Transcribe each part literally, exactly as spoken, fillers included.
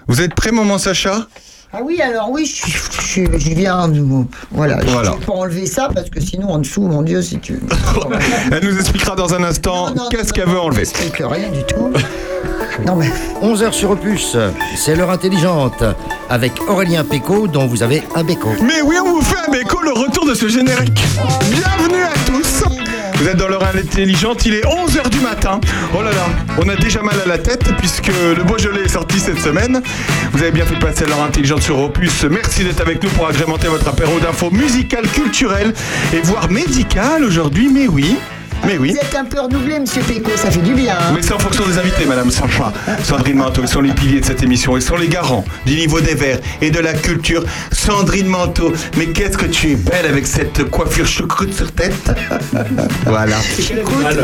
Vous êtes prêt, maman Sacha ? Ah oui, alors oui, je, je, je, je viens. Voilà, voilà. Je ne vais pas enlever ça parce que sinon, en dessous, mon Dieu, si tu. Elle nous expliquera dans un instant non, non, qu'est-ce non, qu'elle non, veut non, enlever. Je n'explique rien du tout. Non, mais... onze heures sur Opus, c'est l'heure intelligente, avec Aurélien Pécaud, dont vous avez un béco. Mais oui, on vous fait un béco, le retour de ce générique. Bienvenue à tous. Vous êtes dans l'heure intelligente, il est onze heures du matin. Oh là là, on a déjà mal à la tête puisque le Beaujolais est sorti cette semaine. Vous avez bien fait de passer l'heure intelligente sur Opus. Merci d'être avec nous pour agrémenter votre apéro d'infos musicales, culturelles et voire médicales aujourd'hui, mais oui. Mais oui. Vous êtes un peu renouvelé, monsieur Pécaud, ça fait du bien. Hein. Mais c'est en fonction des invités, madame Sacha. Sandrine Manteau, ils sont les piliers de cette émission. Ils sont les garants du niveau des verts et de la culture. Sandrine Manteau, mais qu'est-ce que tu es belle avec cette coiffure choucroute sur tête. Voilà. C'est quel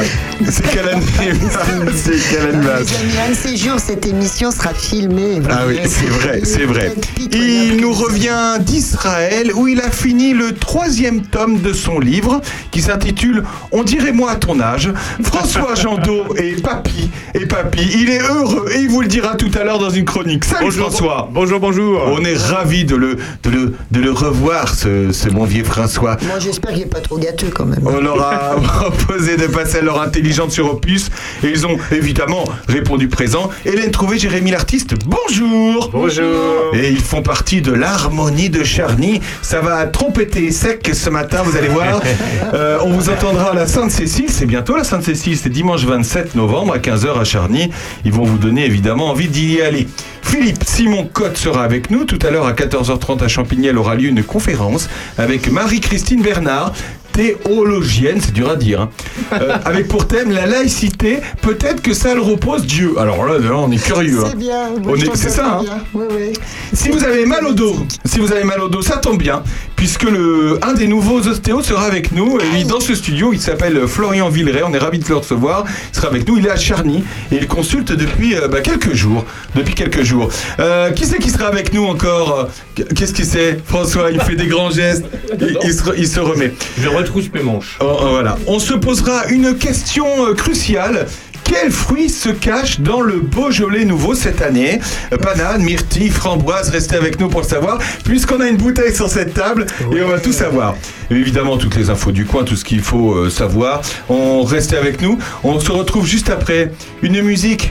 animal. C'est quel animal. Un de ces jours, cette émission sera filmée. Ah oui, c'est vrai, c'est vrai. Il nous revient d'Israël où il a fini le troisième tome de son livre qui s'intitule « On dirait moi à ton âge ». François Jandot et Papy, et Papy, il est heureux et il vous le dira tout à l'heure dans une chronique. Salut bonjour, François. Bonjour, bonjour. On est ravis de le, de le, de le revoir, ce, ce bon vieux François. Moi j'espère qu'il n'est pas trop gâteux quand même. On leur a proposé de passer leur intelligente sur Opus et ils ont évidemment répondu présent. Hélène Trouvé, Jérémy l'artiste, bonjour. Bonjour. Et ils font partie de l'harmonie de Charny. Ça va trompeter sec ce matin, vous allez voir. Euh, on vous entendra à la Sainte-Cécile, c'est bientôt la Sainte-Cécile, c'est dimanche vingt-sept novembre à quinze heures à Charny. Ils vont vous donner évidemment envie d'y aller. Philippe Simon Cotte sera avec nous. Tout à l'heure à quatorze heures trente à Champignelles aura lieu une conférence avec Marie-Christine Bernard, théologienne, c'est dur à dire, hein. euh, avec pour thème la laïcité, peut-être que ça le repose Dieu. Alors là, là on est curieux. C'est hein. bien, on est, c'est ça. Hein. Oui, oui. Si vous avez mal au dos, si vous avez mal au dos, ça tombe bien, puisque le un des nouveaux ostéos sera avec nous. Et dans ce studio, il s'appelle Florian Villeray. On est ravis de le recevoir. Il sera avec nous. Il est à Charny et il consulte depuis euh, bah, quelques jours. Depuis quelques jours. Euh, qui c'est qui sera avec nous encore ? Qu'est-ce que c'est ? François, il fait des grands gestes. Il, il, se, il se remet. Je retrousse mes manches. Oh, oh, voilà. On se posera une question euh, cruciale. Quels fruits se cachent dans le Beaujolais nouveau cette année ? Bananes, myrtilles, framboises, restez avec nous pour le savoir, puisqu'on a une bouteille sur cette table et on va tout savoir. Et évidemment, toutes les infos du coin, tout ce qu'il faut euh, savoir. On reste avec nous. On se retrouve juste après une musique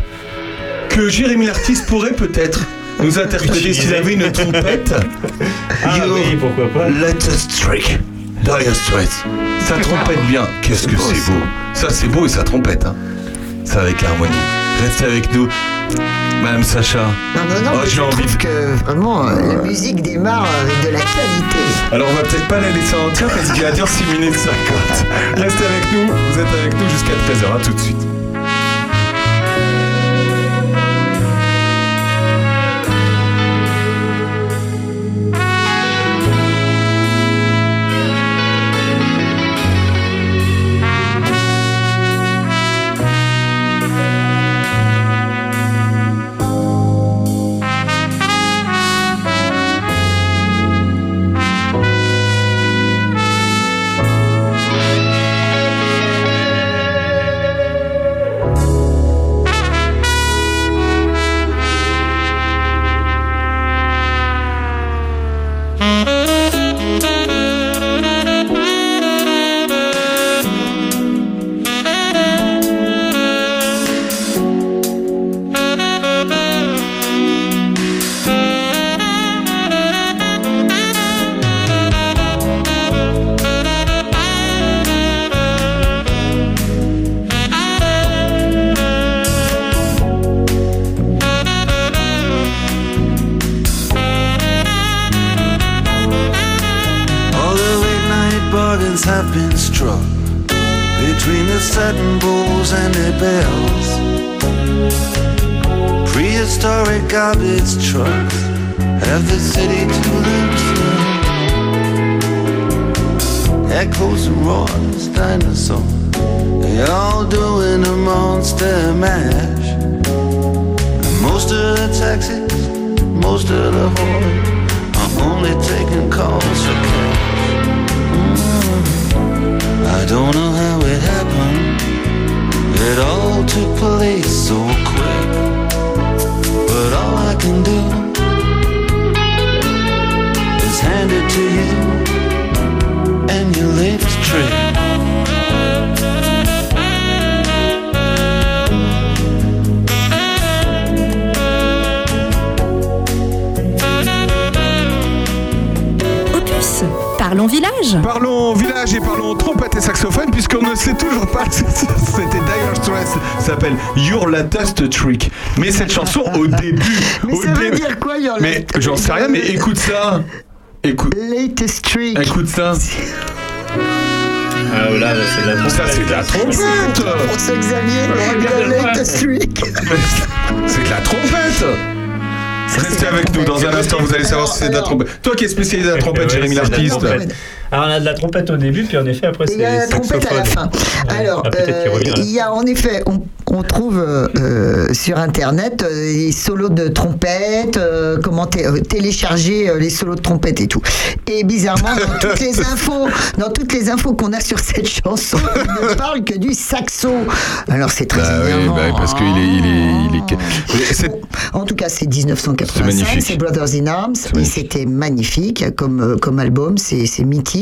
que Jérémy l'artiste pourrait peut-être nous interpréter s'il avait une trompette. Ah Yo, oui, pourquoi pas. Let us trick. Dire Straits. Ça trompette bien. Qu'est-ce que c'est beau. Ça, c'est beau et ça trompette. Hein. Ça avec l'harmonie. Restez avec nous, Madame Sacha. Non, non, non, oh, je envie trouve que vraiment la musique démarre avec de la qualité. Alors on va peut-être pas la laisser entière parce qu'il va dire six minutes cinquante. Restez avec nous, vous êtes avec nous jusqu'à treize heures. À tout de suite. Have been struck between the satin bowls and the bells. Prehistoric garbage trucks have the city to themselves. Echoes and roars, dinosaurs, they all doing a monster mash. And most of the taxis, most of the whores are only taking calls for cash. I don't know how it happened. It all took place so quick. But all I can do parlons village. Parlons village et parlons trompette et saxophone, puisqu'on ne sait toujours pas. C'était Dire Straits, ça s'appelle Your Latest Trick. Mais cette chanson, au début. Mais au ça veut début, dire quoi, Your Mais Latest- j'en sais rien, mais écoute ça. Écoute, Latest Trick. écoute ça. Ah là, là, c'est de la Ça, c'est de la trompette. Pour ce Xavier, le Latest Trick. C'est de la trompette. Restez avec nous dans un instant, vous allez savoir si c'est de la trompette. Toi qui es spécialisé de la trompette, Ouais, Jérémy c'est de la l'artiste. trompette. Alors on a de la trompette au début, puis en effet après Et c'est il y a la trompette à la fin. Alors, Ah, peut-être qu'il euh, revient, là. il y a en effet, on, on trouve euh, sur internet euh, les solos de trompette, euh, comment té- euh, télécharger euh, les solos de trompette et tout. Et bizarrement, dans toutes les infos, dans toutes les infos qu'on a sur cette chanson, il ne parle que du saxo. Alors c'est très Bah oui, énervant. bah oui, parce qu'il est, il est, il est. c'est- Bon, en tout cas, c'est dix-neuf cent C'est quatre-vingt-cinq, magnifique. c'est Brothers in Arms, et magnifique. c'était magnifique comme, euh, comme album, c'est c'est mythique.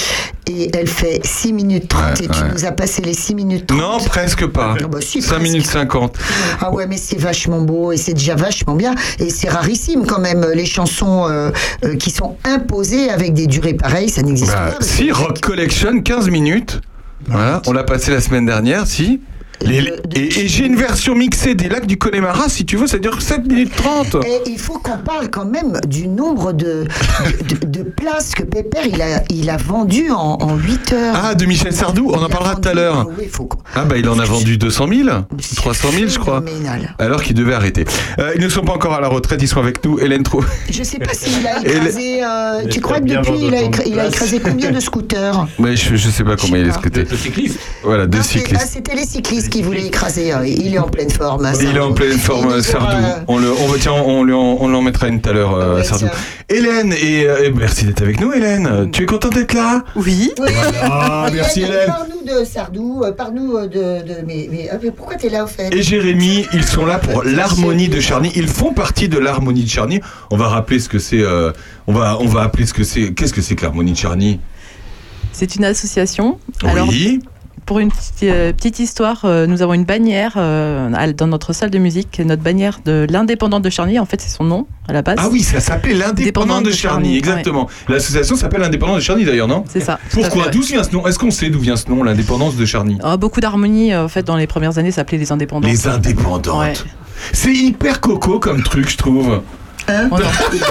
Et elle fait six minutes trente, Ouais, et tu ouais. nous as passé les six minutes trente. Non, presque pas. Ah bah si, cinq presque. minutes cinquante. Ah ouais, mais c'est vachement beau, et c'est déjà vachement bien, et c'est rarissime quand même, les chansons euh, euh, qui sont imposées avec des durées pareilles, ça n'existe Bah, pas. parce si, que- Rock Collection, quinze minutes. Voilà, on l'a passé la semaine dernière, si. Les- De- de- et et j'ai une version mixée des lacs du Connemara, si tu veux, ça dure sept minutes trente. Et il faut qu'on parle quand même du nombre de, de, de places que Pépère il a, il a vendu en, en huit heures. Ah, de Michel Sardou, on Il en a parlera vendu- tout à l'heure. Ah oui, faut qu'on- Ah bah il en a vendu deux cent mille, trois cent mille je crois. Phénoménal. Alors qu'il devait arrêter. Euh, ils ne sont pas encore à la retraite, ils sont avec nous. Hélène Trou. Je sais pas s'il a écrasé. euh, tu J'espère crois que bien depuis il a, vendre écra- il a autant de écrasé combien de scooters? Mais je, je sais pas comment il est scruté. Le cycliste. Voilà, deux Non, c'est- ah, cyclistes. C'était les cyclistes qui voulaient écraser. euh, Il est en pleine forme. hein, Il est Sardou. en pleine Il forme, nous Sardou. fera, euh, On le, on, va- tiens, on, lui en, on l'en mettra une tout à l'heure, euh, Ouais, Sardou. tiens. Hélène, et, euh, et merci d'être avec nous, Hélène. Tu es contente d'être là? Oui. Oui. Ah, merci, Hélène. Parle-nous de Sardou, euh, parle-nous euh, de. de mais, mais, ah, mais pourquoi t'es là au fait? Et Jérémy, ils sont là pour l'harmonie de Charny. Ils font partie de l'harmonie de Charny. On va rappeler ce que c'est. euh, on va, on va appeler ce que c'est. Qu'est-ce que c'est que l'harmonie de Charny? C'est une association. Alors, Oui. pour une petite, euh, petite histoire, euh, nous avons une bannière euh, à- dans notre salle de musique, notre bannière de l'Indépendante de Charny. En fait, c'est son nom à la base. Ah oui, ça s'appelait l'Indépendant Indépendante de de Charny, Charny, exactement. L'association s'appelle l'Indépendant de Charny d'ailleurs, non? C'est ça. tout à Pourquoi? fait, D'où ouais. vient ce nom? Est-ce qu'on sait d'où vient ce nom, l'Indépendance de Charny? Ah, beaucoup d'harmonie. euh, En fait, dans les premières années, ça s'appelait les Indépendantes. Les Indépendantes. Ouais. C'est hyper coco comme truc, je trouve. Hein? Oh non.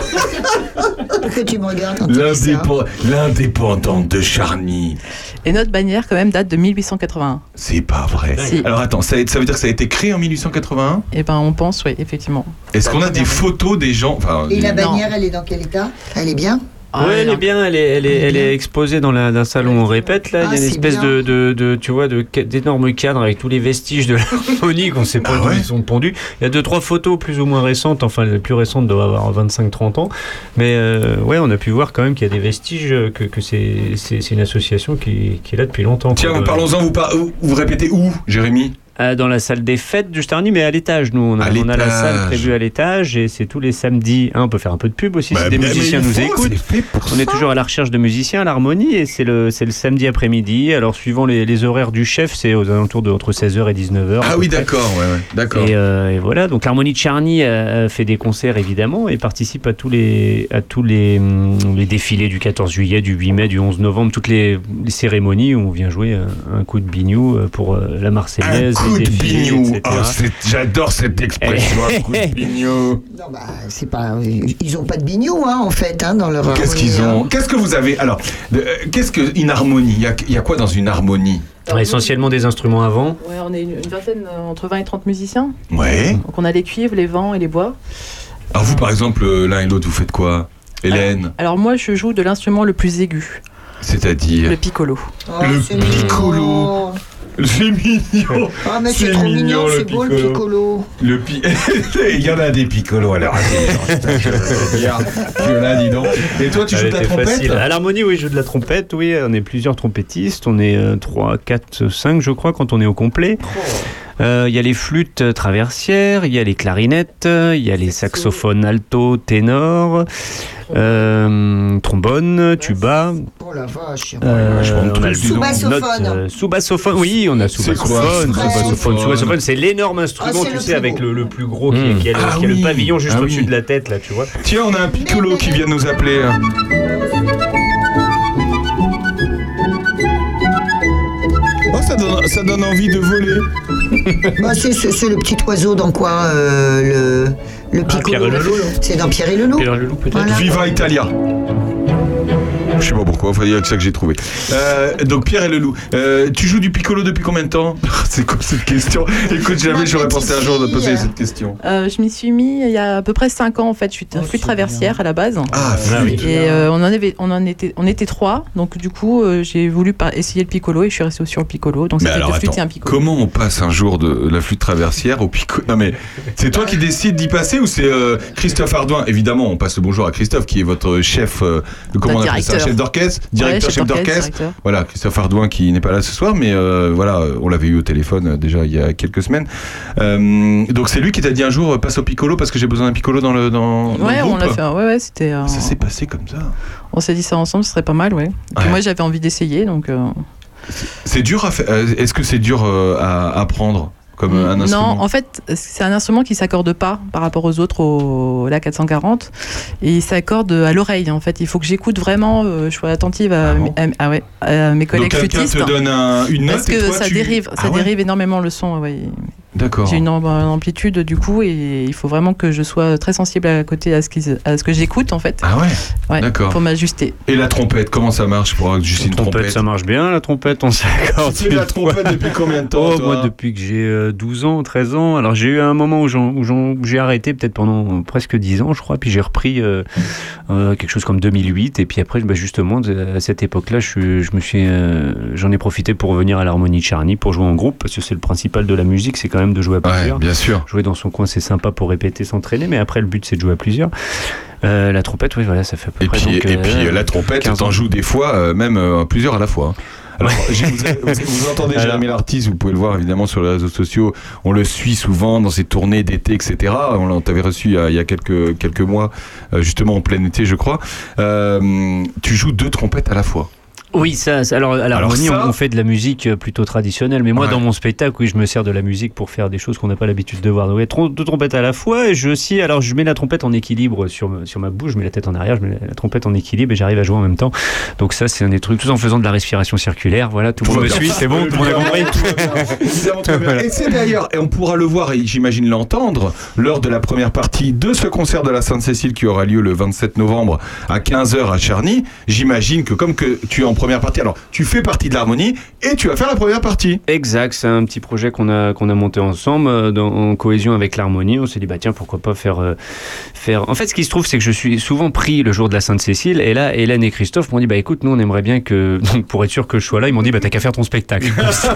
Pourquoi tu me regardes quand tu dis ça? L'indépo- L'Indépendante de Charny. Et notre bannière, quand même, date de mille huit cent quatre-vingt-un. C'est pas vrai. Si. Alors attends, ça, ça veut dire que ça a été créé en mille huit cent quatre-vingt-un? Et ben, on pense, oui, effectivement. Est-ce qu'on a des photos des gens enfin, Et des- la bannière, elle est dans quel état? Elle est bien? Ah, ouais, elle non. est bien, elle est, elle est, elle est exposée dans la- d'un salon où on répète là. Ah, Il y a une c'est espèce bien. de, de, de, tu vois, de ca- d'énormes cadres avec tous les vestiges de l'harmonie qu'on sait pas Ah d'où ouais. ils sont pondus. Il y a deux trois photos plus ou moins récentes, enfin les plus récentes doivent avoir vingt-cinq trente ans, mais euh, ouais, on a pu voir quand même qu'il y a des vestiges, que, que c'est, c'est, c'est une association qui, qui est là depuis longtemps. Tiens, quoi. parlons-en, vous, par- vous, vous répétez où, Jérémy? Euh, dans la salle des fêtes du Starny, mais à l'étage. Nous, on a, À on a la l'étage. salle prévue à l'étage et c'est tous les samedis. Hein, on peut faire un peu de pub aussi Bah, si des mais- musiciens mais il nous faut, écoutent. c'est fait pour On est ça. toujours à la recherche de musiciens à l'harmonie et c'est le, c'est le samedi après-midi. Alors, suivant les, les horaires du chef, c'est aux alentours de entre seize heures et dix-neuf heures. Ah oui, d'accord, ouais, ouais, d'accord. Et, euh, et voilà, donc l'harmonie de Charny euh, fait des concerts évidemment et participe à tous les, à tous les, hum, les défilés du quatorze juillet, du huit mai, du onze novembre, toutes les, les cérémonies où on vient jouer un, un coup de bignou euh, pour euh, la Un Marseillaise, coup les de défilés, bignou. et cetera. Oh, c'est- j'adore cette expression, un coup de bignou. Non, bah, c'est pas. Ils ont pas de bignou, hein, en fait, hein, dans leur. Qu'est-ce harmonie, qu'ils ont hein. Qu'est-ce que vous avez Alors, euh, qu'est-ce qu'une harmonie? Il y a, il y a quoi dans une harmonie? Ouais, essentiellement des instruments à vent. Ouais, on est une, une vingtaine, euh, entre vingt et trente musiciens. Ouais. Donc, on a les cuivres, les vents et les bois. Alors vous, par exemple, euh, l'un et l'autre, vous faites quoi, Hélène? Alors, moi, je joue de l'instrument le plus aigu, C'est-à-dire le piccolo. Oh, Le c'est piccolo. mignon. C'est mignon. Ah, mais C'est c'est trop mignon, mignon, le c'est beau le piccolo. piccolo. Le pi... Il y en a des piccolos à leur intelligence. Je veux dire que là, dis donc. Et toi, tu joues Elle de la était trompette? facile. À l'harmonie, oui, je joue de la trompette. Oui, on est plusieurs trompettistes. On est euh, trois, quatre, cinq, je crois, quand on est au complet. Euh, Il y a les flûtes traversières, il y a les clarinettes, il y a les saxophones alto, ténor, euh, trombone, tuba. Oh la vache. Euh, je prends le on a le truc, bidon, Sous-bassophone. note, euh, sous-bassophone, oui, on a C'est quoi, sous-bassophone, sous-bassophone sous-bassophone, sous-bassophone, c'est l'énorme instrument, Ah, c'est tu le sais, plus avec beau. le, le plus gros qui, Mmh. qui a, le, Ah qui a le oui, pavillon juste ah au-dessus oui. de la tête, là, tu vois. Tiens, on a un piccolo qui vient de nous appeler. donne, ça donne envie de voler. Bah, c'est, c'est, c'est le petit oiseau dans quoi euh, le, le piccolo. Pierre et le loup, non C'est dans Pierre et le loup. Pierre et le loup, peut-être. Voilà. Viva Italia. Je sais pas pourquoi, il y a que ça que j'ai trouvé. Euh, donc Pierre et le loup. Euh, tu joues du piccolo depuis combien de temps? C'est quoi cette question? Écoute, jamais j'aurais pensé un jour de poser cette question. Euh, je m'y suis mis il y a à peu près cinq ans en fait. Je suis oh, flûte traversière à la base. Ah, flûte. Et euh, on en avait, on en était, on était trois. Donc du coup, euh, j'ai voulu par- essayer le piccolo et je suis restée sur le piccolo. Donc Mais c'était alors, deux flûtes attends, et un piccolo. comment on passe un jour de la flûte traversière au piccolo? Non mais c'est toi qui décides d'y passer ou c'est euh, Christophe Ardouin? Évidemment, on passe le bonjour à Christophe qui est votre chef, euh, comment on appelle ça, chef d'orchestre, directeur, ouais, chef, chef d'orchestre. directeur. Voilà, Christophe Ardouin qui n'est pas là ce soir, mais euh, voilà, on l'avait eu au téléphone euh, déjà il y a quelques semaines. Euh, donc c'est lui qui t'a dit un jour euh, passe au piccolo parce que j'ai besoin d'un piccolo dans le dans. dans Ouais, le on groupe. l'a fait. Ouais, ouais, c'était. euh, Ça s'est passé comme ça. On s'est dit ça ensemble, ce serait pas mal, ouais. Et puis Ouais. moi, j'avais envie d'essayer, donc. euh, C'est dur à faire. euh, Est-ce que c'est dur euh, à apprendre comme euh, un instrument? Non, en fait, c'est un instrument qui s'accorde pas par rapport aux autres, au la quatre cent quarante, et il s'accorde à l'oreille. En fait, il faut que j'écoute vraiment, euh, je sois attentive à, Ah mes- bon à- à- ouais, à mes collègues Donc quelqu'un flûtistes. te donne un- une note Parce et que toi, ça tu- dérive, ça Ah ouais dérive énormément le son. Ouais. D'accord. J'ai une am- amplitude du coup, et il faut vraiment que je sois très sensible à côté à ce, qui, à ce que j'écoute en fait. Ah ouais. Ouais, D'accord. pour m'ajuster. Et la trompette, comment ça marche pour ajuster une La trompette, trompette? ça marche bien, la trompette, on s'accorde. Tu fais la trompette depuis combien de temps, Oh, toi moi, depuis que j'ai euh, douze ans, treize ans. Alors, j'ai eu un moment où, j'en- où, j'en- où j'ai arrêté, peut-être pendant euh, presque dix ans, je crois. Puis j'ai repris euh, euh, quelque chose comme deux mille huit. Et puis après, bah, justement, de- à cette époque-là, je, je me suis, euh, j'en ai profité pour revenir à l'harmonie de Charny, pour jouer en groupe, parce que c'est le principal de la musique, c'est quand même de jouer à Ouais, plusieurs. bien sûr. Jouer dans son coin, c'est sympa pour répéter, s'entraîner, mais après, le but, c'est de jouer à plusieurs. Euh, la trompette, oui, voilà, ça fait à peu Et près. puis, donc, et euh, puis euh, la trompette, quinze ans. t'en joues des fois, euh, même euh, plusieurs à la fois. hein. Alors, j'ai- vous, vous, vous entendez Alors. Jérémy l'artiste, vous pouvez le voir évidemment sur les réseaux sociaux. On le suit souvent dans ses tournées d'été, et cetera. On l'a- on t'avait reçu il y a, il y a quelques, quelques mois, euh, justement en plein été, je crois. Euh, tu joues deux trompettes à la fois. Oui, ça, ça- alors à l'harmonie, Alors ça- on, on fait de la musique euh, plutôt traditionnelle, mais moi, Ouais. dans mon spectacle, oui, je me sers de la musique pour faire des choses qu'on n'a pas l'habitude de voir. Donc, ouais, trom- deux trompettes à la fois, et je aussi, alors je mets la trompette en équilibre sur, me- sur ma bouche, je mets la tête en arrière, je mets la, la trompette en équilibre, et j'arrive à jouer en même temps. Donc ça, c'est un des trucs, tout en faisant de la respiration circulaire, voilà, tout le monde me va suit, bien. c'est bon, tout le monde a compris. Évidemment, très bien. Et c'est d'ailleurs, et on pourra le voir et j'imagine l'entendre lors de la première partie de ce concert de la Sainte-Cécile qui aura lieu le vingt-sept novembre à quinze heures à Charny. J'imagine que comme que tu es en première partie, alors tu fais partie de l'harmonie et tu vas faire la première partie. Exact, c'est un petit projet qu'on a, qu'on a monté ensemble euh, dans, en cohésion avec l'harmonie. On s'est dit, bah tiens, pourquoi pas faire, euh, faire... En fait, ce qui se trouve, c'est que je suis souvent pris le jour de la Sainte-Cécile, et là, Hélène et Christophe m'ont dit, bah écoute, nous, on aimerait bien que, donc, pour être sûr que je sois là, ils m'ont dit, bah t'as qu'à faire ton spectacle.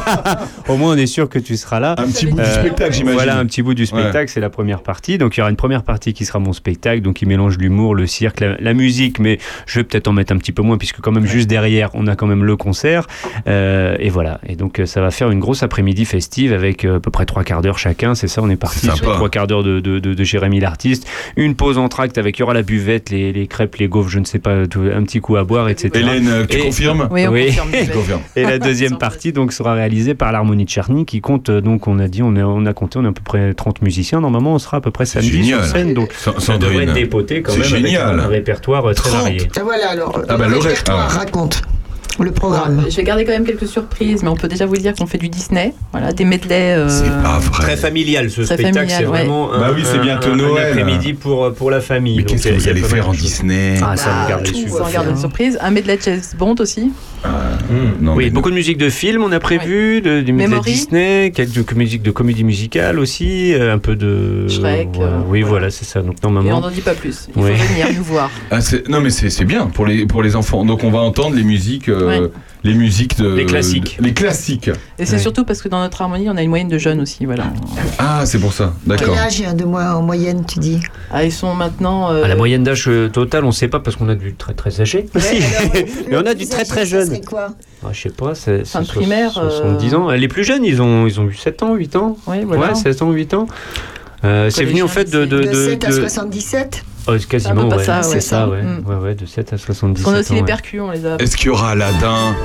Au moins, on est sûr que tu seras là. Un petit bout du Euh, spectacle, j'imagine. Voilà, un petit bout du spectacle, c'est la première partie. Donc il y aura une première partie qui sera mon spectacle, donc qui mélange l'humour, le cirque, la, la musique, mais je vais peut-être en mettre un petit peu moins, puisque quand même juste derrière, on a quand même le concert. Euh, et voilà. Et donc euh, ça va faire une grosse après-midi festive avec euh, à peu près trois quarts d'heure chacun. C'est ça, on est parti C'est sur sympa. trois quarts d'heure de, de, de, de Jérémy l'artiste. Une pause en tract avec, il y aura la buvette, les, les crêpes, les gaufres, je ne sais pas, tout- un petit coup à boire, et cetera. Hélène, euh, tu Et- confirmes? Oui, on Oui. confirme. Je confirme. Et la deuxième partie donc sera réalisée par l'harmonie de Charny qui compte euh, donc on a dit on a, on a compté on a à peu près trente musiciens. Normalement on sera à peu près samedi génial. sur scène, donc Sa- ça devrait Sandrine. être dépoté quand C'est même génial. avec un, un répertoire euh, très trente. varié. Ah, voilà alors. Ah bah, le le ré- répertoire, ah. raconte le programme. Je vais garder quand même quelques surprises, mais on peut déjà vous dire qu'on fait du Disney, voilà, des medleys. euh, C'est pas vrai. Très familial ce Très spectacle, familial, c'est ouais. vraiment un, Bah oui, c'est un- bientôt un- un Noël. après-midi pour, pour la famille. Mais Donc, qu'est-ce il y que a- vous il y a allez pas faire mal en de choses. Disney? Ah, ça Bah, me garde tout dessus. va on regarde faire. une surprise. Un medley de James Bond aussi. Non, Oui, mais- beaucoup de musique de film, on a prévu, de, du medley Memory. Disney, quelques musiques de comédie musicale aussi, euh, un peu de... Shrek, voilà. euh, Oui, voilà. voilà, c'est ça. Donc Et on normalement... n'en dit pas plus. Il Oui. faut venir nous voir. Ah, c'est- non mais c'est c'est bien pour les pour les enfants. Donc on va entendre les musiques euh, Ouais. les musiques de Les classiques. de- les classiques. Et c'est Ouais. surtout parce que dans notre harmonie, on a une moyenne de jeunes aussi. Voilà. Ah, c'est pour ça. Quel D'accord. âge il y a de moi en moyenne, tu dis? Ah, ils sont maintenant. euh, À la moyenne d'âge euh, totale, on ne sait pas parce qu'on a du très très âgé. aussi. Mais on a du très très jeune. C'est quoi? Ah, je sais pas, c'est Fin de c'est primaire, so- soixante-dix euh, ans. Les plus jeunes, ils ont, ils ont eu sept ans, huit ans. Oui, voilà. Ouais, sept ans, huit ans. Euh, c'est venu en fait de. de, De, de, sept à de- soixante-dix-sept? oh, quasiment, C'est un peu ouais. ça, c'est ouais. ça, ouais. Mm. ouais. Ouais, de sept à soixante-dix-sept Parce qu'on a aussi ans, les ouais. percus, on les a. Est-ce qu'il y aura Aladdin?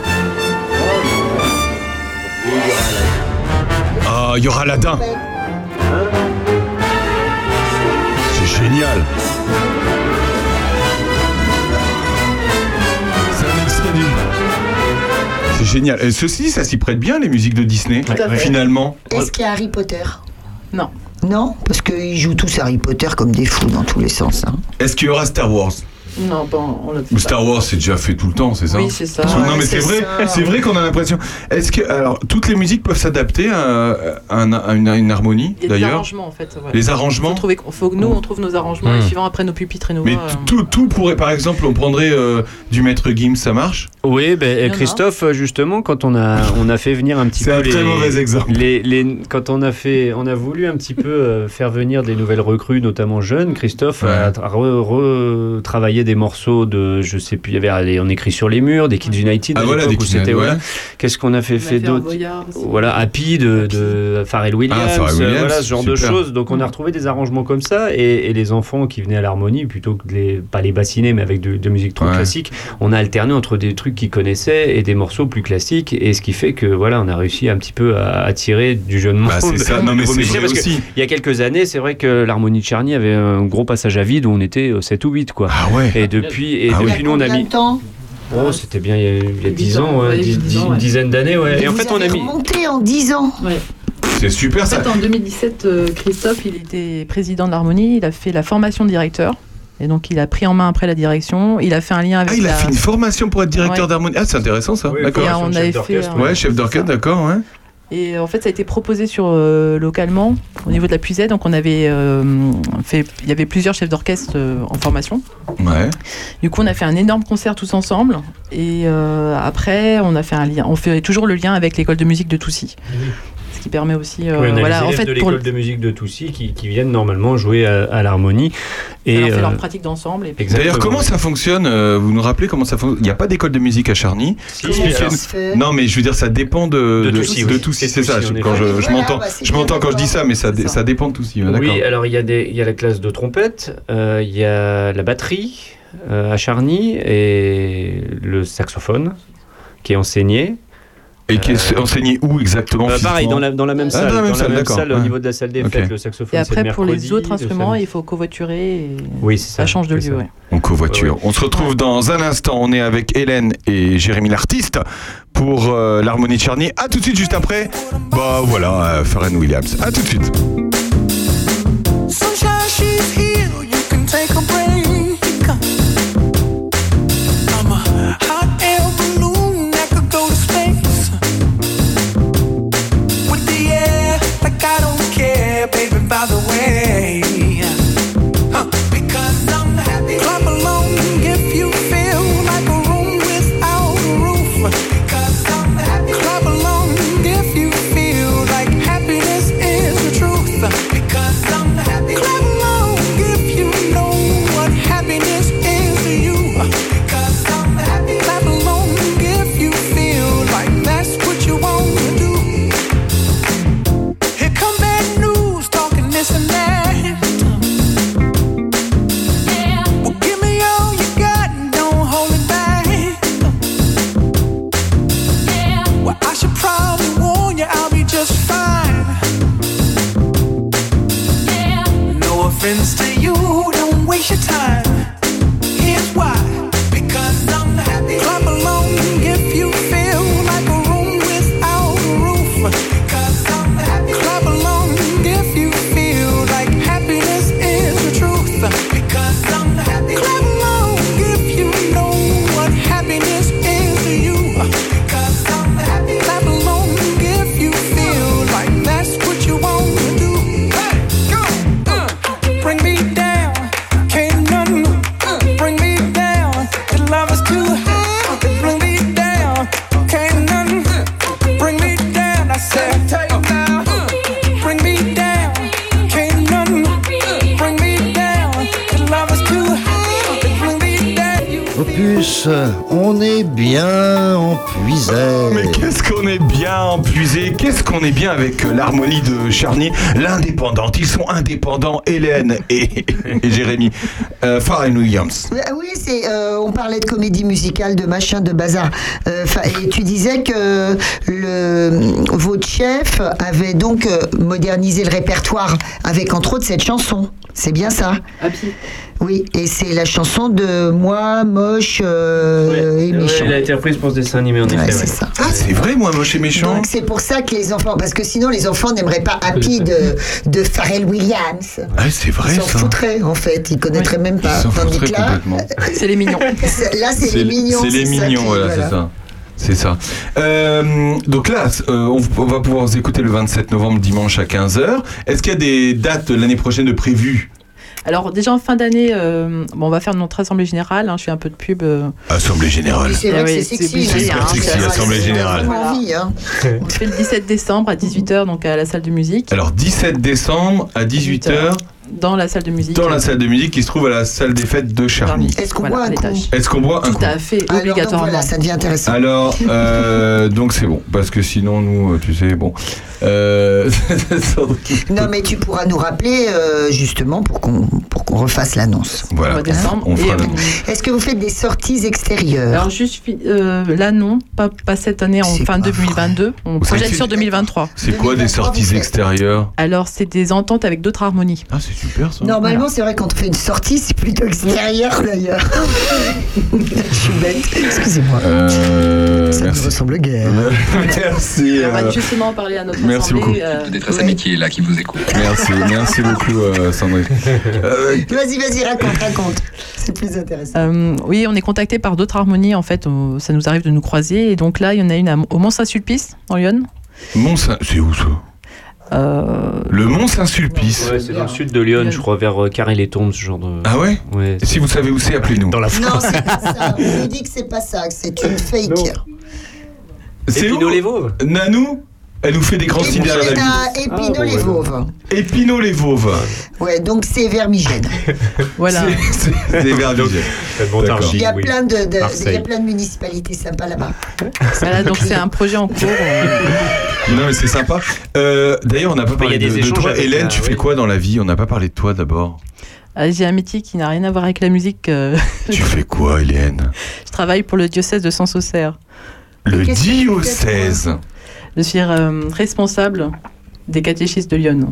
Ah, il y aura Aladdin. C'est génial. C'est un extrait du. C'est génial. Et ceci, ça s'y prête bien, les musiques de Disney, Tout à fait. finalement. Est-ce qu'il y a Harry Potter ? Non. Non, parce qu'ils jouent tous Harry Potter comme des fous dans tous les sens. Hein. Est-ce qu'il y aura Star Wars ? Non, bon, on l'a Ou Star Wars, c'est déjà fait tout le temps, c'est ça ? Oui, c'est ça. Parce que- non, Ouais, mais c'est, c'est vrai, ça. c'est vrai qu'on a l'impression. Est-ce que, alors, toutes les musiques peuvent s'adapter à, à un- à une, à une harmonie, Il y a des d'ailleurs ? arrangements en fait. Voilà. Les arrangements faut, trouver, faut que nous on trouve nos arrangements Mmh. et suivant après nos pupitres et nos Mais voix. t- euh, tout, tout pourrait, par exemple, on prendrait euh, du Maître Gims, ça marche ? Oui, ben, Il y en a. Christophe, justement, quand on a, on a fait venir un petit C'est peu un les, très mauvais exemple. les, les- quand on a fait, on a voulu un petit peu euh, faire venir des nouvelles recrues, notamment jeunes. Christophe Ouais. a tra- re- retravaillé des morceaux de, je sais plus, il y avait, allez, on écrit sur les murs, des Kids United, Ah à voilà, l'époque des où c'était, Kids, voilà. ouais. Qu'est-ce qu'on a fait, on a fait fait un d'autre? Voyard aussi. Voilà, Happy de, de Pharrell Williams, Ah, Pharrell Williams, euh, voilà, ce genre de super. choses. Donc on a retrouvé des arrangements comme ça, et, et les enfants qui venaient à l'harmonie, plutôt que de les, pas les bassiner, mais avec de, de musique trop Ouais. classique, on a alterné entre des trucs qu'ils connaissaient et des morceaux plus classiques, et ce qui fait que voilà, on a réussi un petit peu à attirer du jeune monde. Bah, c'est ça, non, mais Nouveaux c'est musiciens, vrai parce que aussi. il y a quelques années, c'est vrai que l'harmonie de Charny avait un gros passage à vide où on était sept ou huit, quoi. Ah ouais. Et depuis, et Ah oui. depuis nous on a Combien mis. de temps ? Oh, c'était bien il y a, il y a Huit dix ans, ans, ouais, ouais, dix- dix dix- ans, une ouais. dizaine d'années, ouais. Et Et en vous fait, on a avez mis. remonté en dix ans. Ouais. C'est super En ça. fait, en deux mille dix-sept, euh, Christophe, il était président de l'harmonie, il a fait la formation de directeur. Et donc, il a pris en main après la direction. Il a fait un lien avec Ah, il a la... fait une formation pour être directeur Ouais. d'harmonie. Ah, c'est intéressant ça. Oui, D'accord. Et formation on de avait chef fait, d'orchestre, euh, Ouais, chef d'orchestre, c'est ça. d'accord, ouais. Et en fait, ça a été proposé sur euh, localement au niveau de la Puisée. Donc, on avait euh, fait. Il y avait plusieurs chefs d'orchestre euh, en formation. Ouais. Du coup, on a fait un énorme concert tous ensemble. Et euh, après, on a fait un lien. On fait toujours le lien avec l'école de musique de Toussy. Ce qui permet aussi. euh, Oui, on a voilà, les en élèves fait, de pour l'école de musique de Toussy qui, qui viennent normalement jouer à, à l'harmonie. ça leur fait euh, leur pratique d'ensemble. Et puis, exactement. D'ailleurs, comment ça fonctionne euh, Vous nous rappelez comment ça fonctionne ? Il n'y a pas d'école de musique à Charny. Si, Comment si, ça alors, se fait ? Non, mais je veux dire, ça dépend de, De Toussy, oui. Toussy, C'est c'est ça. Toussy, Je- en Quand effet. je, Oui, je voilà, m'entends, bah, c'est je bien m'entends quand je dis ça, mais ça, C'est ça. ça dépend de Toussy. ouais, oui, D'accord. alors il y, a des- il y a la classe de trompette, euh, il y a la batterie euh, à Charny et le saxophone qui est enseigné. Et qui est enseigné où exactement Euh, pareil, physiquement dans la, dans la même Ah, salle, dans la même salle, d'accord, salle, ouais. au niveau de la salle des Ok. fêtes, le saxophone et c'est le après, pour les mercredi, autres le instruments, samedi. il faut covoiturer. Et Oui, c'est ça. ça change de c'est lieu. ça. Ouais. En covoiture. Ouais. On se retrouve dans un instant. On est avec Hélène et Jérémy l'artiste pour euh, l'harmonie de Charny. À tout de suite, juste après. Bah voilà, euh, Pharrell Williams. À tout de suite. Sunshine, she's here. You can take a break. I'm a hot air balloon that could go to space. With the air, like I don't care, baby, by the way. Huh. Because I'm happy. Clap along if you feel like a room without a roof. Because I'm happy. Clap along if you feel like happiness is the truth. Because I'm happy. Clap along if you know what happiness is to you. Because I'm happy. Clap along if you feel like that's what you want to do. Here come bad news, talking this and that. Well, give me all you got and don't hold it back. Well, I should probably warn you, I'll be just fine. No offense to you, don't waste your time. Here's why. Because I'm happy. Clap along if you feel like a room without a roof. Because I'm happy. Clap along if you feel like happiness is the truth. Because I'm happy. Clap along if you know what happiness is to you. Because I'm happy. Clap along if you feel like that's what you want to do. Hey, go. Uh, bring me down, can't nothing uh, bring me down. The love is too high, bring me down, can't nothing uh, bring me down. I said, uh, bring me down, can't nothing uh, bring me down. The love is too high, bring me down. Opus, on est bien en puisée. Mais qu'est-ce qu'on est bien empuisé, qu'est-ce qu'on est bien avec euh, l'harmonie de Charny, l'indépendante. Ils sont indépendants, Hélène et, et Jérémy. Euh, Pharrell Williams. Ah oui, c'est, euh, on parlait de comédie musicale, de machin, de bazar. Euh, 'fin, et tu disais que le, votre chef avait donc euh, modernisé le répertoire avec entre autres cette chanson. C'est bien ça ? Happy. Oui, et c'est la chanson de Moi, moche, moche euh, Ouais. et Ouais, méchant. elle a été reprise pour ce dessin animé en Ouais, effet. c'est ouais. ça. Ah, c'est vrai, moi, moche et méchant. Donc c'est pour ça que les enfants, parce que sinon les enfants n'aimeraient pas Happy de, de Pharrell Williams. Ah, c'est vrai, Ils s'en ça. foutraient en fait, ils connaîtraient même Ils pas. s'en Tandis foutraient que là, complètement. C'est les mignons. c'est- là c'est les mignons. C'est les ça mignons, qui- voilà, c'est ça. C'est ça. Euh, donc là, euh, on, on va pouvoir vous écouter le vingt-sept novembre, dimanche à quinze heures. Est-ce qu'il y a des dates l'année prochaine de prévues? Alors déjà en fin d'année, euh, bon, on va faire notre assemblée générale. Hein, je fais un peu de pub. euh, Assemblée générale. Et c'est vrai Ah que oui, c'est c'est sexy. obligé, hein, hein, c'est- c'est c'est- Assemblée c'est générale. vraiment envie, hein. on fait le dix-sept décembre à dix-huit heures, donc à la salle de musique. Alors, dix-sept décembre à dix-huit heures, Dans la salle de musique. dans la salle de musique qui se trouve à la salle des fêtes de Charny. Est-ce qu'on Voilà, boit un coup? l'étage. Est-ce qu'on boit un Tout coup? à fait, Alors, donc, obligatoirement. voilà, ça devient intéressant. Alors, euh, donc c'est bon, parce que sinon, nous, euh, tu sais, bon. Euh... Non, mais tu pourras nous rappeler euh, justement pour qu'on pour qu'on refasse l'annonce. Au voilà, mois de décembre. on Et, fera euh, la- Est-ce que vous faites des sorties extérieures? alors juste fi- euh, là non, pas, pas cette année, en C'est fin pas deux mille vingt-deux. On Vous projette savez- sur deux mille vingt-trois. C'est quoi des deux mille vingt-trois, sorties vous faites. extérieures? Alors c'est des ententes avec d'autres harmonies. Ah, c'est super ça. Normalement, c'est vrai, quand on fait une sortie, c'est plutôt extérieur d'ailleurs. Je suis bête, excusez-moi. Euh, Ça ne merci. ressemble guère. merci. On va euh, justement parler à notre merci assemblée. beaucoup. euh, Des très Ouais. amitiés là qui vous écoutent. Merci, merci beaucoup, euh, Sandrine. Euh, Vas-y, vas-y, raconte, raconte. C'est plus intéressant. euh, oui, on est contacté par d'autres harmonies en fait. on- ça nous arrive de nous croiser et donc là il y en a une à- au Mont-Saint-Sulpice en Lyon. Mont-Saint, c'est où ça? Euh, Le Mont-Saint-Sulpice. Ouais, c'est dans le sud de Lyon, je crois, vers euh, Carré-les-Tombes, ce genre de. Ah ouais? Ouais. Et si vous savez où c'est, appelez-nous. Dans la Non, c'est pas ça. On nous dit que c'est pas ça, que c'est une fake. Non. C'est où? Épinot-les-Vosges. Nanou, elle nous fait des grands signes derrière la vie. Ah, Épinot-les-Vosges. Épinot-les-Vosges. Ouais, donc c'est Vermigène. voilà. C'est- C'est des verdigènes. D'accord. Il y a plein de, de- il y a Marseille. plein de municipalités sympas là-bas. Voilà, donc c'est un projet en cours. euh, Non mais c'est sympa. Euh, D'ailleurs, on n'a pas Il y parlé a des de, de échanges toi. avec Hélène, la- tu fais oui. quoi dans la vie? On n'a pas parlé de toi d'abord. euh, J'ai un métier qui n'a rien à voir avec la musique. euh, Tu fais quoi, Hélène? je travaille pour le diocèse de Sens-Auxerre. Le Qu'est-ce que tu fais, diocèse. Je suis euh, responsable des catéchistes de Lyon.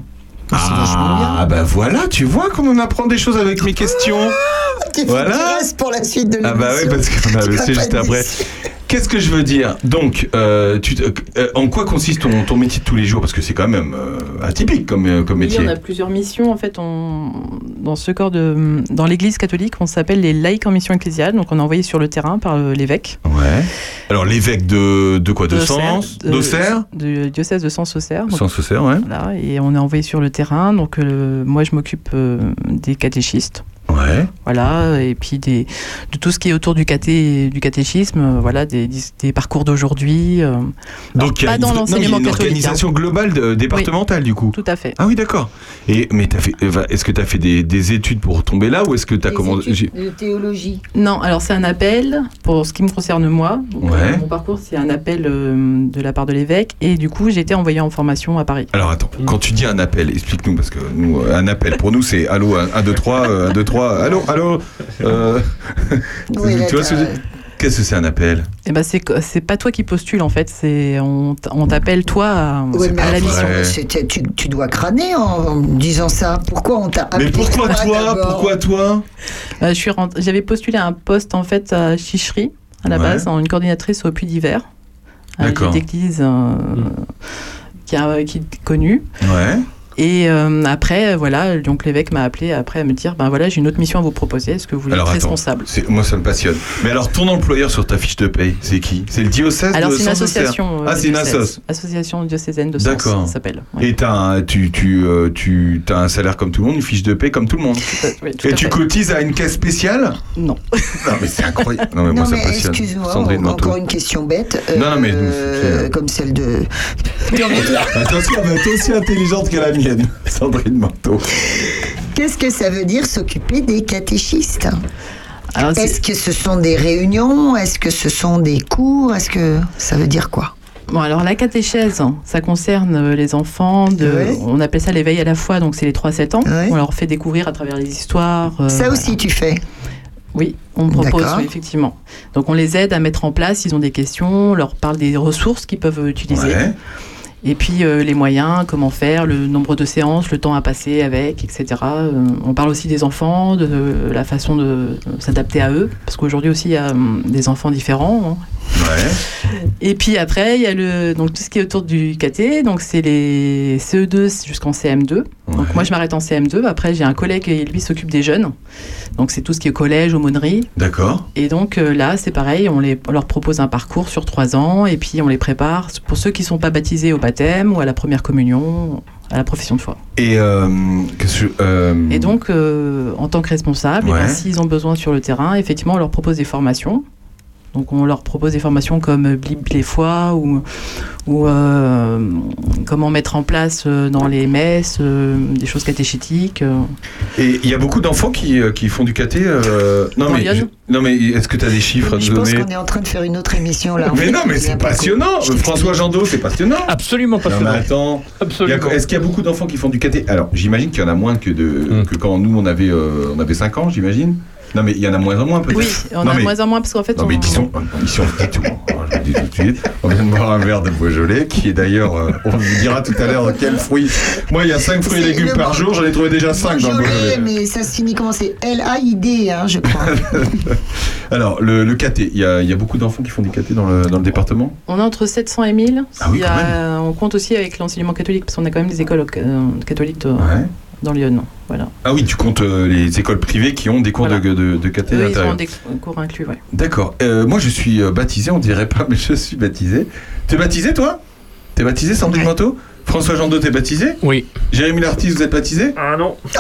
Ah, bah voilà, tu vois qu'on en apprend des choses avec mes questions. Tu Voilà. restes pour la suite de Ah bah oui, l'émission. parce qu'on a Tu le vas sujet pas juste être après. déçu. Qu'est-ce que je veux dire? Donc, euh, tu, te- euh, en quoi consiste ton, ton métier de tous les jours? Parce que c'est quand même euh, atypique comme, euh, comme Oui, métier. on a plusieurs missions. En fait, on, dans ce corps de, dans l'Église catholique, on s'appelle les laïcs en mission ecclésiale. Donc, on est envoyé sur le terrain par euh, l'évêque. Ouais. Alors, l'évêque de, de quoi? De d'Auxerre, Sens? de- D'Auxerre? Du diocèse de Sens-Auxerre. Donc, Sens-Auxerre, ouais. voilà, et on est envoyé sur le terrain. Donc, euh, moi, je m'occupe euh, des catéchistes. Ouais. Voilà, et puis des, de tout ce qui est autour du, caté, du catéchisme, euh, voilà, des, des parcours d'aujourd'hui. euh, alors, Donc, il y a pas une, dans non, il y a l'enseignement une catholique. hein. organisation globale euh, départementale, du coup. Tout à fait. Ah oui, d'accord. Et mais t'as fait, euh, va- est-ce que tu as fait des, des études pour tomber là ou est-ce que tu as Des commencé études de théologie. Non, alors c'est un appel pour ce qui me concerne moi. Donc, Ouais. euh, mon parcours, c'est un appel euh, de la part de l'évêque. Et du coup, j'ai été envoyée en formation à Paris. Alors attends, quand tu dis un appel, explique-nous parce que nous, euh, un appel pour nous c'est allô, un, deux, trois, un, deux, trois, allô, allô. Euh, Oui, tu là, vois ce que je t'as- veux dire? Qu'est-ce que c'est un appel? Et ben c'est que- c'est pas toi qui postules en fait, c'est on, t- on t'appelle toi à, Ouais, mais à la attends, mission. vrai. c'était- tu, tu dois crâner en, en disant ça. Pourquoi on t'a appelé Mais pourquoi toi? d'abord Pourquoi toi? Euh, je suis rent- j'avais postulé à un poste en fait à Chichery à la Ouais. base, en une coordinatrice au Puy d'Hiver, à D'accord. l'église euh, qui, a, qui est connue. Ouais. Et euh, après, euh, voilà, donc l'évêque m'a appelé après à me dire, ben voilà, j'ai une autre mission à vous proposer. Est-ce que vous voulez Alors être attends, responsable? c'est- moi ça me passionne. Mais alors ton employeur sur ta fiche de paye, c'est qui? C'est le diocèse Alors de c'est une Sens-Auxerre. association. euh, Ah, c'est une diocèse. assoce. Association diocésaine de Sens, D'accord. ça s'appelle. Oui. Et t'as un, tu, tu, euh, tu as un salaire comme tout le monde, une fiche de paie comme tout le monde. Oui, tout Et à tu fait. cotises à une caisse spéciale? Non. Non mais c'est incroyable. Non mais Non, moi ça mais me passionne. excuse-moi, Sandrine Manteau. encore une question bête. Non, non, mais nous, euh, c'est- comme celle de. Attention, elle est aussi intelligente que la mienne, Sandrine Manteau. Qu'est-ce que ça veut dire s'occuper des catéchistes? Alors, c'est- Est-ce que ce sont des réunions? Est-ce que ce sont des cours? Est-ce que ça veut dire quoi? Bon, alors la catéchèse, ça concerne euh, les enfants, de, Ouais. on appelle ça l'éveil à la foi, donc c'est les trois sept ans. Ouais. On leur fait découvrir à travers les histoires. euh, Ça voilà. aussi, tu fais. Oui, on propose, D'accord. oui, effectivement. Donc on les aide à mettre en place, ils ont des questions, on leur parle des ressources qu'ils peuvent utiliser. Ouais. Et puis euh, les moyens, comment faire, le nombre de séances, le temps à passer avec, et cetera. Euh, on parle aussi des enfants, de, de la façon de s'adapter à eux, parce qu'aujourd'hui aussi il y a hum, des enfants différents. Hein. Ouais. Et puis après, il y a le, donc, tout ce qui est autour du K T, donc c'est les C E deux jusqu'en C M deux. Donc Ouais. moi je m'arrête en C M deux, après j'ai un collègue qui lui s'occupe des jeunes. Donc c'est tout ce qui est collège, aumônerie. D'accord. Et donc euh, là c'est pareil, on, les, on leur propose un parcours sur trois ans et puis on les prépare pour ceux qui ne sont pas baptisés au baptême ou à la première communion, à la profession de foi. Et, euh, qu'est-ce que je- euh, Et donc euh, en tant que responsable, Ouais. eh ben, s'ils ont besoin sur le terrain, effectivement on leur propose des formations. Donc on leur propose des formations comme Bible et foi ou, ou euh, comment mettre en place euh, dans les messes euh, des choses catéchétiques. euh. Et il y a beaucoup d'enfants qui, euh, qui font du K T. euh, Non, Dans mais, Lyon je- non, mais est-ce que tu as des chiffres à Je nous pense donner? qu'on est en train de faire une autre émission là. Mais non, mais c'est passionnant. Je t'explique. François Jandot, c'est passionnant. Absolument Non, mais passionnant. attends. Il y Absolument. a- Est-ce qu'il y a beaucoup d'enfants qui font du K T? Alors, j'imagine qu'il y en a moins que, de, Mm. que quand nous, on avait, euh, on avait cinq ans, j'imagine. Non, mais il y en a moins en moins, peut-être. Oui, on Non, a de mais- moins en moins parce qu'en fait Non, on... mais ils sont, ils sont du tout. Je le dis tout de suite. On vient de boire un verre de Beaujolais, qui est d'ailleurs, euh, on vous dira tout à l'heure quel fruit. Moi, il y a cinq fruits et C'est légumes le par bon- jour, j'en ai trouvé déjà cinq dans le Beaujolais, Beaujolais. mais ça se finit comment? C'est L A I D, hein, je crois. Alors, le, le K T, il y a, il y a beaucoup d'enfants qui font du K T dans le, dans le département? On a entre sept cents et mille. Ah oui, Il y a- on compte aussi avec l'enseignement catholique parce qu'on a quand même des écoles euh, catholiques de- Ouais. dans Lyon. Voilà. Ah oui, tu comptes euh, les écoles privées qui ont des cours Voilà. de, de, de K T à Eux, ils l'intérieur. ont des cours inclus, ouais. D'accord. Euh, moi, je suis euh, baptisé, on dirait pas, mais je suis baptisé. T'es baptisé, toi? T'es baptisé, Sandrine Ouais. Manteau? François Jandot, t'es baptisé? Oui. Jérémy Lartis, vous êtes baptisé? Ah non. Oh,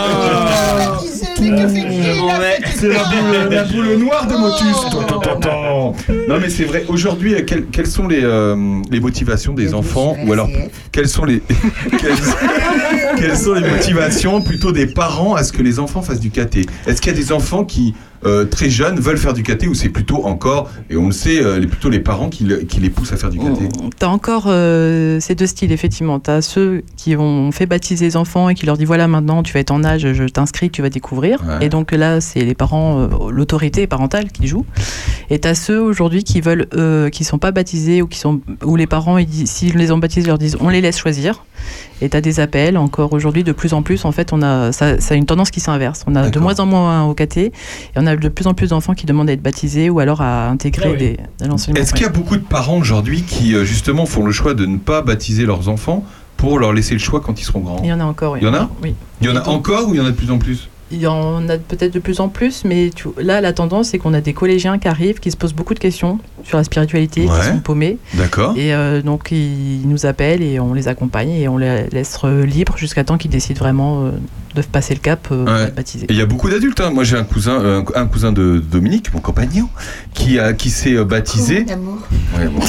baptisé, mais que fait-il là? C'est la boule, la boule noire de Motus. Attends, attends, attends. Non, mais c'est vrai. Aujourd'hui, euh, quelles, quelles sont les, euh, les motivations des enfants, ou alors quelles sont les quelles, quelles sont les motivations plutôt des parents à ce que les enfants fassent du K T? Est-ce qu'il y a des enfants qui euh, très jeunes veulent faire du K T, ou c'est plutôt encore, et on le sait, euh, les, plutôt les parents qui, le- qui les poussent à faire du K T? T'as encore euh, ces deux styles, effectivement. T'as ceux qui ont fait baptiser les enfants et qui leur disent voilà, maintenant tu vas être en âge, je t'inscris, tu vas découvrir. Ouais. Et donc là, c'est les parents, euh, l'autorité parentale qui joue. Et t'as ceux aujourd'hui qui veulent, euh, qui sont pas baptisés ou qui sont, où les parents, ils disent, s'ils les ont baptisés, ils leur disent on les laisse choisir. Et t'as des appels encore aujourd'hui de plus en plus. En fait, on a ça, ça a une tendance qui s'inverse. On a de D'accord. moins en moins au K T et on a de plus en plus d'enfants qui demandent à être baptisés ou alors à intégrer Ah oui. des, de l'enseignement. Est-ce qu'il y a beaucoup de parents aujourd'hui qui, euh, justement, font le choix de ne pas baptiser leurs enfants pour leur laisser le choix quand ils seront grands? Il y en a encore. Oui. Il y en a Oui. Il y en a encore ou il y en a de plus en plus? Il y en a peut-être de plus en plus, mais tu- là, la tendance, c'est qu'on a des collégiens qui arrivent, qui se posent beaucoup de questions sur la spiritualité, Ouais. qui sont paumés. D'accord. Et euh, donc, ils nous appellent et on les accompagne et on les laisse euh, libres jusqu'à temps qu'ils décident vraiment euh, de passer le cap, euh, Ouais. d'être baptisés. Et il y a beaucoup d'adultes. Hein. Moi, j'ai un cousin, euh, un cousin de Dominique, mon compagnon, qui a, qui s'est euh, baptisé. Oh, l'amour. Ouais, bon.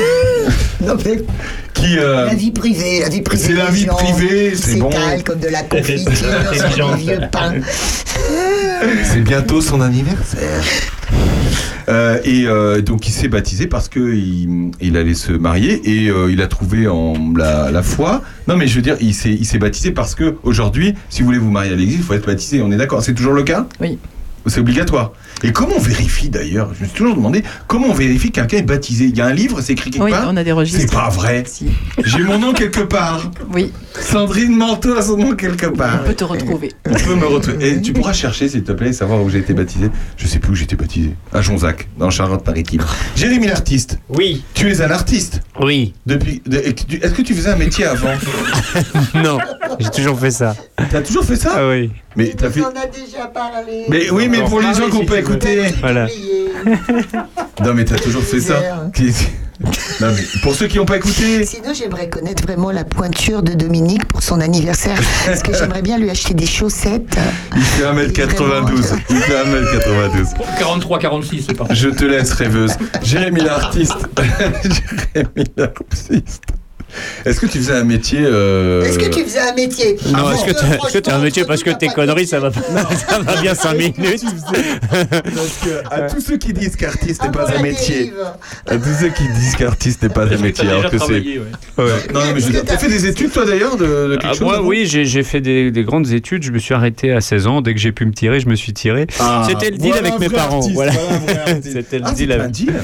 Non, mais Qui, euh, la vie privée, la vie privée. c'est la des vie gens, privée, qui c'est bon. s'étale comme de la confiture sur des vieux pains. C'est bientôt son anniversaire. Euh, et euh, donc il s'est baptisé parce que il, il allait se marier et euh, il a trouvé en la, la foi. Non mais je veux dire, il s'est il s'est baptisé parce que aujourd'hui, si vous voulez vous marier à l'église, il faut être baptisé. On est d'accord? C'est toujours le cas? Oui. C'est obligatoire. Et comment on vérifie d'ailleurs? Je me suis toujours demandé comment on vérifie que quelqu'un est baptisé. Il y a un livre, c'est écrit quelque Oui, part? on a des registres. C'est pas vrai. Si. J'ai mon nom quelque part. Oui, Sandrine Manteau a son nom quelque part. on peut te retrouver. On peut me retrouver. Et tu pourras chercher, s'il te plaît, savoir où j'ai été baptisé. Je sais plus où j'ai été baptisé. À Jonzac, dans Charente-Maritime. Jérémy l'artiste. Oui. Tu es un artiste. Oui. Depuis. de- Est-ce que tu faisais un métier avant? Non, j'ai toujours fait ça. T'as toujours fait ça? Ah oui. Mais t'as fait. On en a déjà parlé. Mais oui, mais pour les gens qu'on peut veux. écouter. Voilà. Non, mais t'as toujours fait ça. Misère. Qui- Non, mais pour ceux qui n'ont pas écouté. Sinon, j'aimerais connaître vraiment la pointure de Dominique pour son anniversaire. Parce que j'aimerais bien lui acheter des chaussettes. Il fait un mètre quatre-vingt-douze. Il fait un mètre quatre-vingt-douze. quarante-trois quarante-six, c'est parti. Je te laisse rêveuse. Jérémy l'artiste. Jérémy l'artiste. Est-ce que tu faisais un métier euh... Est-ce que tu faisais un métier? Non, Avant est-ce que que, t'as est-ce que t'as un franchement, métier entre parce que tout tes un paquet conneries, de ça va, ça va bien cinq minutes. Parce que à tous ceux qui disent qu'artiste n'est Avant pas la un métier, dérive. à tous ceux qui disent qu'artiste n'est pas un métier, T'as alors déjà que c'est. travaillé, ouais. Ouais. Non, non, mais je veux dire, t'as fait des études toi d'ailleurs de, de quelque Ah, chose? moi, avant oui, j'ai j'ai fait des, des grandes études. Je me suis arrêté à seize ans. Dès que j'ai pu me tirer, je me suis tiré. Ah, C'était le deal voilà avec un mes vrai parents. artiste, Voilà. voilà un vrai artiste. C'était le Ah, deal c'était avec- un deal.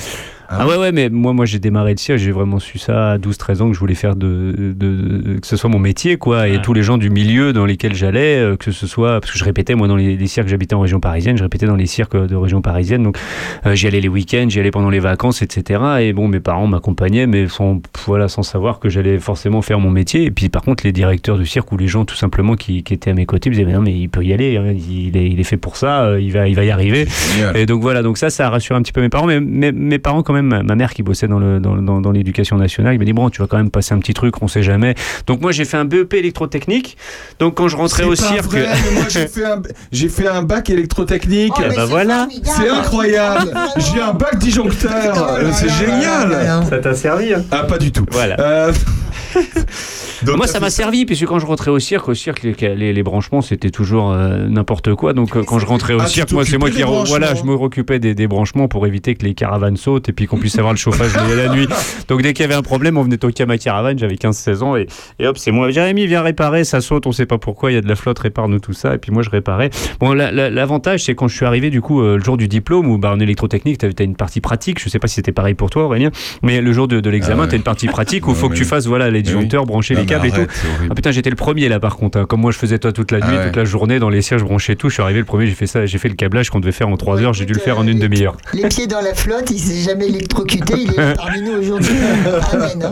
Ah, ah ouais, ouais, mais moi, moi j'ai démarré le cirque, j'ai vraiment su ça à douze treize ans que je voulais faire de, de, de que ce soit mon métier, quoi. Et ouais. tous les gens du milieu dans lesquels j'allais, que ce soit, parce que je répétais, moi, dans les, les cirques, j'habitais en région parisienne, je répétais dans les cirques de région parisienne, donc euh, j'y allais les week-ends, j'y allais pendant les vacances, et cetera. Et bon, mes parents m'accompagnaient, mais sans, voilà, sans savoir que j'allais forcément faire mon métier. Et puis, par contre, les directeurs du cirque ou les gens, tout simplement, qui, qui étaient à mes côtés, me disaient, mais non, mais il peut y aller, hein, il, est, il est fait pour ça, il va, il va y arriver. Et donc voilà, donc ça, ça a rassuré un petit peu mes parents, mais mes, mes parents, quand même, ma mère qui bossait dans, le, dans, dans, dans l'éducation nationale, il m'a dit bon, tu vas quand même passer un petit truc, on sait jamais. Donc moi j'ai fait un B E P électrotechnique. Donc quand je rentrais c'est au pas cirque, vrai, mais moi j'ai fait un j'ai fait un bac électrotechnique. Oh, bah voilà, c'est incroyable. J'ai un bac disjoncteur, c'est génial. Ça t'a servi hein? Ah pas du tout. Voilà. Euh... Donc, moi ça m'a servi puisque quand je rentrais au cirque, au cirque les, les, les branchements c'était toujours euh, n'importe quoi. Donc euh, quand je rentrais au ah, cirque, moi c'est moi qui voilà, je me occupais des, des branchements pour éviter que les caravanes sautent et puis qu'on puisse avoir le chauffage la nuit. Donc dès qu'il y avait un problème, on venait toquer à ma caravane, j'avais quinze seize ans et, et hop, c'est moi. Jérémy, viens réparer, ça saute, on sait pas pourquoi, il y a de la flotte, répare-nous tout ça. Et puis moi je réparais. Bon, la, la, l'avantage c'est quand je suis arrivé du coup euh, le jour du diplôme où bah, en électrotechnique, t'as, t'as une partie pratique. Je sais pas si c'était pareil pour toi, Aurélien, mais le jour de, de l'examen, ah ouais. t'as une partie pratique où il faut ouais, que tu fasses voilà les disjoncteurs, oui. brancher non, les câbles arrête, et tout. Ah putain, j'étais le premier là par contre. Hein. Comme moi je faisais toi toute la nuit, ah ouais. toute la journée dans les cirques, je branchais tout. Je suis arrivé le premier, j'ai fait ça, j'ai fait le câblage qu'on devait faire en trois heures, j'ai dû le faire en une demi-heure. Les pieds dans la flotte, il s'est jamais électrocuté, il est parmi nous aujourd'hui. Amen.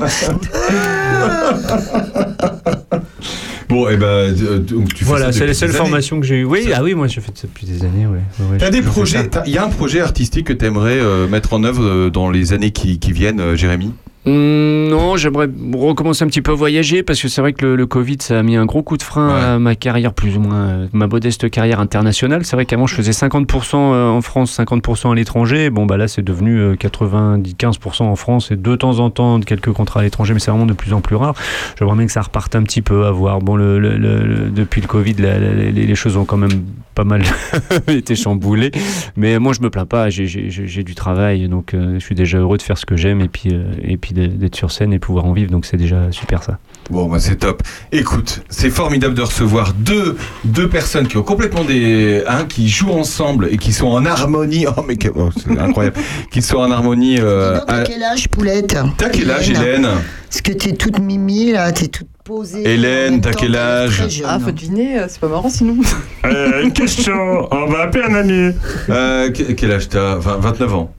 Bon, et eh ben, donc tu fais voilà, ça c'est la seule années. formation que j'ai eue. Oui, ça... ah oui, moi j'ai fait ça depuis des années. Ouais. Ouais, t'as des projets, il y a un projet artistique que tu aimerais euh, mettre en œuvre euh, dans les années qui, qui viennent, euh, Jérémy? Mmh, non, j'aimerais recommencer un petit peu à voyager parce que c'est vrai que le, le Covid ça a mis un gros coup de frein ouais. à ma carrière, plus ou moins euh, ma modeste carrière internationale. C'est vrai qu'avant je faisais cinquante pour cent en France, cinquante pour cent à l'étranger. Bon bah là c'est devenu euh, quatre-vingt-quinze pour cent en France et de temps en temps quelques contrats à l'étranger, mais c'est vraiment de plus en plus rare. J'aimerais bien que ça reparte un petit peu, à voir. Bon, le, le, le, depuis le Covid, la, la, les, les choses ont quand même pas mal été chamboulées, mais moi je me plains pas. J'ai, j'ai, j'ai du travail, donc euh, je suis déjà heureux de faire ce que j'aime et puis euh, et puis d'être sur scène et pouvoir en vivre, donc c'est déjà super ça. Bon bah c'est top. Écoute, c'est formidable de recevoir deux, deux personnes qui ont complètement des... Hein, qui jouent ensemble et qui sont en harmonie. Oh mais oh, c'est incroyable. Qui sont en harmonie... Euh, donc, t'as à... quel âge, Poulette? T'as quel âge, Hélène? Parce que t'es toute mimi là, t'es toute posée. Hélène, t'as quel âge? Ah, faut deviner, c'est pas marrant sinon. Euh, une question, on va appeler un ami. Euh, quel âge t'as? vingt-neuf ans?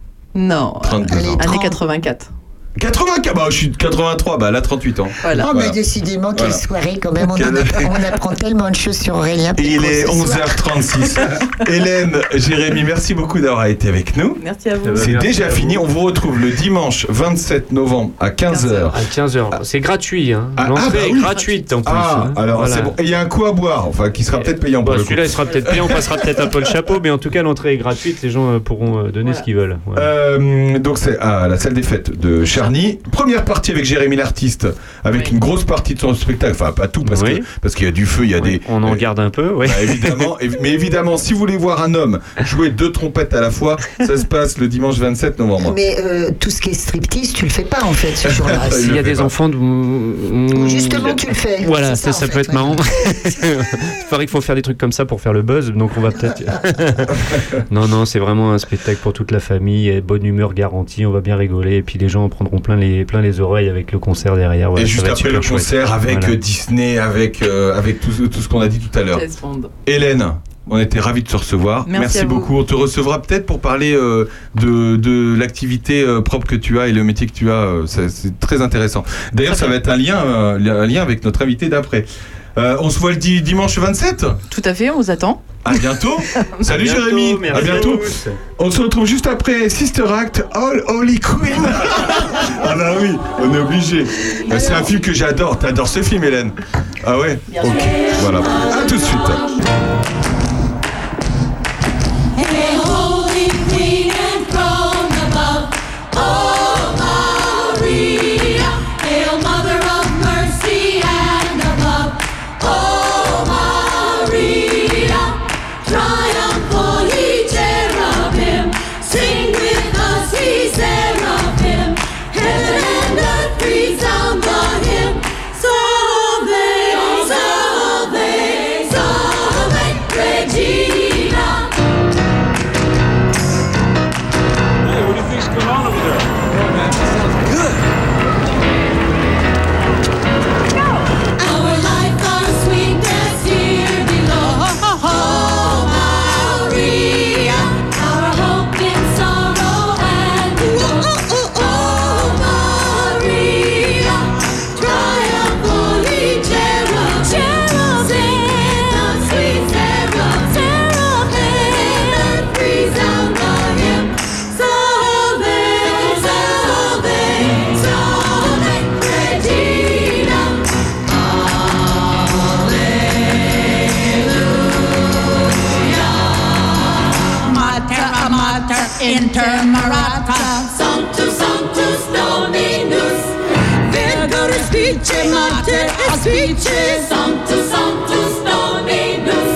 Non, trente-deux ans. Année quatre-vingt-quatre. quatre-vingt-quatre, bah je suis de quatre-vingt-trois, bah là trente-huit ans. Voilà. Oh, voilà. mais décidément, quelle voilà. soirée quand même, on, en apprend, on apprend tellement de choses sur Aurélien. Et il est onze heures trente-six. Hélène, Jérémy, merci beaucoup d'avoir été avec nous. Merci à vous. C'est merci déjà fini, on vous retrouve le dimanche vingt-sept novembre à quinze heures. À quinze heures, c'est gratuit, hein. Ah, l'entrée ah, bah est oui. gratuite en plus. Ah, hein. alors voilà. c'est bon. Et il y a un coup à boire, enfin qui sera peut-être payant pour bah, le celui-là coup. il sera peut-être payant, on passera peut-être un peu le chapeau, mais en tout cas l'entrée est gratuite, les gens pourront donner voilà. ce qu'ils veulent. Voilà. Euh, donc c'est à la salle des fêtes de Charny. Première partie avec Jérémy l'artiste, avec oui. une grosse partie de son spectacle, enfin pas tout parce oui. que parce qu'il y a du feu, il y a oui. des. On en garde un peu, oui. Bah, évidemment, mais évidemment, si vous voulez voir un homme jouer deux trompettes à la fois, ça se passe le dimanche vingt-sept novembre. Mais euh, tout ce qui est striptease, tu le fais pas en fait ce jour-là. S'il y a des pas. enfants, de... justement tu le fais. Voilà, ça, ça, ça fait, peut être ouais. marrant. Il paraît qu'il faut faire des trucs comme ça pour faire le buzz, donc on va peut-être. non, non, c'est vraiment un spectacle pour toute la famille, bonne humeur garantie, on va bien rigoler, et puis les gens en prendront plein les plein les oreilles avec le concert derrière. Voilà, et juste après le concert, chouette. avec voilà. Disney, avec, euh, avec tout, tout ce qu'on a dit tout à l'heure. Hélène, on était ravis de te recevoir. Merci, Merci beaucoup. Vous. On te recevra peut-être pour parler euh, de, de l'activité euh, propre que tu as et le métier que tu as. Euh, c'est, c'est très intéressant. D'ailleurs, très ça bien. va être un lien, euh, un lien avec notre invité d'après. Euh, on se voit le di- dimanche vingt-sept. Tout à fait, on vous attend. À bientôt. Salut bientôt, Jérémy. À bientôt. On se retrouve juste après Sister Act, All Holy Queen. Ah bah oui, on est obligé. Bah, c'est un film que j'adore. T'adores ce film, Hélène? Ah ouais. Ok. Voilà. À tout de suite. Salve, salve, salve. mater, inter marata. Sanctus, Sanctus Dominus. Vergore spice mater et spice. Sanctus, Sanctus Dominus.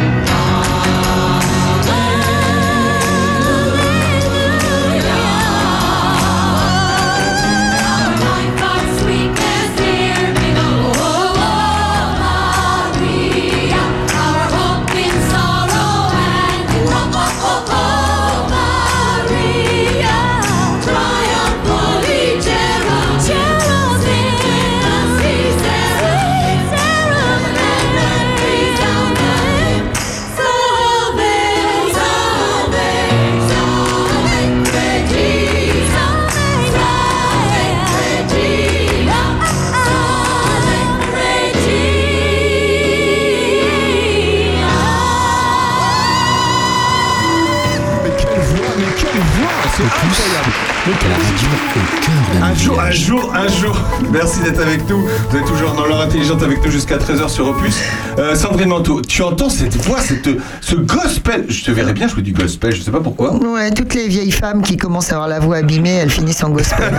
Un jour, un jour, un jour. Merci d'être avec nous. Vous êtes toujours dans l'heure intelligente avec nous jusqu'à treize heures sur Opus. Euh, Sandrine Manteau, tu entends cette voix, cette, ce gospel. Je te verrais bien jouer du gospel, je sais pas pourquoi. Ouais, toutes les vieilles femmes qui commencent à avoir la voix abîmée, elles finissent en gospel.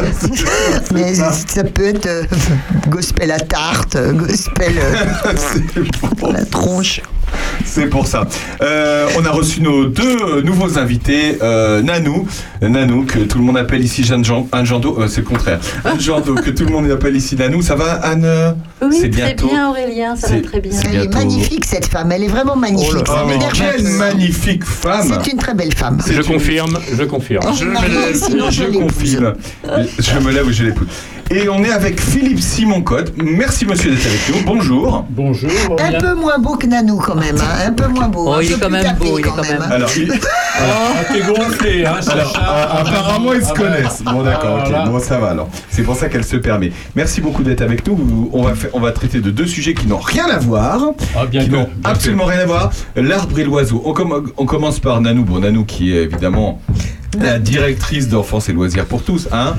Mais ça peut être euh, gospel à tarte, gospel euh, bon. La tronche. C'est pour ça. Euh, on a reçu nos deux nouveaux invités. Euh, Nanou, Nanou, que tout le monde appelle ici Jeanne Jean, Anne Jando, euh, c'est le contraire. Anne Jando, que tout le monde appelle ici Nanou. Ça va, Anne? Oui, c'est très bientôt. bien, Aurélien, ça va très bien. Elle est magnifique, cette femme. Elle est vraiment magnifique. Oh là, Ça mais m'énerve quelle un peu. magnifique femme. C'est une très belle femme. Je confirme, je confirme. Je me lève, Sinon, je je l'épouse. confirme. Je me lève ou je l'épouse. Et on est avec Philippe Simon-Cotte. Merci monsieur d'être avec nous. Bonjour. Bonjour. Un peu moins beau que Nanou quand même, hein. Un peu moins beau. Oh, Un il peu est quand plus même tapé beau, il est quand même. hein. Alors, il- Ah, t'es gonflé, hein, Alors, Sacha. euh, apparemment, ils se Ah, connaissent. Bon, d'accord, ah, ok. voilà. Bon, ça va alors. C'est pour ça qu'elle se permet. Merci beaucoup d'être avec nous. On va, faire, on va traiter de deux sujets qui n'ont rien à voir. Ah, bien qui que, n'ont bien absolument rien à voir. L'arbre et l'oiseau. On, com- on commence par Nanou. Bon, Nanou qui est évidemment la directrice d'Enfance et Loisirs pour tous. Hein.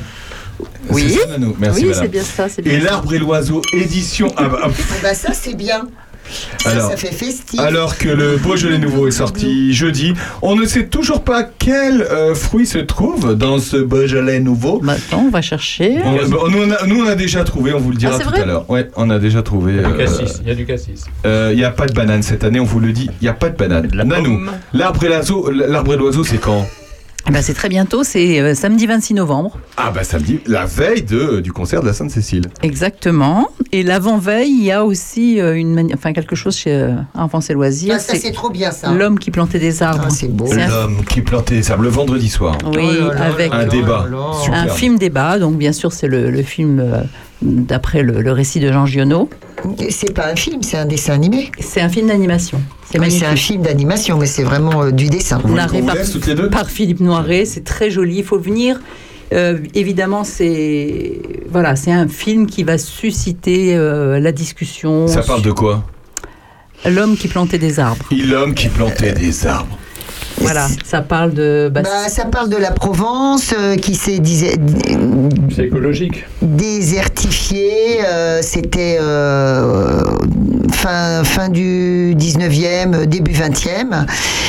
Oui. C'est ça, Nanou. Merci, oui, madame. c'est bien ça, c'est bien Et ça. l'arbre et l'oiseau, édition. Ah bah, ah, Ah bah ça c'est bien. Ça, Alors, ça fait festif. alors que le Beaujolais nouveau est sorti jeudi, on ne sait toujours pas quel euh, fruit se trouve dans ce Beaujolais nouveau. Maintenant, on va chercher. On- bah, nous, on a, nous, on a déjà trouvé, on vous le dira Ah, c'est tout vrai à l'heure. Ouais, on a déjà trouvé. Il y a du euh, cassis, il y a du cassis. euh, Il n'y a pas de banane cette année, on vous le dit, il n'y a pas de banane. De la Nanou, pomme. l'arbre et l'oiseau, l'arbre et l'oiseau, c'est quand? Eh ben, c'est très bientôt, c'est euh, samedi vingt-six novembre. Ah bah samedi, la veille de, du concert de la Sainte-Cécile. Exactement. Et l'avant-veille, il y a aussi euh, une mani- enfin, quelque chose chez euh, Enfance et Loisirs. Ah, ça c'est trop bien ça. L'homme qui plantait des arbres. Ah, c'est beau. C'est un- L'homme qui plantait des arbres le vendredi soir. Oui, Oh là là avec Un là débat. là là. Super. un film débat. Donc, bien sûr, c'est le, le film euh, d'après le, le récit de Jean Giono. C'est pas un film, c'est un dessin animé. C'est un film d'animation. C'est Oui, magnifique. c'est un film d'animation, mais c'est vraiment euh, du dessin. Vous Narré vous par, laisse toutes les deux par Philippe Noiret, c'est très joli. Il faut venir. Euh, évidemment, c'est voilà, c'est un film qui va susciter euh, la discussion. Ça parle de quoi? L'homme qui plantait des arbres. Et l'homme qui plantait des arbres. Voilà, ça parle de. bah, Bah, ça parle de la Provence euh, qui s'est disait- C'est écologique. désertifiée. euh, C'était euh, fin, fin du dix-neuvième, début vingtième.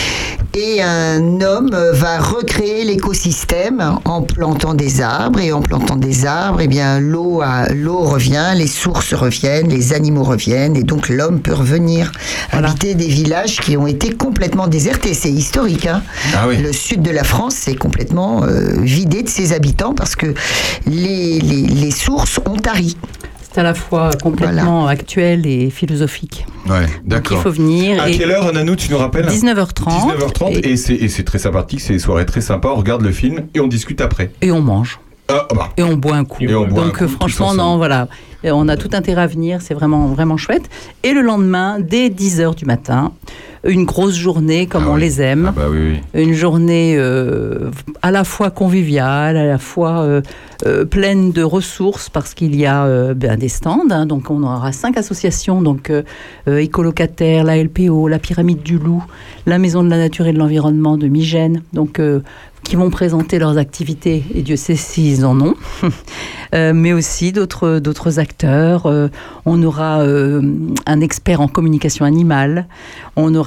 Et un homme va recréer l'écosystème en plantant des arbres. Et en plantant des arbres, eh bien, l'eau, a- l'eau revient, les sources reviennent, les animaux reviennent. Et donc l'homme peut revenir Voilà. habiter des villages qui ont été complètement désertés. C'est historique. Hein. Ah oui. Le sud de la France s'est complètement euh, vidé de ses habitants parce que les, les, les sources ont tari. c'est à la fois complètement actuel et philosophique. Ouais, Donc il d'accord. faut venir. À et quelle heure, Nanou, tu nous rappelles? dix-neuf heures trente. dix-neuf heures trente, Et, et c'est et c'est très sympathique, c'est des soirées très sympas, on regarde le film et on discute après. et on mange. Ah bah, Et on boit un coup. Et on boit un Donc coup, euh, tous franchement, ensemble. non, voilà. Et on a tout intérêt à venir, c'est vraiment, vraiment chouette. Et le lendemain, dès dix heures du matin, une grosse journée comme Ah on oui. les aime. ah bah oui, oui. Une journée euh, à la fois conviviale, à la fois euh, euh, pleine de ressources parce qu'il y a euh, ben, des stands. Hein, donc on aura cinq associations, donc euh, euh, Écolocataire, la L P O, la Pyramide du Loup, la Maison de la Nature et de l'Environnement de Migène, donc euh, qui vont présenter leurs activités, et Dieu sait s'ils en ont, euh, mais aussi d'autres, d'autres acteurs. Euh, on aura euh, un expert en communication animale, on aura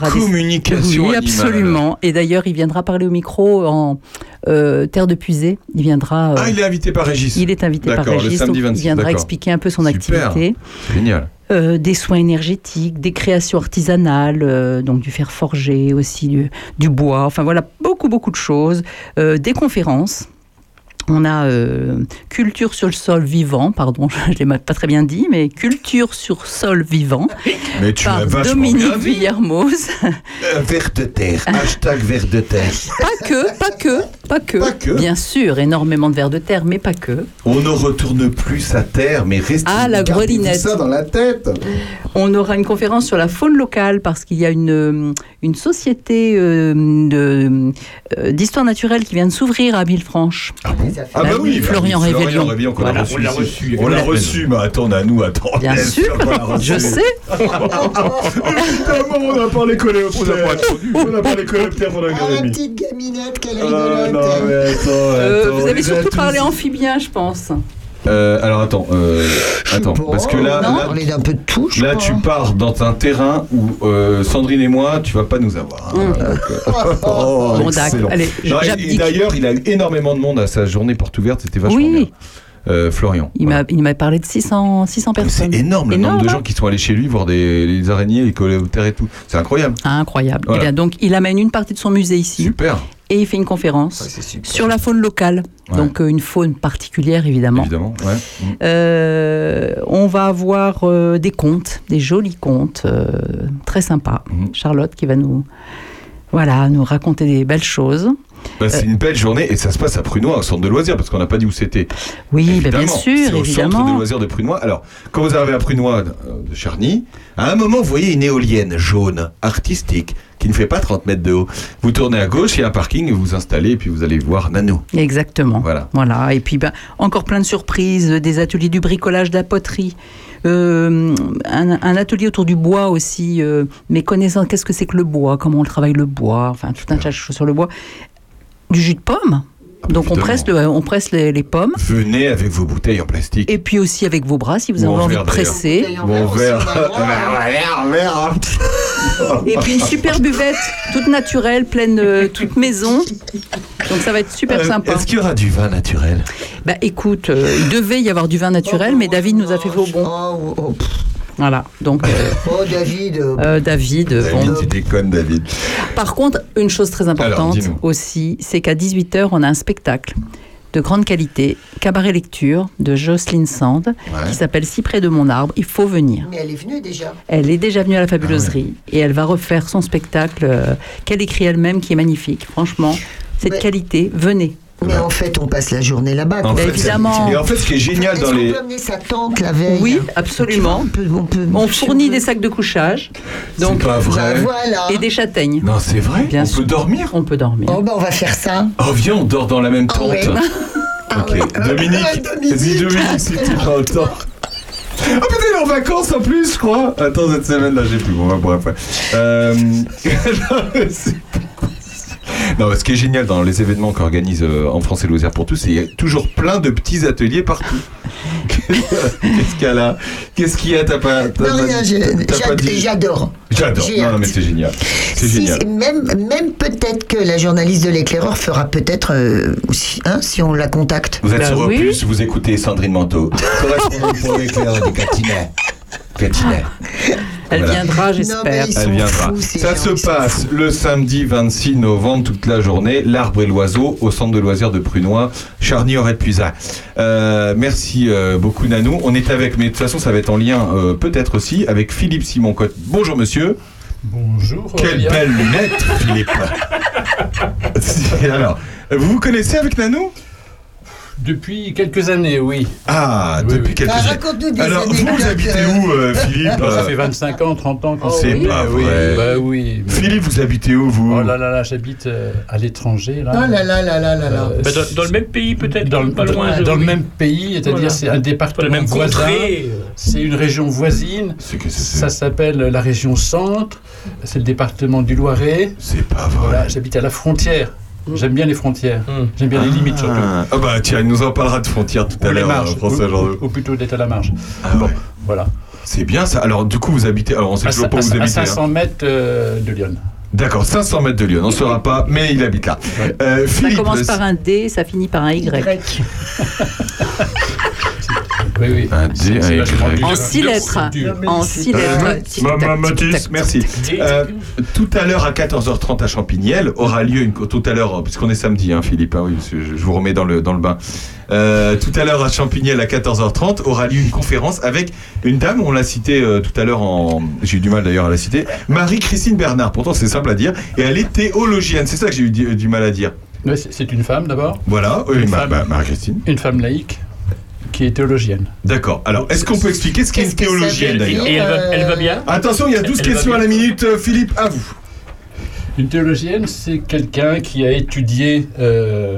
parlera communication des... Oui, animale. absolument. Et d'ailleurs, il viendra parler au micro en euh, Terre de Puisée. Il viendra. Euh, ah, il est invité par Régis. Il est invité par D'accord, Régis. le samedi vingt-six, il viendra d'accord. expliquer un peu son Super. activité. Génial. Euh, des soins énergétiques, des créations artisanales, euh, donc du fer forgé aussi, du, du bois, enfin voilà, beaucoup beaucoup de choses, euh, des conférences. On a euh, culture sur le sol vivant, pardon, je ne l'ai pas très bien dit, mais culture sur sol vivant, mais tu par as vachement Dominique bien dit. Villermoz. Euh, Vers de terre, hashtag vers de terre. Pas que, pas que, pas que, Pas que. Bien sûr, énormément de vers de terre, mais pas que. On ne retourne plus à terre, mais restez Ah, la gardez-vous grelinette. ça dans la tête. On aura une conférence sur la faune locale parce qu'il y a une, une société euh, de, euh, d'histoire naturelle qui vient de s'ouvrir à Villefranche. Ah bon Ah bah oui, Florian bah oui, Révélion. Révélion qu'on Voilà. a reçu. On l'a ici. reçu. On l'a reçu, mais attends, à nous, attends. Bien sûr, qu'on l'a reçu. je sais. Évidemment, on n'a pas les coléoptères. On n'a pas les coléoptères pendant une Ah, la demi. petite gaminette, quelle Ah rigolote. non, mais attends, Euh, attends, vous on avez les a surtout tous. parlé amphibien, je pense. Euh, alors attends, euh, attends, parce que là, Non, là, on est d'un peu de tout, je là crois. tu pars dans un terrain où euh, Sandrine et moi, tu vas pas nous avoir. hein. Donc, euh, oh, Bon, excellent. d'accord. Allez, Non, et- et j'abdique. d'ailleurs, il a eu énormément de monde à sa journée porte ouverte, c'était vachement Oui. bien. Euh, Florian. Il m'a, il m'a parlé de six cents, six cents personnes. C'est énorme le Énorme, nombre de hein. gens qui sont allés chez lui voir des, les araignées, les coléoptères et tout. C'est incroyable. Ah, incroyable. Voilà. Eh bien, donc, il amène une partie de son musée ici. Super. Et il fait une conférence Ouais, c'est super. sur la faune locale. Ouais. Donc, euh, une faune particulière, évidemment. Évidemment, ouais. Mm. Euh, on va avoir euh, des contes, des jolis contes, euh, très sympas. Mhm. Charlotte qui va nous, voilà, nous raconter des belles choses. Bah, c'est une belle journée et ça se passe à Prunois, au centre de loisirs, parce qu'on n'a pas dit où c'était. Oui, bah, bien Évidemment, sûr, c'est au centre évidemment. de loisirs de Prunois. Alors, quand vous arrivez à Prunois euh, de Charny, à un moment, vous voyez une éolienne jaune, artistique, qui ne fait pas trente mètres de haut. Vous tournez à gauche, il y a un parking, vous vous installez et puis vous allez voir Nano. Exactement. Voilà. Voilà. Et puis, ben, encore plein de surprises, des ateliers du bricolage, de la poterie. Euh, un, un atelier autour du bois aussi, euh, mais connaissant qu'est-ce que c'est que le bois, comment on travaille le bois, enfin tout un tas de choses sur le bois. Du jus de pomme. Donc on évidemment. presse, le, on presse les, les pommes. Venez avec vos bouteilles en plastique. Et puis aussi avec vos bras si vous Ou en avez envie de verre, d'ailleurs. presser. Bon verre. Verre, verre. Et puis une super buvette, toute naturelle, pleine, euh, toute maison. Donc ça va être super Euh, sympa. Est-ce qu'il y aura du vin naturel? Bah écoute, euh, il devait y avoir du vin naturel, mais David nous a fait faux bon. Oh, oh, pff. Voilà, donc euh, Oh, David. euh, euh, David, David, bon. tu déconnes, David. Par contre, une chose très Alors, importante dis-nous. aussi, c'est qu'à dix-huit heures, on a un spectacle de grande qualité, cabaret lecture de Jocelyne Sand, Ouais. qui s'appelle Si près de mon arbre. Il faut venir. Mais elle est venue déjà. Elle est déjà venue à la fabuloserie et elle va refaire son spectacle euh, qu'elle écrit elle-même, qui est magnifique. Franchement, c'est de Ouais. qualité. Venez. Mais en fait, on passe la journée là-bas. En quoi. fait, évidemment. c'est- Et en fait, ce qui est génial Est-ce dans qu'on les. peut amener sa tente la veille? Oui, Tu vois, absolument. on peut, on peut- On si fournit veut. des sacs de couchage, C'est donc pas Bah, vrai. voilà. et des châtaignes. Non, c'est vrai. Bien on sûr. peut dormir. On peut dormir. Oh, bah, on va faire ça. Oh, viens, on dort dans la même Ah tente. ouais. Ah Ok. ouais. Dominique, Ouais, Dominique. vas-y, Dominique, si tu prends le temps. Ah, putain, il est en vacances en plus, je crois. Attends, cette semaine-là, j'ai plus. Bon, bah, bref, ouais. Euh... c'est- Non, ce qui est génial dans les événements qu'organise euh, en France et Loisirs pour tous, c'est qu'il y a toujours plein de petits ateliers partout. Qu'est-ce qu'il y a là? Qu'est-ce qu'il y a? T'as pas, t'as Non, pas- rien, je- t'as pas j'ad- dit- j'adore. J'adore. J'ai Non, non, hâte. mais c'est génial. C'est Si, génial. même même peut-être que la journaliste de l'éclaireur fera peut-être euh, aussi, hein, si on la contacte. Vous êtes Bah sur oui. Opus, vous écoutez Sandrine Manteau. Correspondante pour l'éclaireur de Gatinet. Gatinet. Elle Voilà. viendra, Non, j'espère. mais ils Elle sont viendra. fous, ces Ça gens se qui sont passe le samedi vingt-six novembre, toute la journée, l'Arbre et l'Oiseau, au centre de loisirs de Prunois, Charny-Auret-de-Puisaye. Euh, merci euh, beaucoup, Nanou. On est avec, mais de toute façon, ça va être en lien, euh, peut-être aussi, avec Philippe Simon-Cotte. Bonjour, monsieur. Bonjour. Quelle Aurélien. belle lunette, Philippe. Alors, vous vous connaissez avec Nanou? Depuis quelques années, oui. Ah, Oui, depuis oui. quelques Ah, années. raconte-nous des Alors, vous, anecdotes, vous habitez euh, où, euh, Philippe? Ça Euh, fait vingt-cinq ans, trente ans qu'on C'est se connaît. pas oui. vrai. Bah oui. mais- Philippe, vous habitez où, vous? Oh là là là, j'habite euh, à l'étranger, là. Oh là là là là là là. Euh, Bah, dans, dans le même pays peut-être, dans, le- pas loin. dans de- le même pays, c'est-à-dire Voilà. c'est un Pas département la même voisin, contrée. c'est une région voisine, C'est que c'est- ça s'appelle la région Centre, c'est le département du Loiret. C'est pas vrai. Voilà, j'habite à la frontière. J'aime bien les frontières. Mm. J'aime bien les limites surtout. Ah bah tiens, il nous en parlera de frontières tout Ou à les l'heure, marges, François ou, Jean. ou- ou plutôt d'être à la marge. Ah bon, ouais. voilà. C'est bien ça. Alors du coup, vous habitez. Alors on sait À, toujours à, pas où vous à habitez. cinq cents hein. mètres euh, de Lyon. D'accord, cinq cents mètres de Lyon. On ne saura pas, mais il habite là. Euh, Ça Philippe, commence le- par un D, ça finit par un Y. Oui, oui. Un D, C'est- un c'est Y. vachement dur. En six Dur, lettres. dur. En six Euh, lettres. Tic, tac, Maman tic, tac, Mathis, tic, merci. tac. Euh, tout à l'heure à quatorze heures trente à Champignelles aura lieu une tout à l'heure puisqu'on est samedi, hein, Philippe. Hein, oui, je, je vous remets dans le dans le bain. Euh, tout à l'heure à Champignelles à quatorze heures trente aura lieu une conférence avec une dame. On l'a citée euh, tout à l'heure en. J'ai eu du mal d'ailleurs à la citer. Marie-Christine Bernard. Pourtant c'est simple à dire et elle est théologienne. C'est ça que j'ai eu du, du mal à dire. Ouais, c'est c'est une femme d'abord. Voilà. Oui, Une ma- femme. ma- Marie-Christine. Une femme laïque qui est théologienne. D'accord. Alors, est-ce qu'on peut expliquer ce qu'est une Qu'est-ce que ça théologienne veut d'ailleurs dire, Et elle va, elle va euh, bien Attention, il y a douze Elle va questions à la bien. minute. Euh, Philippe, à vous. Une théologienne, c'est quelqu'un qui a étudié euh,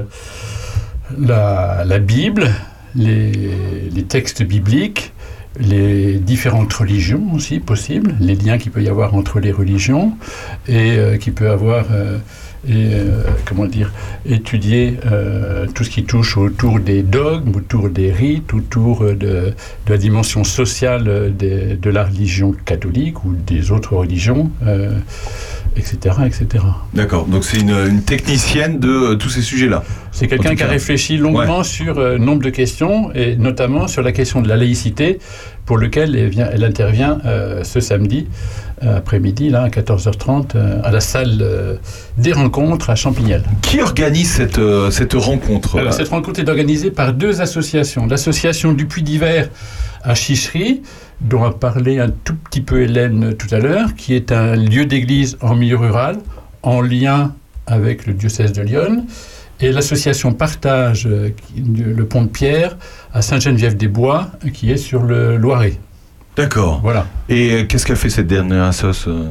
la, la Bible, les, les textes bibliques, les différentes religions aussi possibles, les liens qu'il peut y avoir entre les religions et euh, qui peut avoir euh, et, euh, comment dire, étudier euh, tout ce qui touche autour des dogmes, autour des rites, autour de, de la dimension sociale de, de la religion catholique ou des autres religions, euh, et cetera, et cetera. D'accord. Donc c'est une, une technicienne de euh, tous ces sujets-là. C'est En quelqu'un tout qui a cas. réfléchi longuement sur euh, nombre de questions, et notamment sur la question de la laïcité, pour lequel elle, vient, elle intervient euh, ce samedi euh, après-midi, là, à quatorze heures trente, euh, à la salle euh, des rencontres à Champignelles. Qui organise cette, euh, cette rencontre Alors, cette rencontre est organisée par deux associations. L'association du Puy d'Hiver à Chichery, dont a parlé un tout petit peu Hélène tout à l'heure, qui est un lieu d'église en milieu rural, en lien avec le diocèse de Lyon, et l'association Partage, euh, qui- le Pont de Pierre, à Sainte-Geneviève-des-Bois, qui est sur le Loiret. D'accord. Voilà. Et euh, qu'est-ce qu'a fait cette dernière assoce euh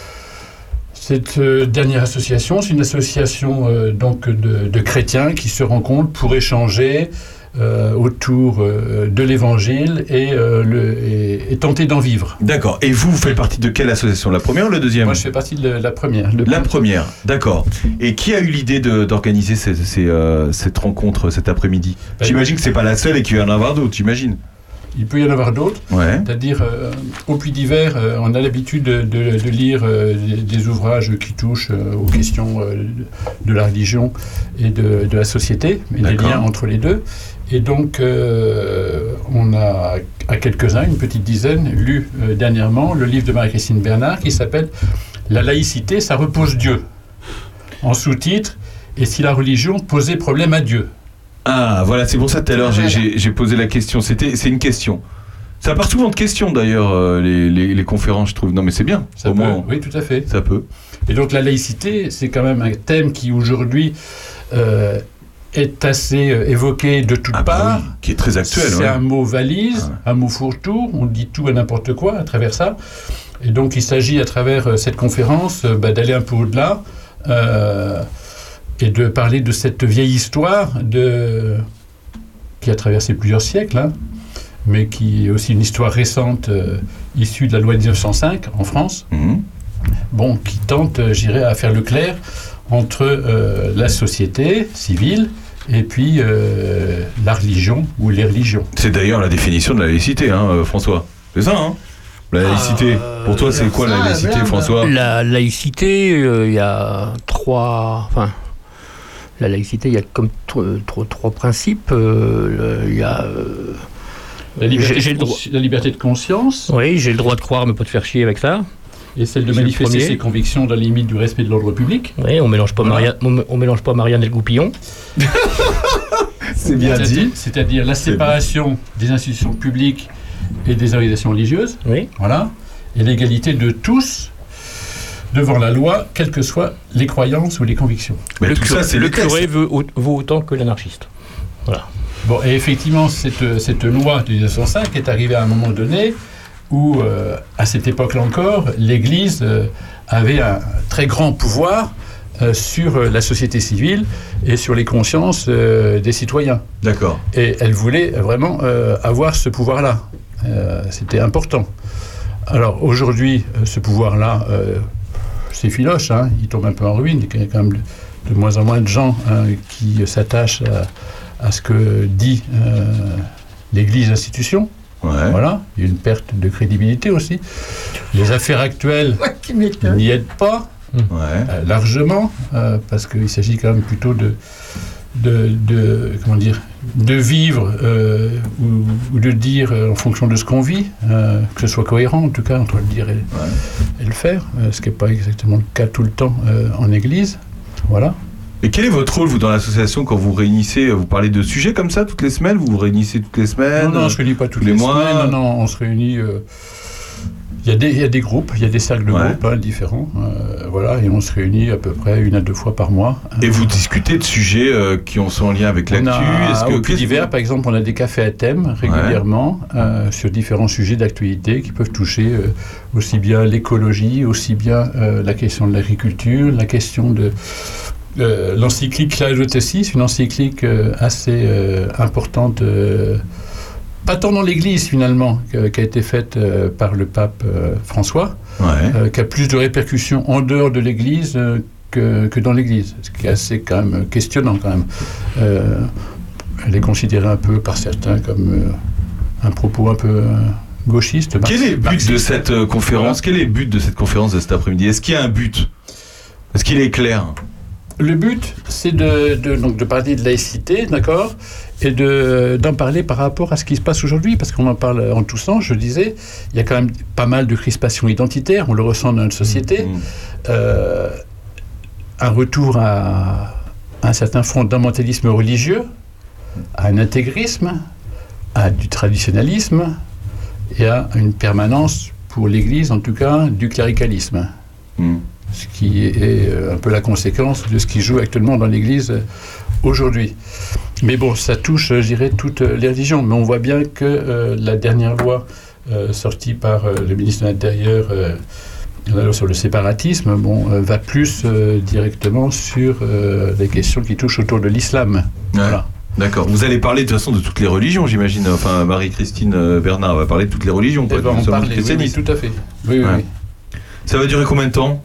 Cette euh, dernière association, c'est une association euh, donc de, de chrétiens qui se rencontrent pour échanger euh, autour euh, de l'Évangile et, euh, le, et, et tenter d'en vivre. D'accord. Et vous, vous faites partie de quelle association? La première ou la deuxième? Moi, je fais partie de la première. Le La première, d'accord. Et qui a eu l'idée de- d'organiser ces- ces, euh, cette rencontre cet après-midi? Ben, J'imagine que c'est pas la seule et qu'il va y en avoir d'autres, j'imagine. Il peut y en avoir d'autres. Ouais. C'est-à-dire, euh, au Puy d'Hiver, euh, on a l'habitude de, de- de lire euh, des, des ouvrages qui touchent euh, aux questions euh, de, de la religion et de, de la société, et des D'accord. liens entre les deux. Et donc, euh, on a, à quelques-uns, une petite dizaine, lu euh, dernièrement le livre de Marie-Christine Bernard qui s'appelle « La laïcité, ça repose Dieu ». En sous-titre « Et si la religion posait problème à Dieu ». Ah, voilà, c'est pour ça tout à l'heure j'ai- Voilà. j'ai j'ai posé la question. C'était, c'est une question. Ça part souvent de questions d'ailleurs, euh, les, les- les conférences, je trouve. Non, mais c'est bien. Ça Au peut, moins, oui, tout à fait. ça peut. Et donc la laïcité, c'est quand même un thème qui aujourd'hui euh, est assez euh, évoqué de toutes Ah bah parts. oui, qui est très actuel. C'est ouais. un mot valise, un mot fourre-tout, on dit tout et n'importe quoi à travers ça. Et donc il s'agit à travers euh, cette conférence euh, bah, d'aller un peu au-delà euh, et de parler de cette vieille histoire de... qui a traversé plusieurs siècles, hein, mais qui est aussi une histoire récente euh, issue de la loi de mille neuf cent cinq en France. Mhm. Bon, qui tente, euh, j'irais, à faire le clair entre euh, la société civile et puis euh, la religion ou les religions. C'est d'ailleurs la définition de la laïcité, hein, euh, François. C'est ça, hein? La laïcité. Euh, Pour toi, c'est quoi la ah, laïcité, blâme. François? La laïcité, euh, il y a trois. Enfin, la laïcité, il y a comme tro- tro- trois principes. euh, le- Il y a. euh, La liberté, J'ai- j'ai de, le consci- la liberté de conscience oui, j'ai le droit de croire, mais pas de faire chier avec ça. et celle de C'est le manifester premier. ses convictions dans la limite du respect de l'ordre public. Oui, on mélange pas Voilà. Marianne, on, on mélange pas Marianne et le Goupillon. C'est bien C'est-à-dire- dit. C'est-à-dire la C'est séparation des institutions publiques et des organisations religieuses. Oui. Voilà. Et l'égalité de tous devant la loi, quelles que soient les croyances ou les convictions. Mais le tout curé, ça, c'est le le texte. curé veut, au- vaut autant que l'anarchiste. Voilà. Bon, et effectivement, cette, cette loi de mille neuf cent cinq est arrivée à un moment donné où, euh, à cette époque-là encore, l'Église euh, avait un très grand pouvoir euh, sur euh, la société civile et sur les consciences euh, des citoyens. D'accord. Et elle voulait vraiment euh, avoir ce pouvoir-là. Euh, C'était important. Alors aujourd'hui, euh, ce pouvoir-là, euh, c'est filoche, hein, il tombe un peu en ruine. Il y a quand même de, de moins en moins de gens hein, qui euh, s'attachent à, à ce que dit euh, l'Église institution. Ouais. Voilà, il y a une perte de crédibilité aussi. Les affaires actuelles n'y aident pas, ouais. euh, largement, euh, parce qu'il s'agit quand même plutôt de, de, de comment dire, de vivre euh, ou, ou de dire euh, en fonction de ce qu'on vit, euh, que ce soit cohérent en tout cas entre le dire et, ouais. et le faire, euh, ce qui n'est pas exactement le cas tout le temps euh, en Église. Voilà. Et quel est votre rôle, vous, dans l'association, quand vous réunissez? Vous parlez de sujets comme ça toutes les semaines? Vous vous réunissez toutes les semaines? Non, non, on ne se réunit pas toutes les, les mois. Semaines. Non, non, on se réunit. Il euh, y, y a des groupes, il y a des cercles de ouais. groupes hein, différents. Euh, voilà, et on se réunit à peu près une à deux fois par mois. Et vous discutez de sujets euh, qui sont en lien avec l'actu? Est-ce que, au plus divers, par exemple, on a des cafés à thème régulièrement ouais. euh, sur différents sujets d'actualité qui peuvent toucher euh, aussi bien l'écologie, aussi bien euh, la question de l'agriculture, la question de. Euh, l'encyclique Laudato Si, c'est une encyclique euh, assez euh, importante, euh, pas tant dans l'Église finalement, que, qui a été faite euh, par le pape euh, François, ouais. euh, qui a plus de répercussions en dehors de l'Église euh, que, que dans l'Église, ce qui est assez quand même questionnant quand même. Euh, elle est considérée un peu par certains comme euh, un propos un peu euh, gauchiste. Quel est le but de cette euh, conférence? Quel est le but de cette conférence de cet après-midi? Est-ce qu'il y a un but? Est-ce qu'il est clair? Le but, c'est de, de, donc de parler de laïcité, d'accord, et de, d'en parler par rapport à ce qui se passe aujourd'hui, parce qu'on en parle en tous sens, je disais, il y a quand même pas mal de crispations identitaires, on le ressent dans notre société, mmh. euh, un retour à, à un certain fondamentalisme religieux, à un intégrisme, à du traditionnalisme, et à une permanence, pour l'Église en tout cas, du cléricalisme. Mmh. Ce qui est un peu la conséquence de ce qui joue actuellement dans l'Église aujourd'hui. Mais bon, ça touche, je dirais, toutes les religions. Mais on voit bien que euh, la dernière loi euh, sortie par euh, le ministre de l'Intérieur, euh, la loi sur le séparatisme, bon, euh, va plus euh, directement sur euh, les questions qui touchent autour de l'islam. Ouais. Voilà. D'accord. Vous allez parler de toute façon de toutes les religions, j'imagine. Enfin, Marie-Christine Bernard va parler de toutes les religions. Elle va en parler, oui, oui, tout à fait. Oui, oui, ouais. oui. Ça va durer combien de temps?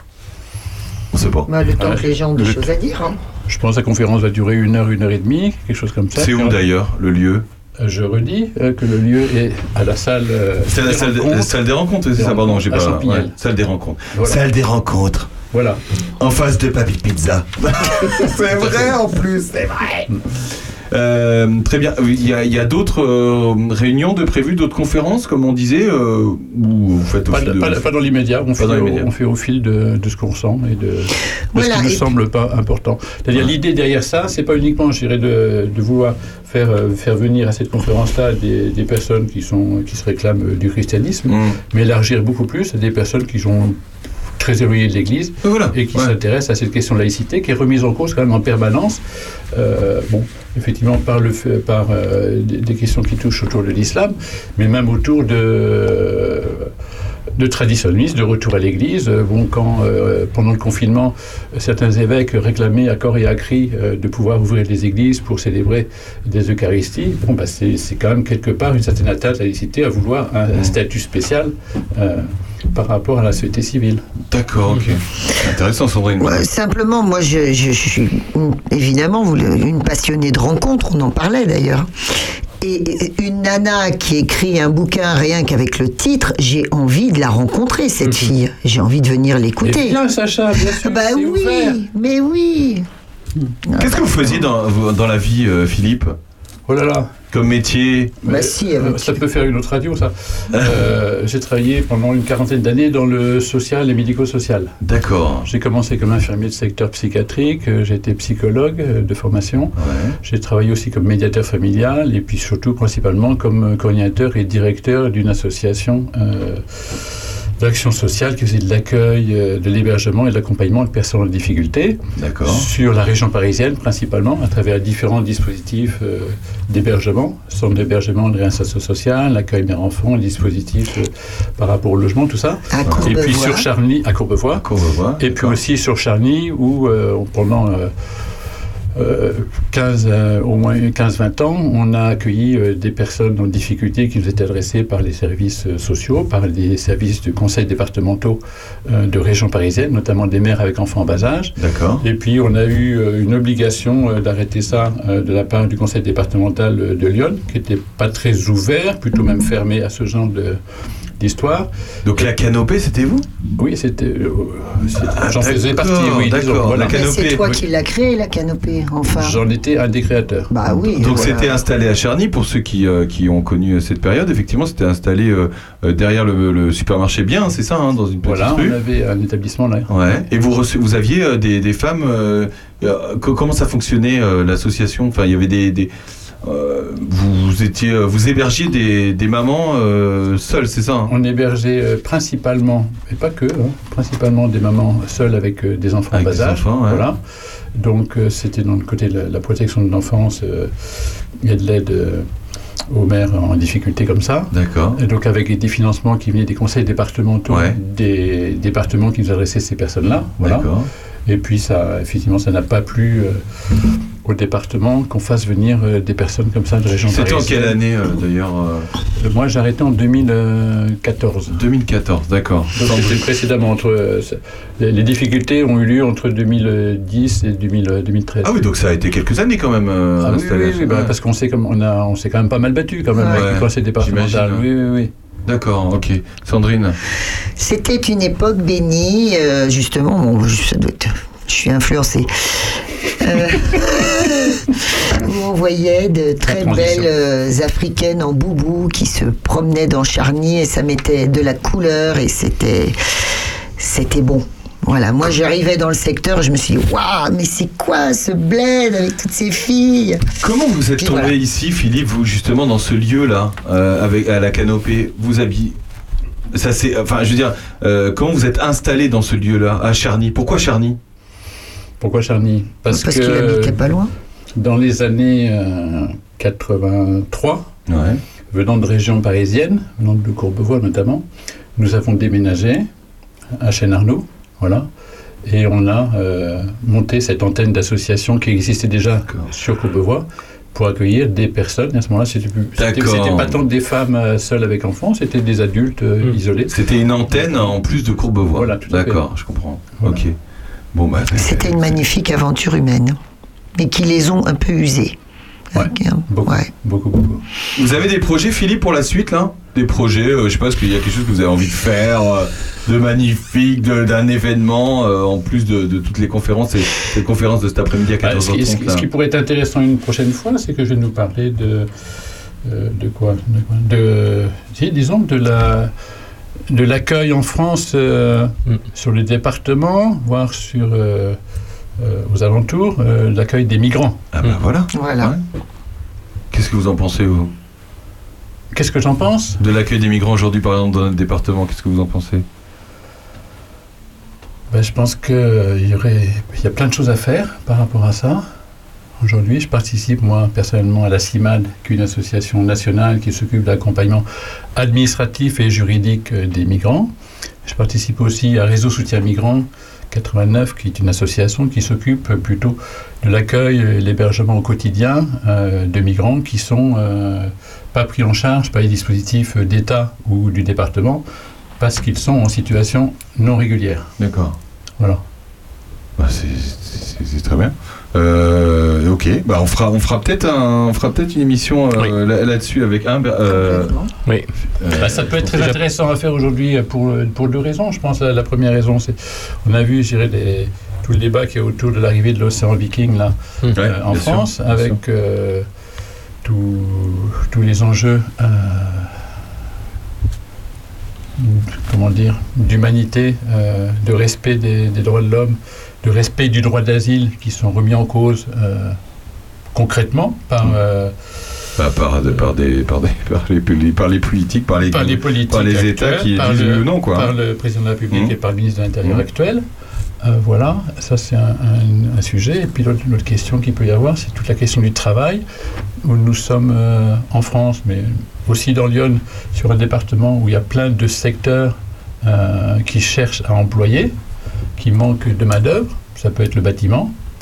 On sait pas. Bah, le temps ah, que les gens ont des le... choses à dire. Hein. Je pense que la conférence va durer une heure, une heure et demie, quelque chose comme ça. C'est où d'ailleurs, le lieu? Je redis euh, que le lieu est à la salle. Euh, c'est la salle, la salle des rencontres, c'est ça, pardon, j'ai pas. Ouais, salle des rencontres. Voilà. Salle des rencontres. Voilà. En face de Papy Pizza. C'est vrai en plus, c'est vrai. Euh, très bien. Il y a, il y a d'autres euh, réunions de prévues, d'autres conférences, comme on disait, euh, ou vous faites au pas, fil de... pas, pas dans l'immédiat. On, fait, on fait au fil de, de ce qu'on ressent et de, de voilà, ce qui nous semble pas important. C'est-à-dire ouais. l'idée derrière ça, c'est pas uniquement, je dirais, de, de vouloir faire euh, faire venir à cette conférence-là des, des personnes qui sont qui se réclament du christianisme, mmh. mais élargir beaucoup plus à des personnes qui sont très éloignées de l'Église voilà. et qui ouais. s'intéressent à cette question de laïcité qui est remise en cause quand même en permanence. Euh, bon, effectivement par, le, par euh, des, des questions qui touchent autour de l'islam, mais même autour de, de traditionnisme, de retour à l'Église. Bon, quand, euh, pendant le confinement, certains évêques réclamaient à corps et à cri euh, de pouvoir ouvrir les églises pour célébrer des Eucharisties, bon, bah, c'est, c'est quand même quelque part une certaine atteinte à la laïcité à vouloir un, un statut spécial euh, par rapport à la société civile. D'accord, ok. Intéressant, Sandrine. Ouais, simplement, moi, je, je, je suis évidemment vous, une passionnée de rencontres, on en parlait d'ailleurs. Et une nana qui écrit un bouquin rien qu'avec le titre, j'ai envie de la rencontrer, cette mmh. fille. J'ai envie de venir l'écouter. Et bien, Sacha, bien sûr. Bah oui, ouvert. mais oui. Qu'est-ce que vous faisiez dans, dans la vie, euh, Philippe? Oh là là. Comme métier? Bah si, avec... Ça peut faire une autre radio, ça. euh, j'ai travaillé pendant une quarantaine d'années dans le social et médico-social. D'accord. J'ai commencé comme infirmier de secteur psychiatrique, j'ai été psychologue de formation. Ouais. J'ai travaillé aussi comme médiateur familial et puis surtout, principalement, comme coordinateur et directeur d'une association euh, d'action sociale qui faisait de l'accueil, de l'hébergement et de l'accompagnement de personnes en difficulté. D'accord. Sur la région parisienne, principalement, à travers différents dispositifs euh, d'hébergement, centre d'hébergement de réinsertion sociale, l'accueil mère-enfant, les dispositifs euh, par rapport au logement, tout ça. À et puis sur Charny, à Courbevoie. À Courbevoie. Et puis aussi sur Charny, où euh, pendant... Euh, euh, quinze, euh, au moins quinze vingt ans, on a accueilli euh, des personnes en difficulté qui nous étaient adressées par les services euh, sociaux, par les services du conseil départementaux euh, de région parisienne, notamment des mères avec enfants en bas âge. D'accord. Et puis on a eu euh, une obligation euh, d'arrêter ça euh, de la part du conseil départemental euh, de Lyon, qui n'était pas très ouvert, plutôt même fermé à ce genre de d'histoire. Donc la canopée, c'était vous ? Oui, c'était. Euh, c'était- Ah, j'en faisais d'accord, partie, oui. disons, d'accord. voilà. La Mais canopée, c'est toi oui. qui l'as créé, la canopée, enfin. J'en étais un des créateurs. Bah oui. Donc voilà. c'était installé à Charny, pour ceux qui, euh, qui ont connu euh, cette période. Effectivement, c'était installé euh, euh, derrière le, le supermarché Bien, c'est ça, hein, dans une petite Voilà, rue. on avait un établissement là. Ouais. Et vous, rece- vous aviez euh, des, des femmes. euh, euh, co- comment ça fonctionnait euh, l'association ? Enfin, il y avait des. des euh, vous étiez, euh, vous hébergiez des, des mamans euh, seules, c'est ça, hein ? On hébergeait euh, principalement, et pas que, hein, principalement des mamans seules avec euh, des enfants Avec en des bas âge. enfants, ouais. Voilà. Donc euh, c'était dans le côté de la, la protection de l'enfance, euh, il y a de l'aide euh, aux mères en difficulté comme ça. D'accord. Et donc avec des financements qui venaient des conseils départementaux, Ouais. des départements qui nous adressaient ces personnes-là. Voilà. D'accord. Et puis ça, effectivement, ça n'a pas plu euh, au département qu'on fasse venir euh, des personnes comme ça de région C'était en parisienne. quelle année euh, d'ailleurs euh, Euh, Moi, j'ai arrêté en deux mille quatorze. deux mille quatorze, d'accord. Donc c'était précédemment. Entre, euh, ça- les, les difficultés ont eu lieu entre deux mille dix et deux mille, deux mille treize. Ah oui, donc ça a été quelques années quand même. Euh, Ah oui, installé. oui, oui, bah, Ouais. parce qu'on s'est comme on a on s'est quand même pas mal battu quand même Ouais. avec le conseil départemental. J'imagine. Oui, oui, oui. D'accord, ok. Sandrine. C'était une époque bénie, euh, justement, bon, je, ça doit être- je suis influencée, euh, où on voyait de très transition. belles euh, africaines en boubou qui se promenaient dans Charny et ça mettait de la couleur et c'était, c'était bon. Voilà, moi j'arrivais dans le secteur, je me suis dit, waouh, mais c'est quoi ce bled avec toutes ces filles ? Comment vous êtes Puis tombé voilà. ici, Philippe, vous justement dans ce lieu-là, euh, avec à la canopée, vous habillez. Ça c'est, enfin, je veux dire, euh, comment vous êtes installé dans ce lieu-là, à Charny ? Pourquoi Charny ? Pourquoi Charny ? Parce, Parce que qu'il habitait pas loin. dans les années euh, quatre-vingt-trois, Ouais. venant de région parisienne, venant de Courbevoie notamment, nous avons déménagé à Chêne-Arnoux, voilà, et on a euh, monté cette antenne d'association qui existait déjà D'accord. sur Courbevoie pour accueillir des personnes. Et à ce moment-là, c'était, plus- c'était, D'accord. c'était pas tant des femmes euh, seules avec enfants, c'était des adultes euh, Mm. isolés. C'était une antenne en plus de Courbevoie. Voilà, tout à fait. D'accord, je comprends. Voilà. Ok. Bon bah. C'était une magnifique aventure humaine, mais qui les ont un peu usés. Ouais. Ok, hein. Beaucoup, Ouais. beaucoup, beaucoup. Vous avez des projets, Philippe, pour la suite là ? Des projets, euh, je sais pas, est-ce qu'il y a quelque chose que vous avez envie de faire, euh, de magnifique, de- d'un événement, euh, en plus de, de toutes les conférences, et les conférences de cet après-midi à Ah, ce, qui, ce 14h30 qui- là. ce qui pourrait être intéressant une prochaine fois, c'est que je vais nous parler de euh, de quoi, de, quoi de si, disons de la de l'accueil en France euh, Mm. sur le département, voire sur euh, euh, aux alentours, euh, l'accueil des migrants. Ah bah voilà. Voilà. Ouais. Qu'est-ce que vous en pensez, vous ? Qu'est-ce que j'en pense ? De l'accueil des migrants aujourd'hui, par exemple, dans notre département, qu'est-ce que vous en pensez ? Ben, je pense qu'il y aurait il y a plein de choses à faire par rapport à ça. Aujourd'hui, je participe, moi, personnellement, à la CIMAD, qui est une association nationale qui s'occupe de l'accompagnement administratif et juridique euh, des migrants. Je participe aussi à Réseau Soutien Migrants quatre-vingt-neuf, qui est une association qui s'occupe plutôt de l'accueil et l'hébergement au quotidien euh, de migrants qui sont euh, pas pris en charge par les dispositifs d'État ou du département parce qu'ils sont en situation non régulière. D'accord. Voilà. Bah, c'est, c'est- c'est très bien. Euh, ok, bah on fera, on fera peut-être un, on fera peut-être une émission euh, là, là-dessus avec un. Euh, Oui. euh, Bah, ça peut être très déjà- intéressant à faire aujourd'hui pour, pour deux raisons. Je pense la, la première raison, c'est on a vu, je dirais, les- tout le débat qui est autour de l'arrivée de l'océan Viking là, Mmh. euh, Ouais, en bien sûr, France, bien avec sûr. euh, tous tous les enjeux, euh, comment dire, d'humanité, euh, de respect des, des droits de l'homme, de respect du droit d'asile qui sont remis en cause euh, concrètement par, euh, bah, par, de- par des, par des, par les, par les politiques, par les, par les politiques par les États actuels, qui par disent le, oui ou non, quoi. par le président de la République Mmh. et par le ministre de l'Intérieur Mmh. actuel. Euh, voilà, ça c'est un, un- un sujet. Et puis l'autre, l'autre question qu'il peut y avoir, c'est toute la question du travail, où nous sommes euh, en France, mais aussi dans Lyon, sur un département où il y a plein de secteurs euh, qui cherchent à employer, qui manquent de main-d'œuvre. Ça peut être le bâtiment,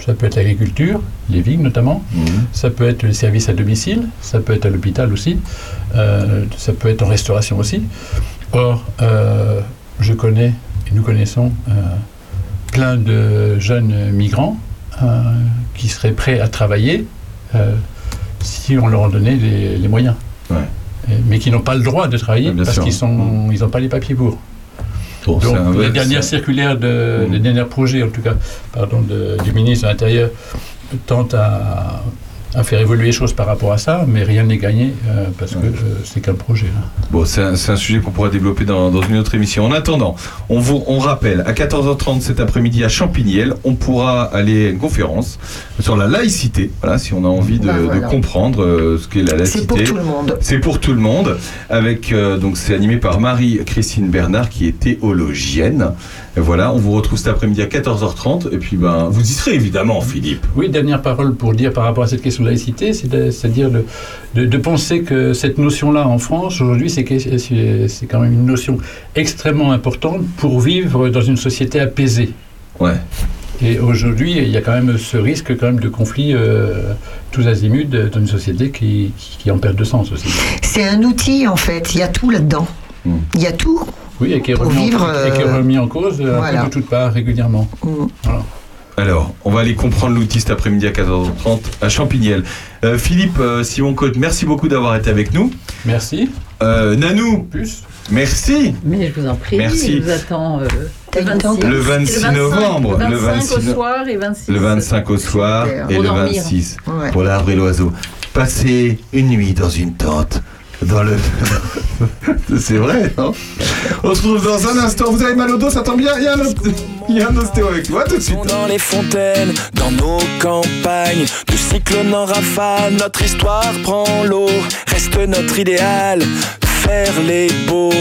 Ça peut être l'agriculture, les vignes notamment. Mmh. Ça peut être le service à domicile. Ça peut être à l'hôpital aussi. Euh, ça peut être en restauration aussi. Or, euh, je connais, et nous connaissons, euh, plein de jeunes migrants euh, qui seraient prêts à travailler euh, si on leur en donnait les, les moyens. Ouais. Et, mais qui n'ont pas le droit de travailler ouais, parce sûr. qu'ils sont, mmh. ils n'ont pas les papiers pour. Bon, donc, la dernière circulaire, de, mmh. les derniers projets, en tout cas, pardon, de, du ministre de l'Intérieur, tente à, à faire évoluer les choses par rapport à ça, mais rien n'est gagné euh, parce ouais. que euh, c'est qu'un projet. Là. Bon, c'est un, c'est un sujet qu'on pourra développer dans, dans une autre émission. En attendant, on vous on rappelle, à quatorze heures trente cet après-midi à Champigniel, on pourra aller à une conférence sur la laïcité. Voilà, si on a envie de, bah, voilà. de comprendre euh, ce qu'est la laïcité. C'est pour tout le monde. C'est pour tout le monde. Avec euh, donc c'est animé par Marie-Christine Bernard qui est théologienne. Et voilà, on vous retrouve cet après-midi à quatorze heures trente. Et puis, ben, vous y serez évidemment, Philippe. Oui, dernière parole pour dire par rapport à cette question de laïcité, c'est de, c'est-à-dire de, de, de penser que cette notion-là en France, aujourd'hui, c'est, c'est, c'est quand même une notion extrêmement importante pour vivre dans une société apaisée. Ouais. Et aujourd'hui, il y a quand même ce risque quand même de conflit euh, tous azimuts dans une société qui, qui, qui en perd de sens aussi. C'est un outil, en fait. Il y a tout là-dedans. Mmh. Il y a tout. Oui, et qui est remis, vivre, en, et qui est remis en cause euh, voilà. de toutes parts régulièrement. Mmh. Voilà. Alors, on va aller comprendre l'outil cet après-midi à quatorze heures trente à Champigniel. Euh, Philippe euh, Simon-Côte, merci beaucoup d'avoir été avec nous. Merci. Euh, Nanou, plus. Merci. Mais je vous en prie, merci. Je vous attends euh, le vingt-six, le vingt-six novembre. Le vingt-cinq au soir et vingt-six. Le vingt-cinq au soir et le vingt-six ouais. pour l'arbre et l'oiseau. Passez une nuit dans une tente. Dans le... C'est vrai, non? On se retrouve dans un instant. Vous avez mal au dos, ça tombe bien. Il y a un, il y a un ostéo avec toi tout de suite. Dans les fontaines, dans nos campagnes, de cyclone en rafale, notre histoire prend l'eau. Reste notre idéal, faire les beaux.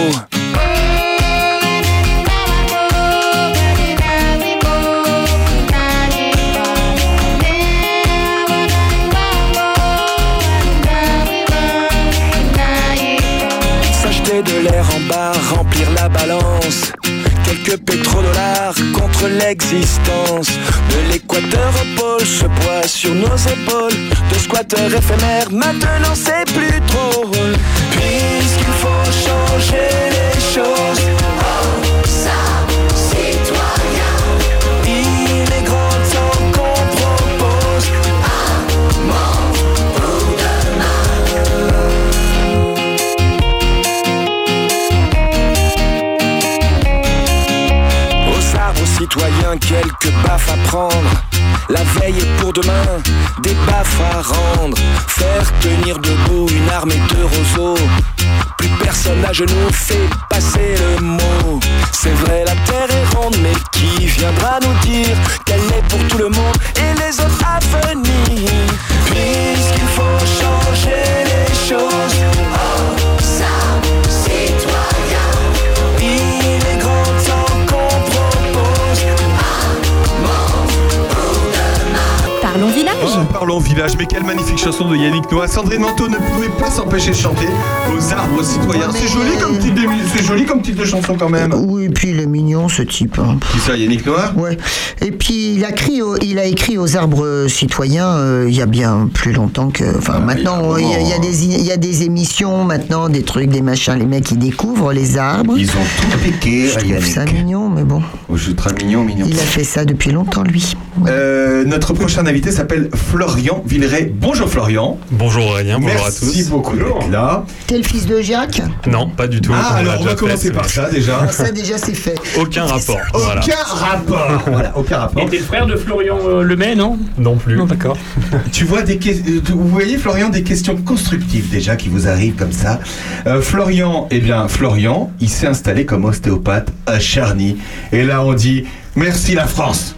De l'air en bas, remplir la balance. Quelques pétrodollars contre l'existence. De l'équateur au pôle, ce poids sur nos épaules. De squatteurs éphémères, maintenant c'est plus drôle. Puisqu'il faut changer les choses. Oh, ça, citoyen. Il est grand temps qu'on propose un monde pour demain. Citoyens, quelques baffes à prendre. La veille est pour demain, des baffes à rendre. Faire tenir debout une armée de roseaux. Plus personne à genoux fait passer le mot. C'est vrai, la terre est ronde, mais qui viendra nous dire qu'elle est pour tout le monde et les autres à venir? Puisqu'il faut changer les choses. Oh, ça, citoyen. Il est grand temps qu'on propose un monde pour demain. Parlons village. Oh, parlons village, mais quelle magnifique chanson de Yannick Noah. Sandrine Manteau ne pouvait pas s'empêcher de chanter aux arbres citoyens. C'est joli comme titre de, c'est joli comme titre de chanson quand même. Oui, et puis il est mignon ce type. Hein. Qui ça, Yannick Noah? Ouais. Et puis il a, écrit au, il a écrit aux arbres citoyens euh, il y a bien plus longtemps que. Enfin, ah, maintenant, il y, a, il, y a des, il y a des émissions, maintenant, des trucs, des machins. Les mecs, ils découvrent les arbres. Ils ont tout piqué. Je trouve ça mignon, mais bon. Oh, je suis très mignon, mignon. Il a fait ça depuis longtemps, lui. Ouais. Euh, notre prochain invité s'appelle Florian Villeray. Bonjour Florian. Bonjour Aurélien, bonjour Merci à tous. Merci beaucoup d'être là. T'es le fils de Jacques? Non, pas du tout. Ah, on alors on va commencer fait, par ça déjà. Ça déjà c'est fait. Aucun rapport. Aucun voilà. rapport. Voilà, aucun rapport. Et t'es le frère de Florian euh, Lemay, non? Non plus. Non, d'accord. Tu vois des que... vous voyez Florian des questions constructives déjà qui vous arrivent comme ça. Euh, Florian, eh bien Florian, il s'est installé comme ostéopathe à Charny. Et là on dit merci la France.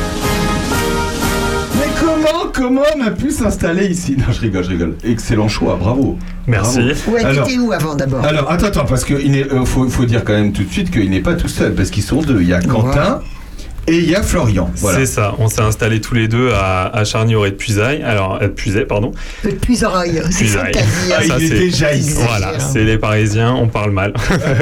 Comment on a pu s'installer ici? Non, je rigole, je rigole. Excellent choix, bravo. Merci. Bravo. Ouais, alors, t'étais où avant d'abord? Alors, attends, attends, parce qu'il euh, faut, faut dire quand même tout de suite qu'il n'est pas tout seul, parce qu'ils sont deux. Il y a Quentin, Et il y a Florian. Voilà. C'est ça, on s'est installés tous les deux à, à Charny-au-Ré de Puisaye. Alors, euh, Puisaye, pardon. De Puisaye, c'est ça que t'as dit. Ah, Ça, il c'est- était jaillissant. Voilà, c'est les Parisiens, on parle mal.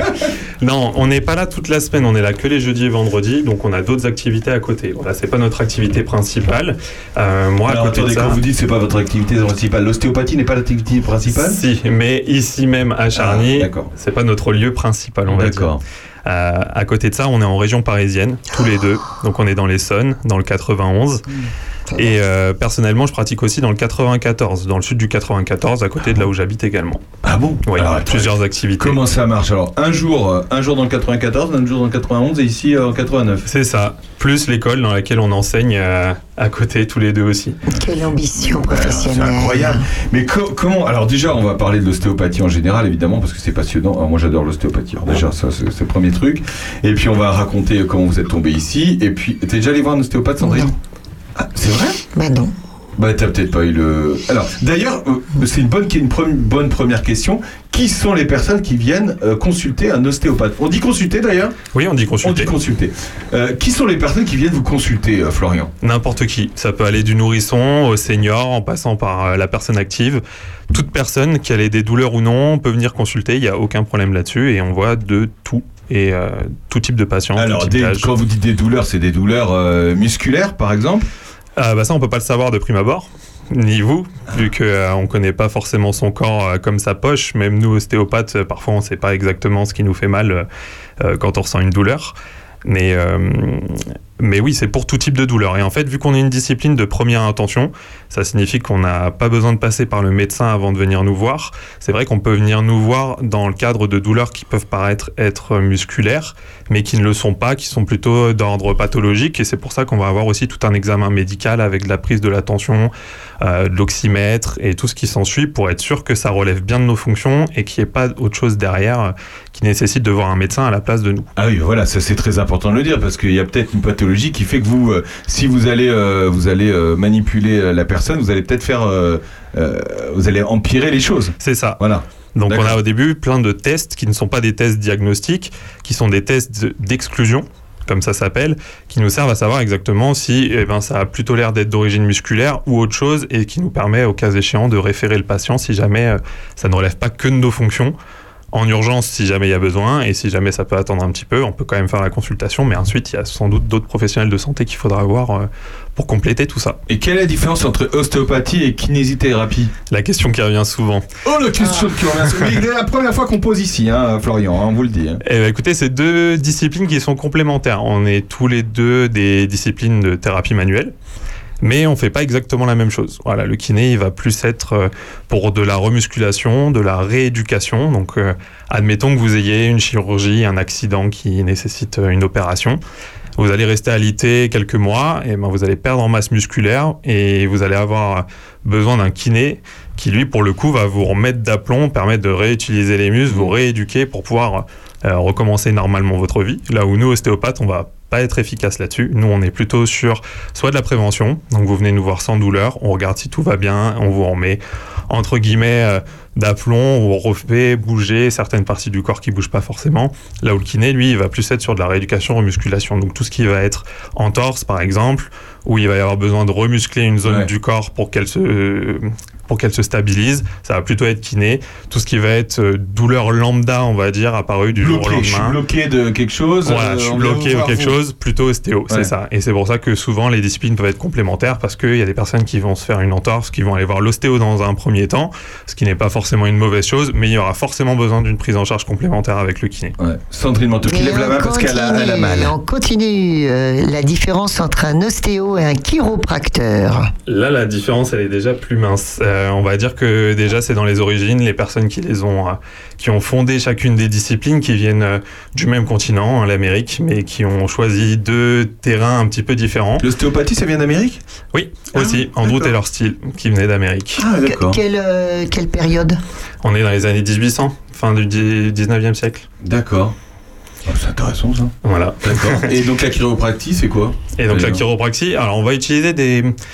Non, on n'est pas là toute la semaine, on est là que les jeudis et vendredis, donc on a d'autres activités à côté. Voilà, c'est pas notre activité principale. Euh, moi, Alors, à côté attendez, de ça, quand vous dites c'est pas votre activité principale, l'ostéopathie n'est pas l'activité principale? si, mais ici même à Charny, Ah, d'accord. c'est pas notre lieu principal, on va dire. D'accord. Euh, à côté de ça, on est en région parisienne, tous les deux. Donc on est dans l'Essonne, dans le quatre-vingt-onze. Et euh, personnellement, je pratique aussi dans le quatre-vingt-quatorze, dans le sud du quatre-vingt-quatorze, à côté de là où j'habite également. Ah bon? Oui, Alors, plusieurs activités. Comment ça marche? Alors, un jour, euh, un jour dans le quatre-vingt-quatorze, un jour dans le quatre-vingt-onze et ici euh, en quatre-vingt-neuf. C'est ça. Plus l'école dans laquelle on enseigne euh, à côté, tous les deux aussi. Quelle ambition C'est professionnelle. incroyable. Mais co- comment? Alors déjà, on va parler de l'ostéopathie en général, évidemment, parce que c'est passionnant. Alors, moi, j'adore l'ostéopathie. Alors déjà, ça, c'est, c'est le premier truc. Et puis, on va raconter comment vous êtes tombé ici. Et puis, t'es déjà allé voir un ostéopathe, Sandrine? Ah, c'est vrai? Bah non. Bah, t'as peut-être pas eu le. Alors, d'ailleurs, euh, c'est une bonne, une pre- bonne première question. Qui sont les personnes qui viennent euh, consulter un ostéopathe? On dit consulter d'ailleurs? Oui, on dit On consulter. dit consulter. Euh, qui sont les personnes qui viennent vous consulter, euh, Florian? N'importe qui. Ça peut aller du nourrisson au senior, en passant par euh, la personne active. Toute personne, qu'elle ait des douleurs ou non, peut venir consulter. Il n'y a aucun problème là-dessus. Et on voit de tout. Et euh, tout type de patients. Alors, tout type des- d'âge. quand vous dites des douleurs, c'est des douleurs euh, musculaires, par exemple? Ah, bah ça, on peut pas le savoir de prime abord. Ni vous, vu qu'on euh, ne connaît pas forcément son corps euh, comme sa poche. Même nous, ostéopathes, euh, parfois on ne sait pas exactement ce qui nous fait mal euh, euh, quand on ressent une douleur. Mais, euh, mais oui, c'est pour tout type de douleur. Et en fait, vu qu'on est une discipline de première intention, ça signifie qu'on n'a pas besoin de passer par le médecin avant de venir nous voir. C'est vrai qu'on peut venir nous voir dans le cadre de douleurs qui peuvent paraître être musculaires, mais qui ne le sont pas, qui sont plutôt d'ordre pathologique. Et c'est pour ça qu'on va avoir aussi tout un examen médical avec de la prise de la tension, euh, de l'oxymètre et tout ce qui s'ensuit pour être sûr que ça relève bien de nos fonctions et qu'il n'y ait pas autre chose derrière euh, qui nécessite de voir un médecin à la place de nous. Ah oui, voilà, ça c'est très important de le dire parce qu'il y a peut-être une pathologie qui fait que vous, euh, si vous allez, euh, vous allez euh, manipuler euh, la personne, vous allez peut-être faire, euh, euh, vous allez empirer les choses. C'est ça. Voilà. Donc D'accord. on a au début plein de tests qui ne sont pas des tests diagnostiques, qui sont des tests de- d'exclusion, comme ça s'appelle, qui nous servent à savoir exactement si eh ben, ça a plutôt l'air d'être d'origine musculaire ou autre chose et qui nous permet au cas échéant de référer le patient si jamais euh, ça ne relève pas que de nos fonctions. En urgence, si jamais il y a besoin, et si jamais ça peut attendre un petit peu, on peut quand même faire la consultation, mais ensuite, il y a sans doute d'autres professionnels de santé qu'il faudra avoir euh, pour compléter tout ça. Et quelle est la différence entre ostéopathie et kinésithérapie? La question qui revient souvent. Oh, la question qui revient souvent. Mais c'est la première fois qu'on pose ici, hein, Florian, hein, on vous le dit. Hein. Eh ben, écoutez, c'est deux disciplines qui sont complémentaires. On est tous les deux des disciplines de thérapie manuelle, mais on fait pas exactement la même chose. Voilà, le kiné, il va plus être euh, pour de la remusculation, de la rééducation. Donc, euh, admettons que vous ayez une chirurgie, un accident qui nécessite euh, une opération. Vous allez rester alité quelques mois, et ben vous allez perdre en masse musculaire et vous allez avoir besoin d'un kiné qui, lui, pour le coup, va vous remettre d'aplomb, permettre de réutiliser les muscles, vous rééduquer pour pouvoir euh, recommencer normalement votre vie. Là où nous, ostéopathes, on va pas être efficace là-dessus. Nous, on est plutôt sur soit de la prévention, donc vous venez nous voir sans douleur, on regarde si tout va bien, on vous remet entre guillemets euh, d'aplomb, on refait bouger certaines parties du corps qui bougent pas forcément. Là où le kiné, lui, il va plus être sur de la rééducation, remusculation. Donc tout ce qui va être entorse, par exemple, où il va y avoir besoin de remuscler une zone Ouais. du corps pour qu'elle se pour qu'elle se stabilise, ça va plutôt être kiné. Tout ce qui va être euh, douleur lambda, on va dire, apparu du jour au Bloqué, je suis lendemain. bloqué de quelque chose. Voilà, euh, je suis on vient bloqué vous ou voir, quelque vous. chose, plutôt ostéo, Ouais. c'est ça. Et c'est pour ça que souvent les disciplines peuvent être complémentaires parce qu'il y a des personnes qui vont se faire une entorse, qui vont aller voir l'ostéo dans un premier temps, ce qui n'est pas forcément une mauvaise chose, mais il y aura forcément besoin d'une prise en charge complémentaire avec le kiné. Ouais. Sandrine Manteau qui Mais lève la on main parce qu'elle a, elle a mal. continue, On continue euh, la différence entre un ostéo et un chiropracteur. Là, la différence, elle est déjà plus mince. Euh, on va dire que déjà, c'est dans les origines, les personnes qui les ont, euh, qui ont fondé chacune des disciplines, qui viennent euh, du même continent, hein, l'Amérique, mais qui ont choisi deux terrains un petit peu différents. L'ostéopathie, ça vient d'Amérique? Oui, aussi. Andrew d'accord. Taylor Steele, qui venait d'Amérique. Ah, d'accord. Quelle, euh, quelle période? On est dans les années dix-huit cents, fin du dix-neuvième siècle. D'accord. Oh, c'est intéressant ça. Voilà. D'accord. Et donc la chiropractie, c'est quoi? Et donc la D'ailleurs. chiropraxie, alors on va utiliser des...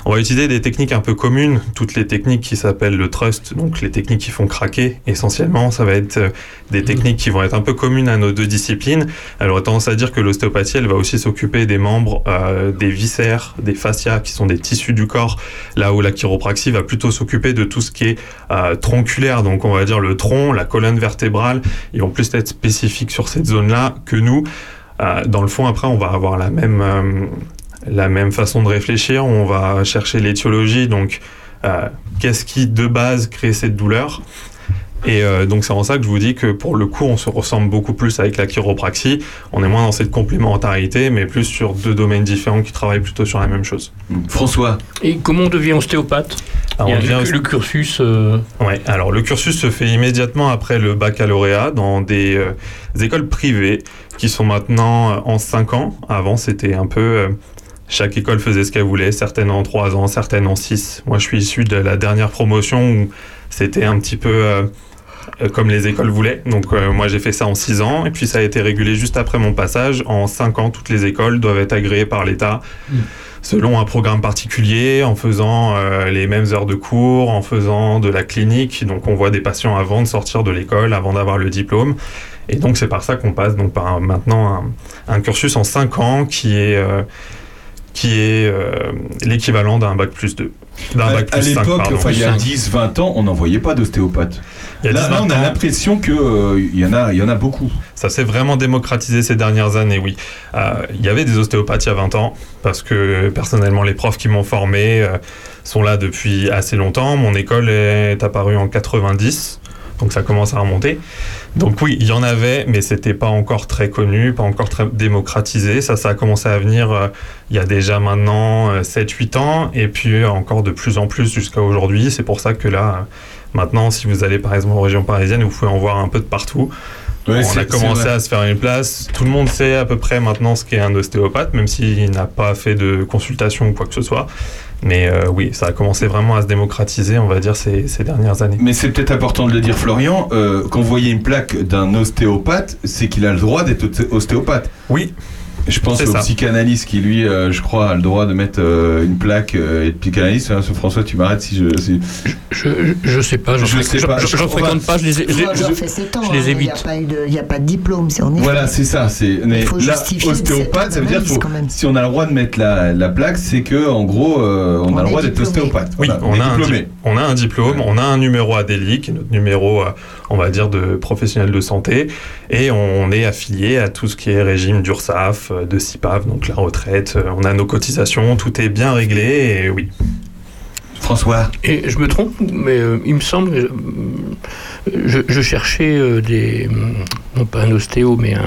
On va utiliser des techniques un peu communes, toutes les techniques qui s'appellent le trust, donc les techniques qui font craquer essentiellement, ça va être euh, des techniques qui vont être un peu communes à nos deux disciplines. Alors, j'aurais tendance à dire que l'ostéopathie, elle va aussi s'occuper des membres, euh, des viscères, des fascias, qui sont des tissus du corps, là où la chiropraxie va plutôt s'occuper de tout ce qui est euh, tronculaire, donc on va dire le tronc, la colonne vertébrale. Ils vont plus être spécifiques sur cette zone-là que nous. Euh, dans le fond, après, on va avoir la même, euh, la même façon de réfléchir. On va chercher l'étiologie, donc euh, qu'est-ce qui, de base, crée cette douleur. Et euh, donc, c'est en ça que je vous dis que, pour le coup, on se ressemble beaucoup plus avec la chiropraxie. On est moins dans cette complémentarité, mais plus sur deux domaines différents qui travaillent plutôt sur la même chose. François. Et comment on devient ostéopathe? Alors, Il y a on devient le, le cursus... Euh... Ouais, alors le cursus se fait immédiatement après le baccalauréat dans des, euh, des écoles privées qui sont maintenant euh, en cinq ans. Avant, c'était un peu... Euh, chaque école faisait ce qu'elle voulait, certaines en trois ans, certaines en six. Moi, je suis issu de la dernière promotion où c'était un petit peu... Euh, comme les écoles voulaient. Donc euh, moi j'ai fait ça en six ans et puis ça a été régulé juste après mon passage. En cinq ans, toutes les écoles doivent être agréées par l'État mmh. selon un programme particulier, en faisant euh, les mêmes heures de cours, en faisant de la clinique. Donc on voit des patients avant de sortir de l'école, avant d'avoir le diplôme. Et donc c'est par ça qu'on passe donc par un, maintenant un, un cursus en cinq ans qui est, euh, qui est euh, l'équivalent d'un bac plus deux. D'un bac à plus l'époque, cinq, enfin, il y a dix vingt ans, on n'en voyait pas d'ostéopathe. Il y a là, là, on a l'impression qu'il euh, y, en a, y en a beaucoup. Ça s'est vraiment démocratisé ces dernières années, oui. Euh, il y avait des ostéopathes il y a vingt ans, parce que personnellement, les profs qui m'ont formé euh, sont là depuis assez longtemps. Mon école est apparue en quatre-vingt-dix, donc ça commence à remonter. Donc oui, il y en avait, mais c'était pas encore très connu, pas encore très démocratisé. Ça, ça a commencé à venir euh, il y a déjà maintenant euh, sept huit ans, et puis encore de plus en plus jusqu'à aujourd'hui. C'est pour ça que là, euh, maintenant, si vous allez par exemple en région parisienne, vous pouvez en voir un peu de partout. Ouais, on a commencé à se faire une place. Tout le monde sait à peu près maintenant ce qu'est un ostéopathe, même s'il n'a pas fait de consultation ou quoi que ce soit. Mais euh, oui, ça a commencé vraiment à se démocratiser, on va dire, ces, ces dernières années. Mais c'est peut-être important de le dire, Florian, euh, quand vous voyez une plaque d'un ostéopathe, c'est qu'il a le droit d'être ostéopathe. Oui. Je pense au ça. psychanalyste qui, lui, euh, je crois, a le droit de mettre euh, une plaque euh, et de psychanalyste. Hein, François, tu m'arrêtes si je... Si... Je, je, je sais pas, j'en je sais pas. Je, je, je fréquente pas, je les, je, je, je, je les évite. Il n'y a, a pas de diplôme, c'est on est. Voilà, c'est ça. C'est, mais là, ostéopathe, ça veut dire que si on a le droit de mettre la, la plaque, c'est que en gros, euh, on, on a le droit d'être ostéopathe. Oui, voilà, on, on, a a un, on a un diplôme, ouais. On a un numéro A D L I, qui est notre numéro, euh, on va dire, de professionnel de santé, et on est affilié à tout ce qui est régime d'URSSAF, de C I P A V, donc la retraite, on a nos cotisations, tout est bien réglé, et oui. François. Et je me trompe, mais euh, il me semble, euh, je, je cherchais euh, des, non pas un ostéo, mais un,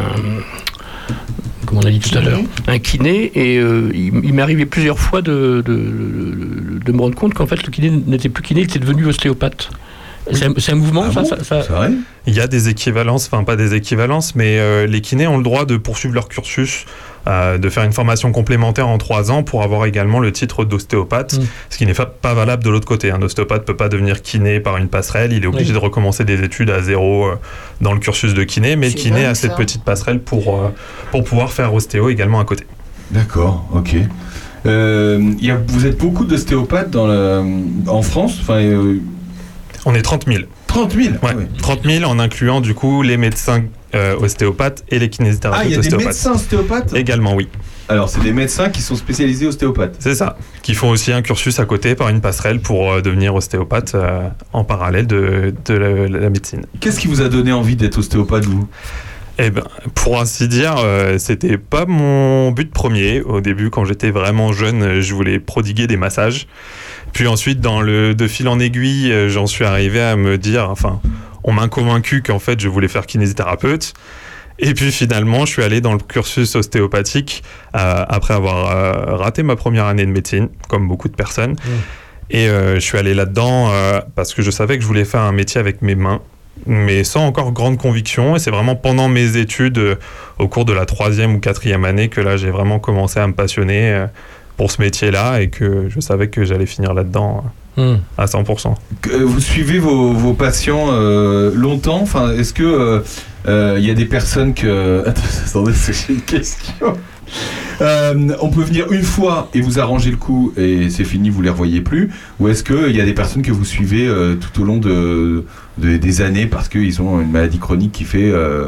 comme on a dit tout à l'heure, un kiné, et euh, il, il m'est arrivé plusieurs fois de, de, de, de me rendre compte qu'en fait le kiné n'était plus kiné, il était devenu ostéopathe. C'est un, c'est un mouvement, ah ça, bon ça, ça... C'est vrai ? Il y a des équivalences, enfin pas des équivalences, mais euh, les kinés ont le droit de poursuivre leur cursus, euh, de faire une formation complémentaire en trois ans pour avoir également le titre d'ostéopathe, mmh. ce qui n'est fa- pas valable de l'autre côté. Un ostéopathe ne peut pas devenir kiné par une passerelle, il est obligé oui. de recommencer des études à zéro euh, dans le cursus de kiné, mais c'est le kiné a cette petite passerelle pour, euh, pour pouvoir faire ostéo également à côté. D'accord, ok. Euh, y a, vous êtes beaucoup d'ostéopathes dans le, en France enfin, euh, On est trente mille. trente mille ouais. Oui. trente mille en incluant du coup les médecins euh, ostéopathes et les kinésithérapeutes ostéopathes. Ah, il y a ostéopathes. des médecins ostéopathes ? Également, oui. Alors, c'est des médecins qui sont spécialisés ostéopathes. C'est ça, qui font aussi un cursus à côté par une passerelle pour euh, devenir ostéopathe euh, en parallèle de, de la, la médecine. Qu'est-ce qui vous a donné envie d'être ostéopathe, vous ? Eh ben, pour ainsi dire, euh, c'était pas mon but premier. Au début, quand j'étais vraiment jeune, je voulais prodiguer des massages. Puis ensuite, dans le, de fil en aiguille, j'en suis arrivé à me dire, enfin, on m'a convaincu qu'en fait, je voulais faire kinésithérapeute. Et puis finalement, je suis allé dans le cursus ostéopathique euh, après avoir euh, raté ma première année de médecine, comme beaucoup de personnes. Mmh. Et euh, je suis allé là-dedans euh, parce que je savais que je voulais faire un métier avec mes mains, mais sans encore grande conviction. Et c'est vraiment pendant mes études, euh, au cours de la troisième ou quatrième année, que là, j'ai vraiment commencé à me passionner euh, pour ce métier-là et que je savais que j'allais finir là-dedans euh, mmh. à cent pour cent. Vous suivez vos, vos patients euh, longtemps ? Enfin, est-ce que il euh, euh, y a des personnes que... Attends, attendez, c'est une question. Euh, on peut venir une fois et vous arranger le coup et c'est fini, vous les revoyez plus. Ou est-ce qu'il y a des personnes que vous suivez euh, tout au long de, de, des années parce qu'ils ont une maladie chronique qui fait euh,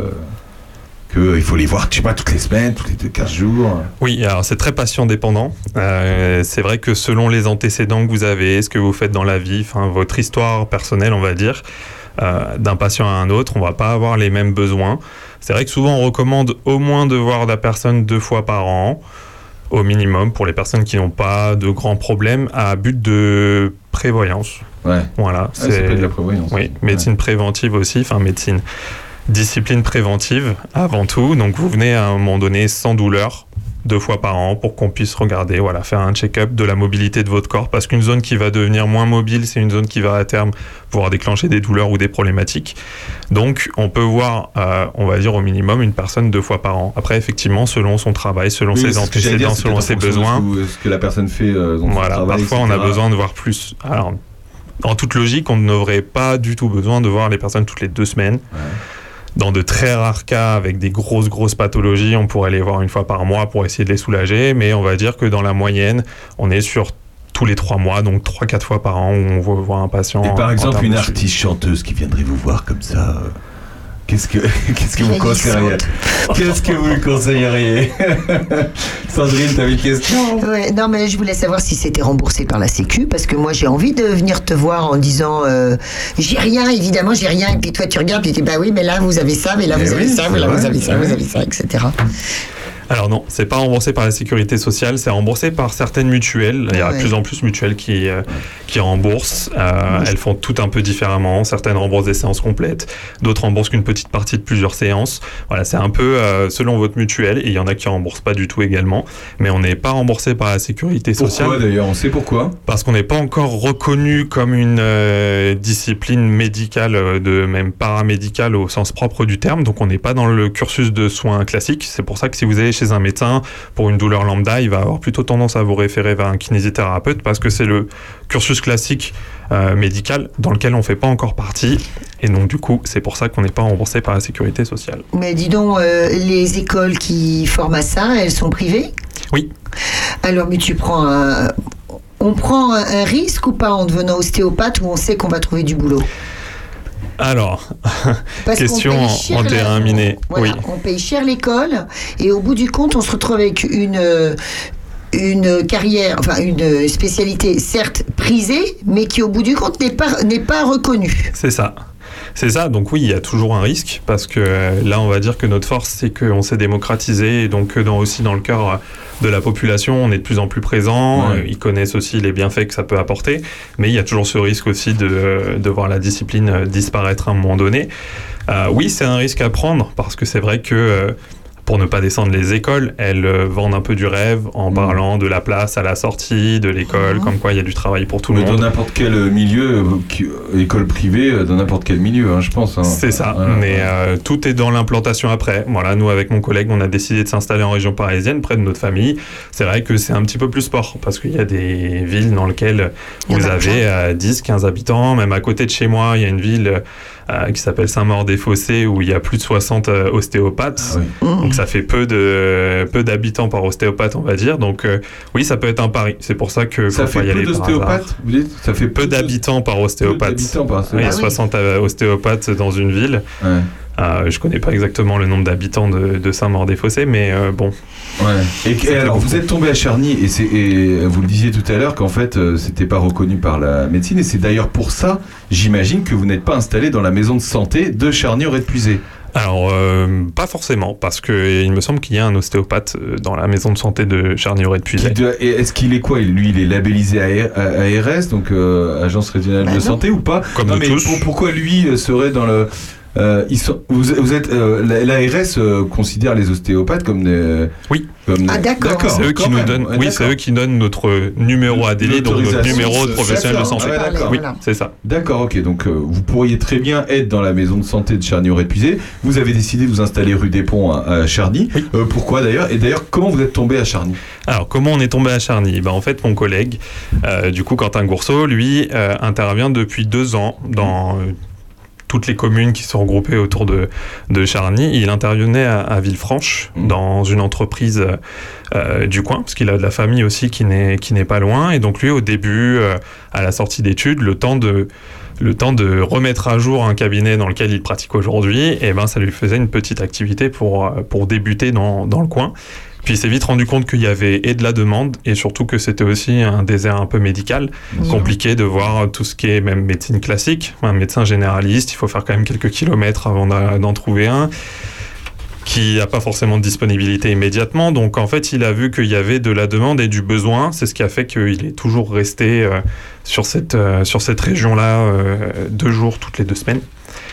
qu'il faut les voir, je sais pas, toutes les semaines, tous les deux, quinze jours? Oui, alors c'est très patient dépendant. Euh, c'est vrai que selon les antécédents que vous avez, ce que vous faites dans la vie, enfin votre histoire personnelle, on va dire, euh, d'un patient à un autre, on va pas avoir les mêmes besoins. C'est vrai que souvent on recommande au moins de voir la personne deux fois par an, au minimum, pour les personnes qui n'ont pas de grands problèmes, à but de prévoyance. Ouais. Voilà. Ah, c'est pas de la prévoyance. Oui, médecine ouais. préventive aussi, enfin médecine, discipline préventive avant tout. Donc vous venez à un moment donné sans douleur, deux fois par an, pour qu'on puisse regarder, voilà, faire un check-up de la mobilité de votre corps, parce qu'une zone qui va devenir moins mobile, c'est une zone qui va à terme pouvoir déclencher des douleurs ou des problématiques. Donc on peut voir, euh, on va dire au minimum, une personne deux fois par an. Après, effectivement, selon son travail, selon oui, ses antécédents, dire, selon ses besoins. De ce que la personne fait euh, dans voilà, son travail, parfois et cetera. on a besoin de voir plus. Alors, en toute logique, on n'aurait pas du tout besoin de voir les personnes toutes les deux semaines. Ouais. Dans de très rares cas, avec des grosses, grosses pathologies, on pourrait les voir une fois par mois pour essayer de les soulager. Mais on va dire que dans la moyenne, on est sur tous les trois mois, donc trois, quatre fois par an, où on va voir un patient. Et par exemple, une de... artiste chanteuse qui viendrait vous voir comme ça, euh, qu'est-ce que, qu'est-ce que vous conseilleriez? Qu'est-ce que vous lui conseilleriez? Sandrine, t'avais une question? Ouais, non, mais je voulais savoir si c'était remboursé par la Sécu, parce que moi j'ai envie de venir te voir en disant euh, j'ai rien, évidemment j'ai rien, et puis toi tu regardes et tu dis bah oui, mais là vous avez ça, mais là mais vous oui, avez ça, mais là vrai, vous avez ça, vrai. vous avez ça, et cetera. Alors non, c'est pas remboursé par la sécurité sociale, c'est remboursé par certaines mutuelles. Il y a ouais. de plus en plus de mutuelles qui, euh, qui remboursent. Euh, ouais. Elles font tout un peu différemment. Certaines remboursent des séances complètes, d'autres remboursent qu'une petite partie de plusieurs séances. Voilà, c'est un peu euh, selon votre mutuelle, et il y en a qui remboursent pas du tout également. Mais on n'est pas remboursé par la sécurité sociale. Pourquoi d'ailleurs? On sait pourquoi? Parce qu'on n'est pas encore reconnu comme une euh, discipline médicale, de même paramédicale au sens propre du terme. Donc on n'est pas dans le cursus de soins classique. C'est pour ça que si vous allez chez un médecin pour une douleur lambda, il va avoir plutôt tendance à vous référer vers un kinésithérapeute, parce que c'est le cursus classique euh, médical dans lequel on ne fait pas encore partie, et donc du coup c'est pour ça qu'on n'est pas remboursé par la sécurité sociale. Mais dis donc, euh, les écoles qui forment à ça, elles sont privées? Oui. Alors mais tu prends un... on prend un, un risque ou pas en devenant ostéopathe, où on sait qu'on va trouver du boulot? Alors, Parce question en, en terrain miné. Voilà, oui. On paye cher l'école, et au bout du compte, on se retrouve avec une, une carrière, enfin une spécialité certes prisée, mais qui au bout du compte n'est pas, n'est pas reconnue. C'est ça. C'est ça, donc oui, il y a toujours un risque, parce que euh, là, on va dire que notre force, c'est qu'on s'est démocratisé, et donc dans, aussi dans le cœur de la population, on est de plus en plus présent, ouais. euh, ils connaissent aussi les bienfaits que ça peut apporter, mais il y a toujours ce risque aussi de, de voir la discipline disparaître à un moment donné. Euh, oui, c'est un risque à prendre, parce que c'est vrai que... Euh, pour ne pas descendre les écoles, elles euh, vendent un peu du rêve en mmh. parlant de la place à la sortie de l'école, mmh. comme quoi il y a du travail pour tout Mais le monde. Dans n'importe quel milieu, euh, qui, école privée, dans n'importe quel milieu, hein, je pense. Hein. C'est ça, voilà. Mais euh, tout est dans l'implantation après. Voilà, nous, avec mon collègue, on a décidé de s'installer en région parisienne, près de notre famille. C'est vrai que c'est un petit peu plus sport, parce qu'il y a des villes dans lesquelles vous avez euh, dix, quinze habitants. Même à côté de chez moi, il y a une ville... Euh, qui s'appelle Saint-Maur-des-Fossés, où il y a plus de soixante euh, ostéopathes. Ah oui. Mmh. Donc ça fait peu de peu d'habitants par ostéopathe, on va dire. Donc euh, oui, ça peut être un pari. C'est pour ça que ça faut fait pas y peu aller d'ostéopathes, vous dites? Ça fait peu, peu d'habitants de... par ostéopathe. Peu par oui, il y a soixante ah oui. ostéopathes dans une ville. Ouais. Euh, je connais pas exactement le nombre d'habitants de, de Saint-Maur-des-Fossés, mais euh, bon. Ouais. Et, et alors, vous êtes tombé à Charny, et, c'est, et vous le disiez tout à l'heure qu'en fait, euh, c'était pas reconnu par la médecine, et c'est d'ailleurs pour ça, j'imagine, que vous n'êtes pas installé dans la maison de santé de Charny-Auray-de-Puisay. Alors, euh, pas forcément, parce qu'il me semble qu'il y a un ostéopathe dans la maison de santé de Charny-Auray-de-Puisay. Et est-ce qu'il est quoi? Lui, il est labellisé A R S, donc euh, Agence Régionale bah de non. Santé, ou pas? Comme non, nous mais tous. Pour, pourquoi lui serait dans le... Euh, ils sont, vous, vous êtes euh, l'A R S euh, considère les ostéopathes comme des, oui. Comme ah d'accord. d'accord. C'est eux qui nous même. donnent. Ouais, oui, c'est eux qui donnent notre numéro A D L I, donc notre numéro de professionnel de santé. Ah ouais, d'accord. Oui, c'est ça. D'accord, ok. Donc euh, vous pourriez très bien être dans la maison de santé de Charny-Auray-de-Puisay. Vous avez décidé de vous installer rue des Ponts à, à Charny. Oui. Euh, pourquoi d'ailleurs? Et d'ailleurs, comment vous êtes tombé à Charny? Alors, comment on est tombé à Charny? Ben, en fait, mon collègue, euh, du coup, Quentin Gourceau, lui, euh, intervient depuis deux ans dans euh, toutes les communes qui sont regroupées autour de, de Charny. Il intervenait à, à Villefranche, mmh. dans une entreprise euh, du coin, parce qu'il a de la famille aussi qui n'est, qui n'est pas loin. Et donc lui, au début, euh, à la sortie d'études, le temps de... le temps de remettre à jour un cabinet dans lequel il pratique aujourd'hui, et ben ça lui faisait une petite activité pour, pour débuter dans, dans le coin. Puis il s'est vite rendu compte qu'il y avait et de la demande, et surtout que c'était aussi un désert un peu médical, mmh. compliqué de voir tout ce qui est même médecine classique. Un médecin généraliste, il faut faire quand même quelques kilomètres avant d'en trouver un, qui n'a pas forcément de disponibilité immédiatement. Donc en fait, il a vu qu'il y avait de la demande et du besoin. C'est ce qui a fait qu'il est toujours resté euh, sur cette, euh, sur cette région-là euh, deux jours toutes les deux semaines.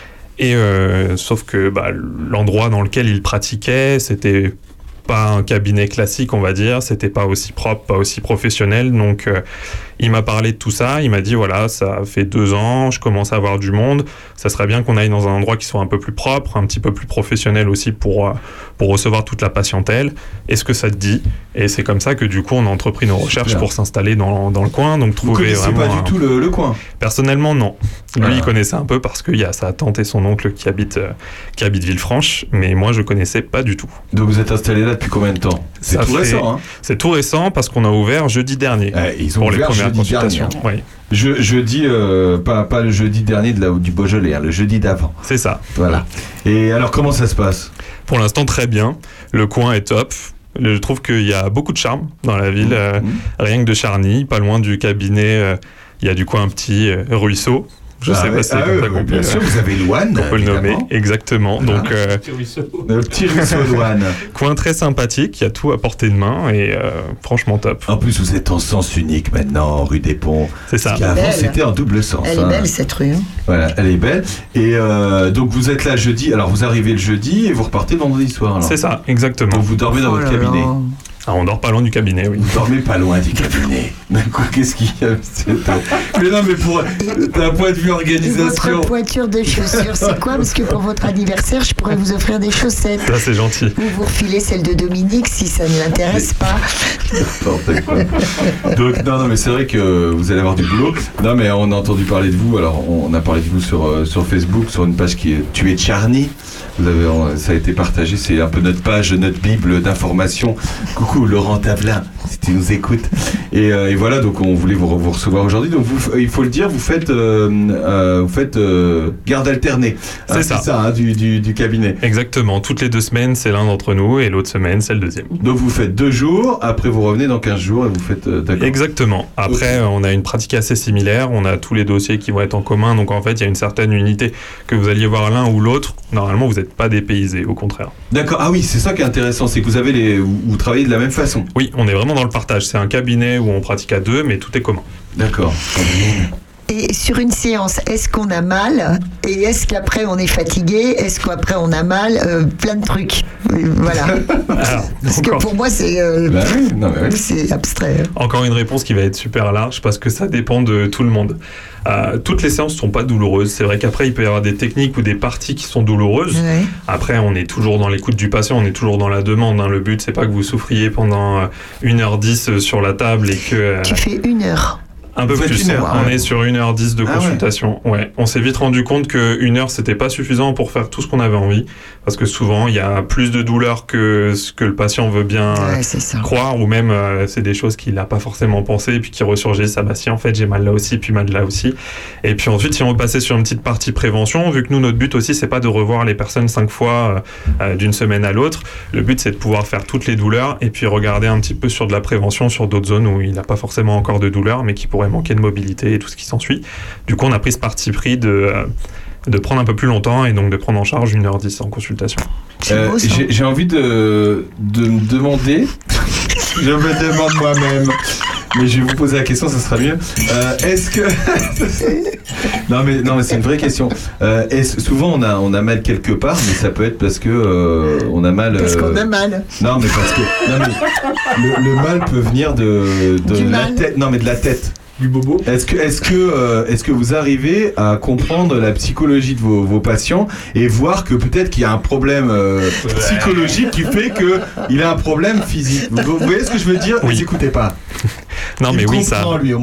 Et euh, sauf que bah, l'endroit dans lequel il pratiquait, c'était pas un cabinet classique, on va dire. C'était pas aussi propre, pas aussi professionnel. Donc euh, il m'a parlé de tout ça. Il m'a dit voilà, ça fait deux ans, je commence à avoir du monde. Ça serait bien qu'on aille dans un endroit qui soit un peu plus propre, un petit peu plus professionnel aussi pour, pour recevoir toute la patientèle. Est-ce que ça te dit ? Et c'est comme ça que du coup on a entrepris nos recherches pour s'installer dans, dans le coin. Donc Vous trouver connaissez vraiment pas du un... tout le, le coin ? Personnellement, non. Lui, Ah. il connaissait un peu parce qu'il y a sa tante et son oncle qui habitent, euh, qui habitent Villefranche, mais moi, je connaissais pas du tout. Donc vous êtes installé là depuis combien de temps ? C'est Ça tout fait- récent, hein ? C'est tout récent parce qu'on a ouvert jeudi dernier Eh, ils ont pour les ouvert premières jeudi consultations. dernier. Oui, Je, jeudi, euh, pas, pas le jeudi dernier de la, du Beaujolais, hein, le jeudi d'avant. c'est ça. Voilà. Et alors, comment ça se passe ? Pour l'instant, très bien. Le coin est top. Je trouve qu'il y a beaucoup de charme dans la ville. euh, rien que de Charny, pas loin du cabinet, euh, il y a du coup un petit euh, ruisseau. Je Ah sais ouais, pas si c'est ah comme ouais, ça qu'on ouais, peut, bien sûr, vous avez Loane, qu'on peut le nommer. évidemment. Exactement. Donc, euh, Le petit ruisseau Loane. coin très sympathique, il y a tout à portée de main et euh, franchement top. En plus, vous êtes en sens unique maintenant, rue des Ponts. C'est ça. Parce qu'avant, Belle. c'était en double sens. Elle hein. est belle cette rue. hein. Voilà, elle est belle. Et euh, donc, vous êtes là jeudi. Alors, vous arrivez le jeudi et vous repartez vendredi soir. alors. C'est ça, exactement. Donc, vous dormez dans Oh votre là cabinet. là. Ah, on dort pas loin du cabinet, oui. Vous dormez pas loin du cabinet. D'accord, qu'est-ce qu'il y a c'est- Mais non, mais pour d'un point de vue Et organisation. votre pointure de chaussures, c'est quoi ? Parce que pour votre anniversaire, je pourrais vous offrir des chaussettes. Ça, c'est gentil. Ou vous refilez celle de Dominique si ça ne l'intéresse pas. N'importe quoi. Donc, non, non, mais c'est vrai que vous allez avoir du boulot. Non, mais on a entendu parler de vous. Alors, on a parlé de vous sur, euh, sur Facebook, sur une page qui est Tu es de Charny. Vous avez, on- ça a été partagé. C'est un peu notre page, notre bible d'information. Coucou, Laurent Tavelin, si tu nous écoutes. Et, euh, et voilà, donc on voulait vous, re- vous recevoir aujourd'hui. Donc, vous, il faut le dire, vous faites, euh, euh, vous faites euh, garde alternée. C'est Hein, ça. C'est ça, hein, du, du, du cabinet. Exactement. Toutes les deux semaines, c'est l'un d'entre nous et l'autre semaine, c'est le deuxième. Donc, vous faites deux jours. Après, vous revenez dans quinze jours et vous faites. euh, d'accord. Exactement. Après, euh, on a une pratique assez similaire. On a tous les dossiers qui vont être en commun. Donc, en fait, il y a une certaine unité. Que vous alliez voir l'un ou l'autre, normalement, vous n'êtes pas dépaysé. Au contraire. D'accord. Ah oui, c'est ça qui est intéressant, c'est que vous avez les, vous, vous travaillez de la même façon. Oui, on est vraiment dans le partage. C'est un cabinet où on pratique à deux, mais tout est commun. D'accord. Et sur une séance, est-ce qu'on a mal ? Et est-ce qu'après on est fatigué ? Est-ce qu'après on a mal ? Euh, Plein de trucs. Euh, Voilà. Alors, Parce que encore, pour moi, c'est euh, Bah oui, non, mais oui. c'est abstrait. encore une réponse qui va être super large parce que ça dépend de tout le monde. Euh, toutes les séances ne sont pas douloureuses. C'est vrai qu'après, il peut y avoir des techniques ou des parties qui sont douloureuses. Ouais. Après, on est toujours dans l'écoute du patient, on est toujours dans la demande. hein. Le but, c'est pas que vous souffriez pendant euh, une heure dix sur la table et que... euh, Tu fais une heure. Un peu Vous faites plus. une heure, on ouais. est sur une heure dix de Ah consultation. Ouais. On s'est vite rendu compte que une heure c'était pas suffisant pour faire tout ce qu'on avait envie, parce que souvent il y a plus de douleur que ce que le patient veut bien euh, Ouais, c'est ça. croire, ou même euh, c'est des choses qu'il n'a pas forcément pensé et puis qui ressurgissent. Ah bah si, en fait j'ai mal là aussi, puis mal là aussi. Et puis ensuite, si on veut passer sur une petite partie prévention, vu que nous notre but aussi c'est pas de revoir les personnes cinq fois euh, euh, d'une semaine à l'autre, le but c'est de pouvoir faire toutes les douleurs et puis regarder un petit peu sur de la prévention sur d'autres zones où il n'a pas forcément encore de douleur mais qui pourrait manquer de mobilité et tout ce qui s'ensuit. Du coup, on a pris ce parti pris de euh, de prendre un peu plus longtemps et donc de prendre en charge une heure dix en consultation. Euh, j'ai, j'ai envie de, de me demander, je me demande moi-même, mais je vais vous poser la question, ça sera mieux. Euh, est-ce que... non, mais, non mais c'est une vraie question. Euh, est-ce, souvent on a, on a mal quelque part, mais ça peut être parce que euh, on a mal... Parce euh, qu'on a mal. Non, mais parce que... Non, mais le, le mal peut venir de, de Du la mal. tête. Non, mais de la tête. Du bobo. Est-ce que, est-ce que, euh, est-ce que vous arrivez à comprendre la psychologie de vos, vos patients et voir que peut-être qu'il y a un problème euh, psychologique qui fait que il a un problème physique. Vous, vous voyez ce que je veux dire? Oui. Vous écoutez pas. Non, Il mais oui, ça. comprend, lui au moins.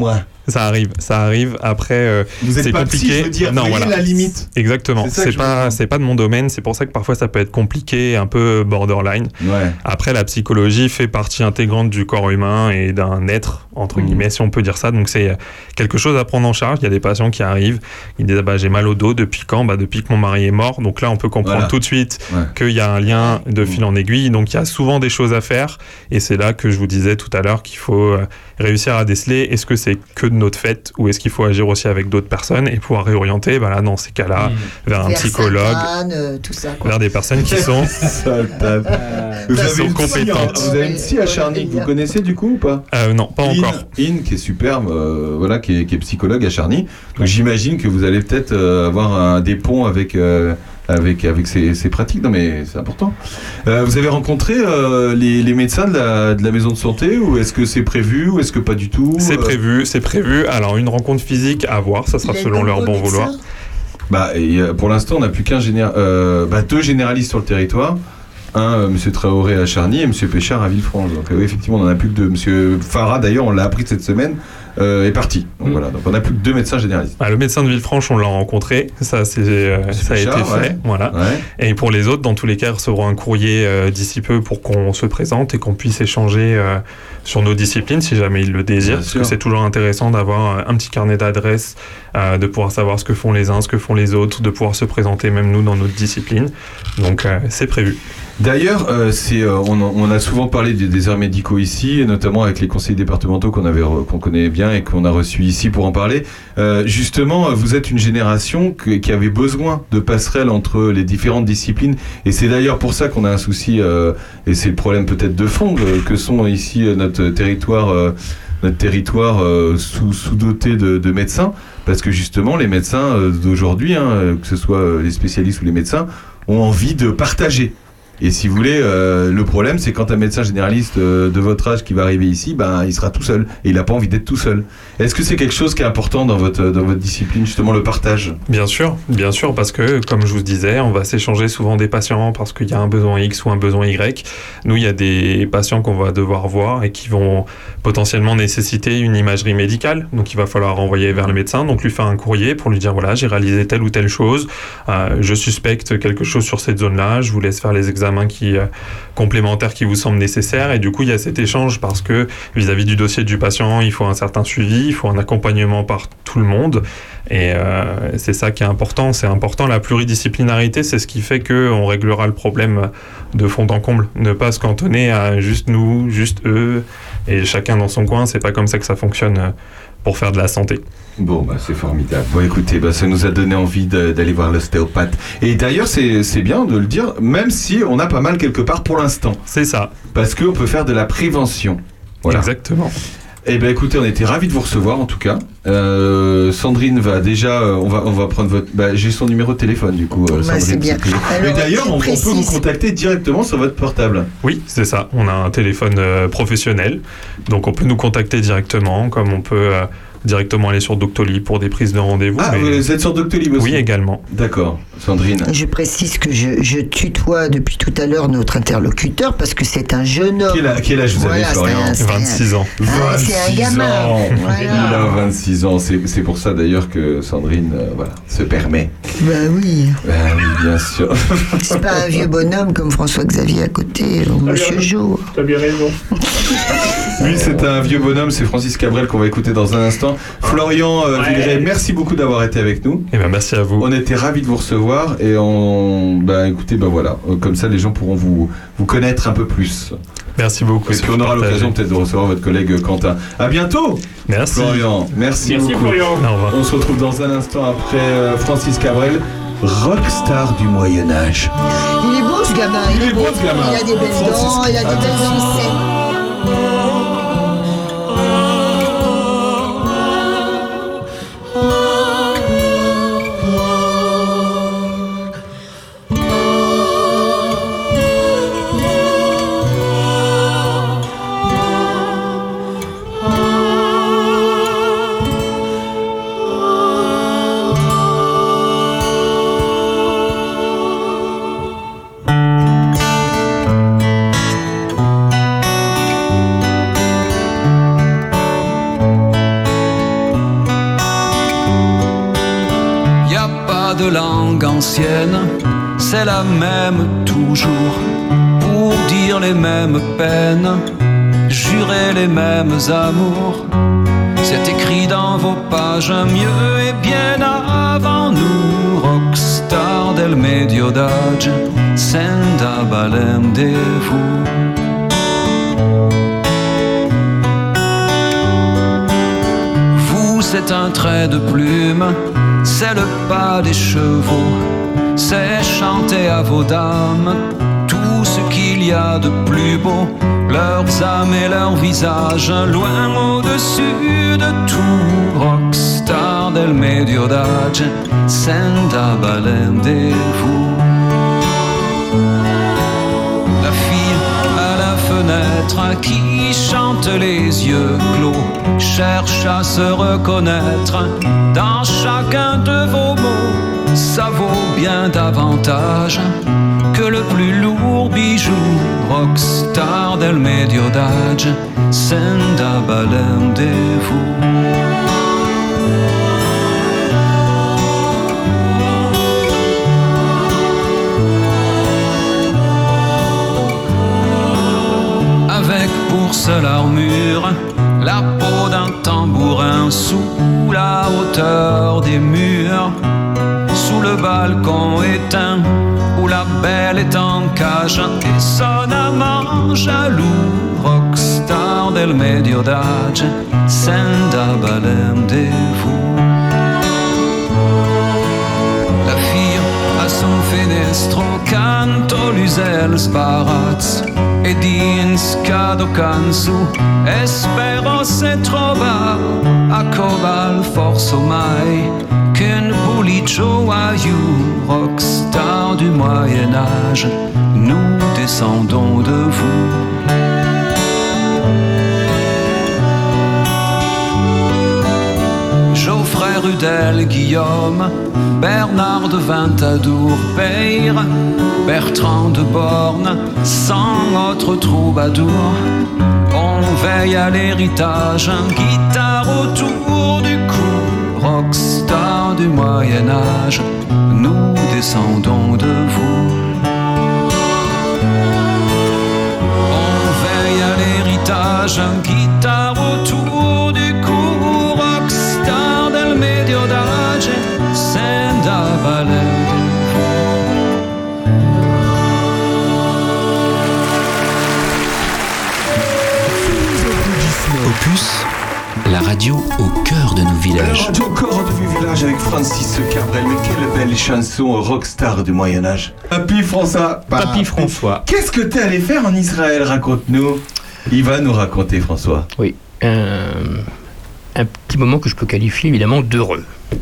Ça arrive, ça arrive. Après, euh, Vous êtes c'est pas compliqué. psy, je veux dire, non, voyez voilà. la limite. Exactement. C'est ça C'est que je pas, c'est pas de mon domaine. C'est pour ça que parfois ça peut être compliqué, un peu borderline. Ouais. Après, la psychologie fait partie intégrante du corps humain et d'un être, entre guillemets, si on peut dire ça. Donc c'est quelque chose à prendre en charge. Il y a des patients qui arrivent, ils disent bah, j'ai mal au dos depuis quand? Bah, depuis que mon mari est mort. Donc là, on peut comprendre Voilà. tout de suite Ouais. qu'il y a un lien de fil en aiguille. Donc il y a souvent des choses à faire. Et c'est là que je vous disais tout à l'heure qu'il faut euh, réussir à déceler est-ce que c'est que de notre fait ou est-ce qu'il faut agir aussi avec d'autres personnes et pouvoir réorienter bah là, dans ces cas-là Mmh. vers un Vers psychologue, Sainte-Anne, euh, tout ça. quoi. vers des personnes qui sont, Sale Vous qui avez sont une psy, compétentes. hein. Vous avez une psy à Charny que vous connaissez du coup ou pas? Euh, non, pas In, encore. In, qui est superbe, euh, voilà, qui est, qui est psychologue à Charny. Donc j'imagine que vous allez peut-être euh, avoir un, des ponts avec, euh, avec, avec ces, ces pratiques. Non mais c'est important. Euh, vous avez rencontré euh, les, les médecins de la, de la maison de santé ou est-ce que c'est prévu ou est-ce que pas du tout? C'est Euh, prévu, c'est prévu. Alors une rencontre physique à voir, ça sera Il y a selon de leur nombreux bon vouloir. médecins. Bah, et, euh, pour l'instant, on n'a plus qu'un général, euh, bah, deux généralistes sur le territoire. Un, euh, M. Traoré à Charny et M. Péchard à Villefranche. Donc, euh, effectivement, on n'en a plus que deux. M. Farah, d'ailleurs, on l'a appris cette semaine, euh, est parti. Donc, Mm. voilà. Donc, on n'a plus que deux médecins généralistes. Ah, le médecin de Villefranche, on l'a rencontré, ça, c'est, euh, ça a Péchard, été fait. ouais. Voilà. Ouais. Et pour les autres, dans tous les cas, ils recevront un courrier euh, d'ici peu pour qu'on se présente et qu'on puisse échanger euh, sur nos disciplines si jamais ils le désirent. Bien Parce sûr. que c'est toujours intéressant d'avoir un petit carnet d'adresses, euh, de pouvoir savoir ce que font les uns, ce que font les autres, de pouvoir se présenter même nous dans notre discipline. Donc euh, c'est prévu. D'ailleurs, euh, c'est, euh, on, on a souvent parlé des déserts médicaux ici, et notamment avec les conseillers départementaux qu'on avait, re- qu'on connaît bien et qu'on a reçus ici pour en parler. Euh, justement, vous êtes une génération que- qui avait besoin de passerelles entre les différentes disciplines, et c'est d'ailleurs pour ça qu'on a un souci, euh, et c'est le problème peut-être de fond euh, que sont ici euh, notre territoire. Euh, notre territoire euh, sous, sous-doté de, de médecins, parce que justement les médecins euh, d'aujourd'hui, hein, euh, que ce soit euh, les spécialistes ou les médecins, ont envie de partager. Et si vous voulez, euh, le problème, c'est quand un médecin généraliste euh, de votre âge qui va arriver ici, ben, il sera tout seul. Et il n'a pas envie d'être tout seul. Est-ce que c'est quelque chose qui est important dans votre, dans votre discipline, justement, le partage? Bien sûr, bien sûr, parce que, comme je vous disais, on va s'échanger souvent des patients parce qu'il y a un besoin X ou un besoin Y. Nous, il y a des patients qu'on va devoir voir et qui vont potentiellement nécessiter une imagerie médicale. Donc, il va falloir renvoyer vers le médecin, donc lui faire un courrier pour lui dire, voilà, j'ai réalisé telle ou telle chose, euh, je suspecte quelque chose sur cette zone-là, je vous laisse faire les examens qui, euh, complémentaires qui vous semblent nécessaires. Et du coup, il y a cet échange parce que vis-à-vis du dossier du patient, il faut un certain suivi, il faut un accompagnement par tout le monde. Et euh, c'est ça qui est important. C'est important, la pluridisciplinarité, c'est ce qui fait qu'on réglera le problème de fond en comble. Ne pas se cantonner à juste nous, juste eux, et chacun dans son coin. C'est pas comme ça que ça fonctionne pour faire de la santé. Bon, bah, c'est formidable. Bon, écoutez, bah, ça nous a donné envie de- d'aller voir l'ostéopathe. Et d'ailleurs, c'est c'est bien de le dire, même si on a pas mal quelque part pour l'instant. C'est ça. Parce qu'on peut faire de la prévention. Voilà. Exactement. Eh bien, écoutez, on était ravis de vous recevoir, en tout cas. Euh, Sandrine va déjà... euh, on, va, on va prendre votre... Bah, j'ai son numéro de téléphone, du coup, euh, Bah, Sandrine. c'est bien. c'est plus- Alors, Mais d'ailleurs, je on, on peut précise. vous contacter directement sur votre portable. Oui, c'est ça. On a un téléphone euh, professionnel. Donc, on peut nous contacter directement, comme on peut euh, directement aller sur Doctolib pour des prises de rendez-vous. Ah, mais- vous êtes sur Doctolib aussi? Oui, également. D'accord. Sandrine. Je précise que je, je tutoie depuis tout à l'heure notre interlocuteur parce que c'est un jeune homme. Quel, a- quel âge vous avez, Voilà, Florian? c'est un- c'est un- vingt-six ans. Ah, c'est un gamin. ans. Voilà. Il a vingt-six ans. C'est c'est pour ça d'ailleurs que Sandrine euh, voilà, se permet. Ben oui. Ben oui, bien sûr. C'est pas un vieux bonhomme comme François-Xavier à côté, ou Monsieur Jour. T'as bien raison. Lui, c'est un vieux bonhomme, c'est Francis Cabrel qu'on va écouter dans un instant. Florian euh, Ouais. Villeray, merci beaucoup d'avoir été avec nous. Eh ben, merci à vous. On était ravis de vous recevoir et on, bah écoutez, bah voilà, Euh, comme ça les gens pourront vous vous connaître un peu plus. Merci beaucoup. Parce qu'on aura l'occasion peut-être de recevoir votre collègue euh, Quentin. À bientôt. Merci. Florian, merci, Merci, beaucoup. Florian. Au revoir. On se retrouve dans un instant après euh, Francis Cabrel, rockstar du Moyen Âge. Il est beau ce gamin, il, Il est est beau. beau, ce gamin. Il a des belles Francis- dents, il a des Ah, belles tout de suite. ficelles. Thank pas de langue ancienne, c'est la même toujours, pour dire les mêmes peines, jurer les mêmes amours. C'est écrit dans vos pages mieux et bien avant nous. Rockstar del medio d'âge, senda balem de vous. Vous, c'est un trait de plume, c'est le pas des chevaux, c'est chanter à vos dames tout ce qu'il y a de plus beau, leurs âmes et leurs visages, loin au-dessus de tout. Rockstar del medio d'âge, senda balem de vous. La fille à la fenêtre qui chante les yeux clos cherche à se reconnaître dans chacun de vos mots. Ça vaut bien davantage que le plus lourd bijou. Rockstar del medio d'âge, senda balem de vous. Avec pour seule armure la peau d'un tambourin sous la hauteur des murs, sous le balcon éteint où la belle est en cage et son amant jaloux. Rockstar del medio d'âge, senda balem de vous. La fille a son fenestro canto l'usel sparaz e dins cado cansu espero se trova a cobal forso mai qu'un bulicio aiu. Rockstar du Moyen-Âge, nous descendons de vous. Geoffrey Rudel, Guillaume, Bernard de Ventadour, Peyre, Bertrand de Borne, cent autres troubadours. On veille à l'héritage, guitare autour du cou. Rockstar du Moyen-Âge, nous descendons de vous. On veille à l'héritage, guitare autour du cou. Rockstar del medio d'âge, senda balem de vous. Opus, la radio au cœur de nos villages. La radio au cœur de nos villages avec Francis Cabrel. Mais quelle belle chanson, Rockstar du Moyen-Âge. Papy François. Papy François. Qu'est-ce que t'es allé faire en Israël? Raconte-nous. Il va nous raconter, François. Oui. Un, un petit moment que je peux qualifier évidemment d'heureux.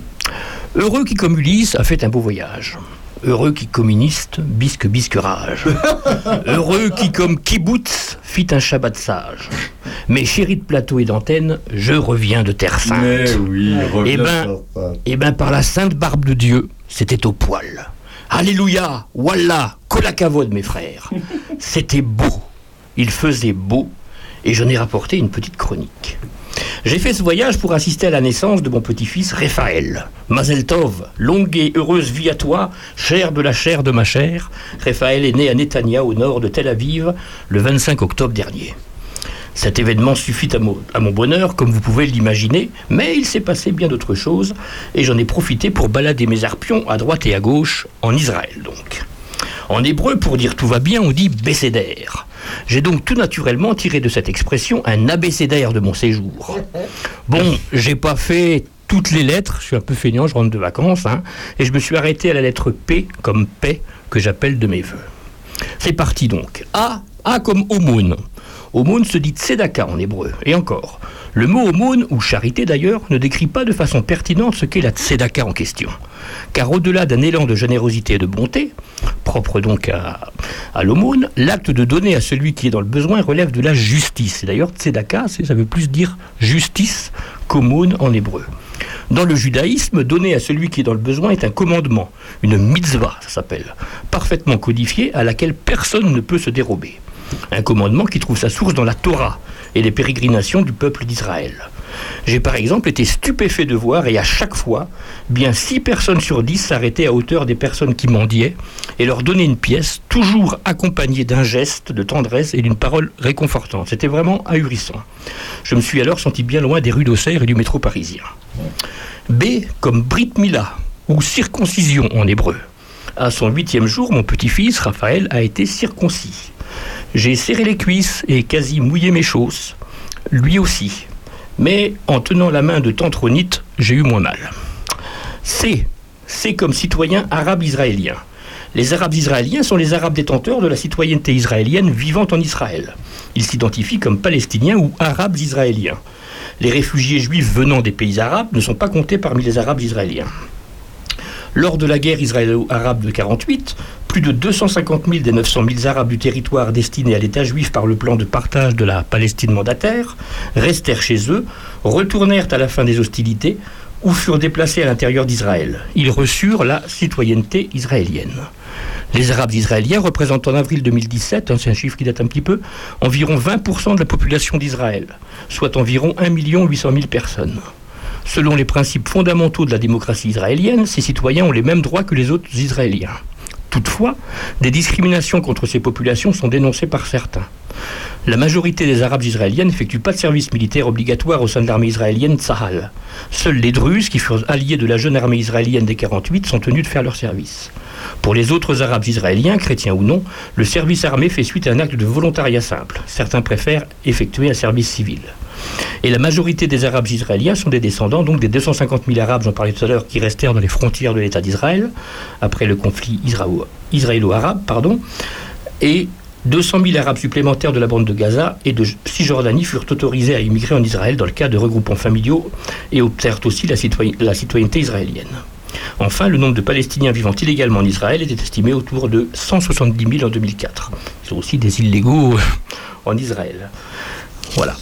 Heureux qui, comme Ulysse, a fait un beau voyage. Heureux qui, communiste, bisque bisque rage. Heureux qui, comme Kibbutz, fit un Shabbat sage. Mais chéri de plateau et d'antenne, je reviens de Terre Sainte. Mais oui, reviens et ben, sur ça. Et ben, par la sainte barbe de Dieu, c'était au poil. Alléluia, Wallah, Kolakavod, mes frères. C'était beau. Il faisait beau. Et je n'ai rapporté une petite chronique. J'ai fait ce voyage pour assister à la naissance de mon petit-fils Raphaël. Mazel Tov, longue et heureuse vie à toi, chair de la chair de ma chair. Raphaël est né à Netanya, au nord de Tel Aviv, le vingt-cinq octobre dernier. Cet événement suffit à mon, à mon bonheur, comme vous pouvez l'imaginer, mais il s'est passé bien d'autres choses, et j'en ai profité pour balader mes arpions à droite et à gauche, en Israël donc. En hébreu, pour dire tout va bien, on dit bécéder. J'ai donc tout naturellement tiré de cette expression un abécédaire de mon séjour. Bon, j'ai pas fait toutes les lettres, je suis un peu feignant, je rentre de vacances, hein, et je me suis arrêté à la lettre P, comme paix, que j'appelle de mes voeux. C'est parti donc. A, A comme aumône. Aumône se dit tzedaka en hébreu. Et encore, le mot aumône, ou charité d'ailleurs, ne décrit pas de façon pertinente ce qu'est la tzedaka en question. Car au-delà d'un élan de générosité et de bonté, propre donc à, à l'aumône, l'acte de donner à celui qui est dans le besoin relève de la justice. Et d'ailleurs, tzedaka, ça veut plus dire justice qu'aumône en hébreu. Dans le judaïsme, donner à celui qui est dans le besoin est un commandement, une mitzvah, ça s'appelle, parfaitement codifié, à laquelle personne ne peut se dérober. Un commandement qui trouve sa source dans la Torah et les pérégrinations du peuple d'Israël. J'ai par exemple été stupéfait de voir, et à chaque fois, bien six personnes sur dix s'arrêtaient à hauteur des personnes qui mendiaient et leur donnaient une pièce, toujours accompagnée d'un geste de tendresse et d'une parole réconfortante. C'était vraiment ahurissant. Je me suis alors senti bien loin des rues d'Auxerre et du métro parisien. B comme Brit Mila, ou circoncision en hébreu. À son huitième jour, mon petit-fils, Raphaël, a été circoncis. J'ai serré les cuisses et quasi mouillé mes chausses. Lui aussi. Mais en tenant la main de tante Ronite, j'ai eu moins mal. C. C comme citoyen arabe israélien. Les Arabes israéliens sont les Arabes détenteurs de la citoyenneté israélienne vivant en Israël. Ils s'identifient comme palestiniens ou Arabes israéliens. Les réfugiés juifs venant des pays arabes ne sont pas comptés parmi les Arabes israéliens. Lors de la guerre israélo-arabe de quarante-huit, plus de deux cent cinquante mille des neuf cent mille Arabes du territoire destinés à l'État juif par le plan de partage de la Palestine mandataire restèrent chez eux, retournèrent à la fin des hostilités ou furent déplacés à l'intérieur d'Israël. Ils reçurent la citoyenneté israélienne. Les Arabes israéliens représentent en avril deux mille dix-sept, hein, c'est un chiffre qui date un petit peu, environ vingt pour cent de la population d'Israël, soit environ un million huit cent mille personnes. Selon les principes fondamentaux de la démocratie israélienne, ces citoyens ont les mêmes droits que les autres Israéliens. Toutefois, des discriminations contre ces populations sont dénoncées par certains. La majorité des Arabes israéliens n'effectuent pas de service militaire obligatoire au sein de l'armée israélienne Tsahal. Seuls les Druzes, qui furent alliés de la jeune armée israélienne dès quarante-huit, sont tenus de faire leur service. Pour les autres Arabes israéliens, chrétiens ou non, le service armé fait suite à un acte de volontariat simple. Certains préfèrent effectuer un service civil. Et la majorité des Arabes israéliens sont des descendants donc des deux cent cinquante mille Arabes, j'en parlais tout à l'heure, qui restèrent dans les frontières de l'État d'Israël, après le conflit israélo-arabe, pardon, et deux cent mille Arabes supplémentaires de la bande de Gaza et de Cisjordanie furent autorisés à immigrer en Israël dans le cadre de regroupements familiaux et obtinrent aussi la, citoyen, la citoyenneté israélienne. Enfin, le nombre de Palestiniens vivant illégalement en Israël était estimé autour de cent soixante-dix mille en deux mille quatre. Ils sont aussi des illégaux en Israël. Voilà.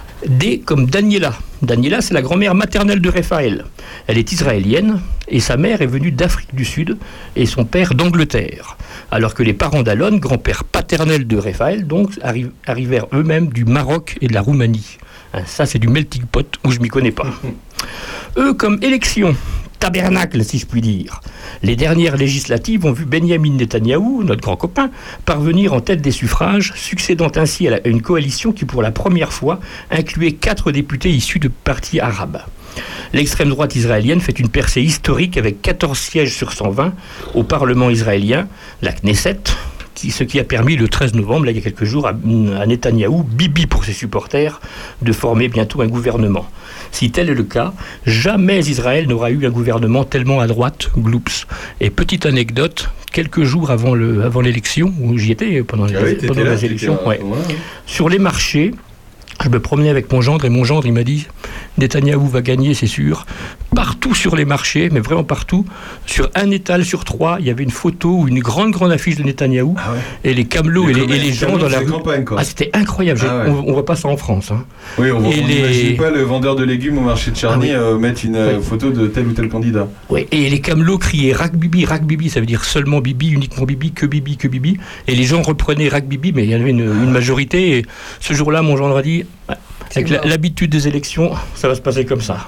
D comme Daniela. Daniela, c'est la grand-mère maternelle de Raphaël. Elle est israélienne et sa mère est venue d'Afrique du Sud et son père d'Angleterre. Alors que les parents d'Alon, grand-père paternel de Raphaël, donc, arri- arrivèrent eux-mêmes du Maroc et de la Roumanie. Hein, ça, c'est du melting pot où je m'y connais pas. Eux comme élection. Tabernacle, si je puis dire. Les dernières législatives ont vu Benyamin Netanyahou, notre grand copain, parvenir en tête des suffrages, succédant ainsi à, la, à une coalition qui, pour la première fois, incluait quatre députés issus de partis arabes. L'extrême droite israélienne fait une percée historique avec quatorze sièges sur cent vingt au Parlement israélien, la Knesset, qui, ce qui a permis le treize novembre, là, il y a quelques jours, à, à Netanyahou, Bibi pour ses supporters, de former bientôt un gouvernement. Si tel est le cas, jamais Israël n'aura eu un gouvernement tellement à droite, gloops. Et petite anecdote, quelques jours avant, le, avant l'élection, où j'y étais pendant, ah les, oui, pendant là, les élections, là, ouais. Ouais. Sur les marchés, je me promenais avec mon gendre et mon gendre, il m'a dit Netanyahou va gagner, c'est sûr. Partout sur les marchés, mais vraiment partout, sur un étal sur trois, il y avait une photo ou une grande, grande affiche de Netanyahou ah ouais. et les camelots les et, les, et les gens dans la rue. Campagne, quoi. Ah, c'était incroyable. Ah ouais. On ne voit pas ça en France. Hein. Oui, on n'imagine les... pas le vendeur de légumes au marché de Charny ah oui. euh, mettre une oui. euh, photo de tel ou tel candidat. Oui, et les camelots criaient Rak Bibi, Rak Bibi, ça veut dire seulement Bibi, uniquement Bibi, que Bibi, que Bibi. Et les gens reprenaient Rak Bibi, mais il y avait une, une majorité. Et ce jour-là, mon gendre a dit avec la, l'habitude des élections, ça va se passer comme ça.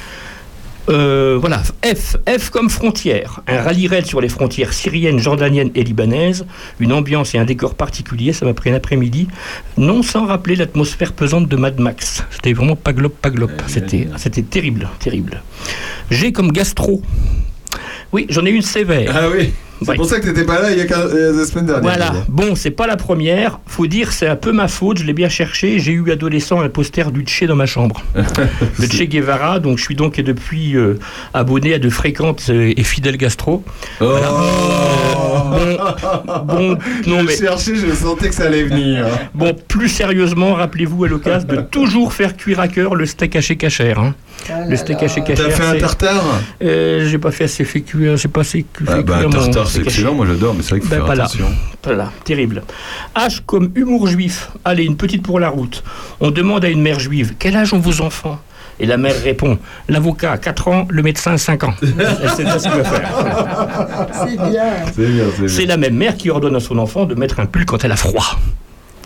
Euh, voilà, F, F comme frontière. Un rallye-raid sur les frontières syriennes, jordaniennes et libanaises. Une ambiance et un décor particulier, ça m'a pris un après-midi. Non sans rappeler l'atmosphère pesante de Mad Max. C'était vraiment pas glop, pas glop. C'était, c'était terrible, terrible. G comme gastro. Oui, j'en ai une sévère. Ah oui. C'est ouais. pour ça que tu n'étais pas là il y a la semaine dernière. Voilà. Bon, c'est pas la première. Faut dire, c'est un peu ma faute. Je l'ai bien cherché. J'ai eu adolescent un poster du Che dans ma chambre. Le Che Guevara. Donc, je suis donc depuis euh, abonné à de fréquentes euh, et fidèles gastro. Oh voilà. euh, bon, bon, non je mais. cherchais, je sentais que ça allait venir. Bon, plus sérieusement, rappelez-vous à l'occasion de toujours faire cuire à cœur le steak haché cachère. Hein. Ah le steak haché cachère. T'as fait un tartare euh, J'ai pas fait assez fait cuire. J'ai pas assez fait ah bah, cuire tartare, mon c'est excellent, moi j'adore, mais c'est vrai qu'il faut ben, faire pas attention. Là. Pas là, terrible. H comme humour juif. Allez, une petite pour la route. On demande à une mère juive, quel âge ont vos enfants ? Et la mère répond, l'avocat quatre ans, le médecin cinq ans. Elle sait pas ce qu'il va faire. C'est bien. C'est bien, c'est bien. C'est la même mère qui ordonne à son enfant de mettre un pull quand elle a froid.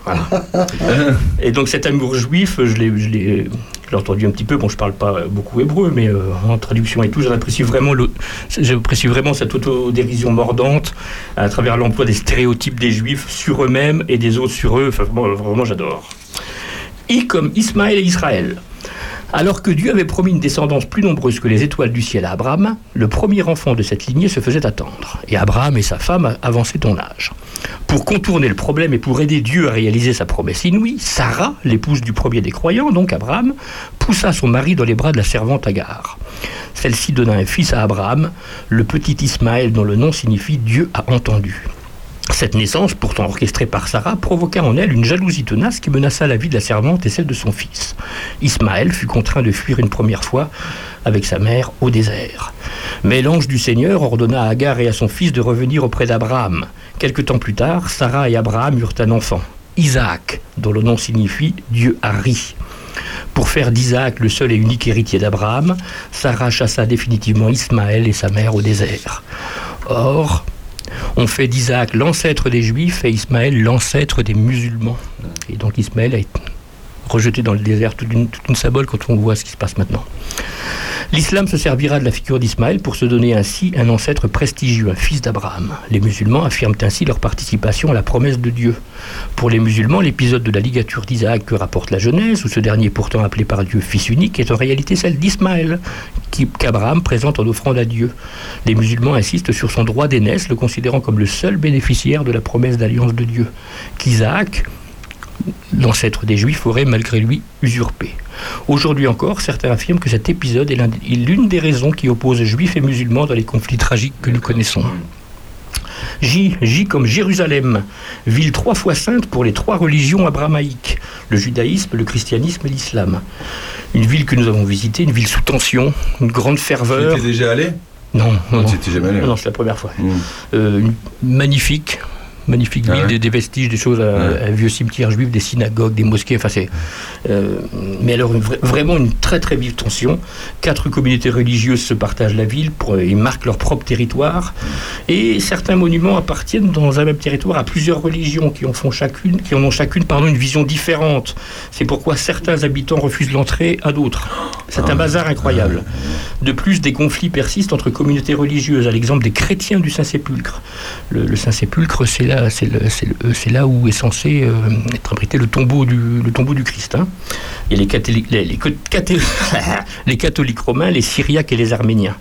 Voilà. Et donc cet amour juif, je l'ai, je l'ai, je l'ai entendu un petit peu. Bon, je parle pas beaucoup hébreu, mais euh, en traduction et tout, j'apprécie vraiment, le, j'apprécie vraiment cette autodérision mordante à travers l'emploi des stéréotypes des juifs sur eux-mêmes et des autres sur eux. Enfin, bon, vraiment, j'adore. I comme Ismaël et Israël. Alors que Dieu avait promis une descendance plus nombreuse que les étoiles du ciel à Abraham, le premier enfant de cette lignée se faisait attendre. Et Abraham et sa femme avançaient en âge. Pour contourner le problème et pour aider Dieu à réaliser sa promesse inouïe, Sarah, l'épouse du premier des croyants, donc Abraham, poussa son mari dans les bras de la servante Agar. Celle-ci donna un fils à Abraham, le petit Ismaël dont le nom signifie « Dieu a entendu ». Cette naissance, pourtant orchestrée par Sarah, provoqua en elle une jalousie tenace qui menaça la vie de la servante et celle de son fils. Ismaël fut contraint de fuir une première fois avec sa mère au désert. Mais l'ange du Seigneur ordonna à Agar et à son fils de revenir auprès d'Abraham. Quelque temps plus tard, Sarah et Abraham eurent un enfant, Isaac, dont le nom signifie « Dieu a ri ». Pour faire d'Isaac le seul et unique héritier d'Abraham, Sarah chassa définitivement Ismaël et sa mère au désert. Or, on fait d'Isaac l'ancêtre des Juifs et Ismaël l'ancêtre des musulmans. Et donc Ismaël a été rejeté dans le désert, toute une, toute une symbole quand on voit ce qui se passe maintenant. L'islam se servira de la figure d'Ismaël pour se donner ainsi un ancêtre prestigieux, un fils d'Abraham. Les musulmans affirment ainsi leur participation à la promesse de Dieu. Pour les musulmans, l'épisode de la ligature d'Isaac que rapporte la Genèse, où ce dernier pourtant appelé par Dieu fils unique, est en réalité celle d'Ismaël, qui, qu'Abraham présente en offrande à Dieu. Les musulmans insistent sur son droit d'aînesse, le considérant comme le seul bénéficiaire de la promesse d'alliance de Dieu, qu'Isaac, l'ancêtre des Juifs, aurait malgré lui usurpé. Aujourd'hui encore, certains affirment que cet épisode est, l'un, est l'une des raisons qui opposent Juifs et musulmans dans les conflits tragiques que nous connaissons. J, J comme Jérusalem, ville trois fois sainte pour les trois religions abrahamaïques, le judaïsme, le christianisme et l'islam. Une ville que nous avons visitée, une ville sous tension, une grande ferveur. Tu étais déjà allé ? Non, non, non, tu étais jamais allé. Non, non, c'est la première fois. Mmh. Euh, une, magnifique. Magnifique ville, ah ouais. des, des vestiges, des choses, un, ouais. un vieux cimetière juif, des synagogues, des mosquées, enfin c'est... Euh, mais alors une, vraiment une très très vive tension. Quatre communautés religieuses se partagent la ville pour, et marquent leur propre territoire. Et certains monuments appartiennent dans un même territoire à plusieurs religions qui en font chacune, qui en ont chacune pardon, une vision différente. C'est pourquoi certains habitants refusent l'entrée à d'autres. C'est un bazar incroyable. De plus, des conflits persistent entre communautés religieuses, à l'exemple des chrétiens du Saint-Sépulcre. Le, le Saint-Sépulcre, c'est là, c'est, le, c'est, le, c'est là où est censé euh, être abrité le tombeau du, le tombeau du Christ. Hein. Il y a les catholiques, les, les, catholiques, les catholiques romains, les syriaques et les arméniens.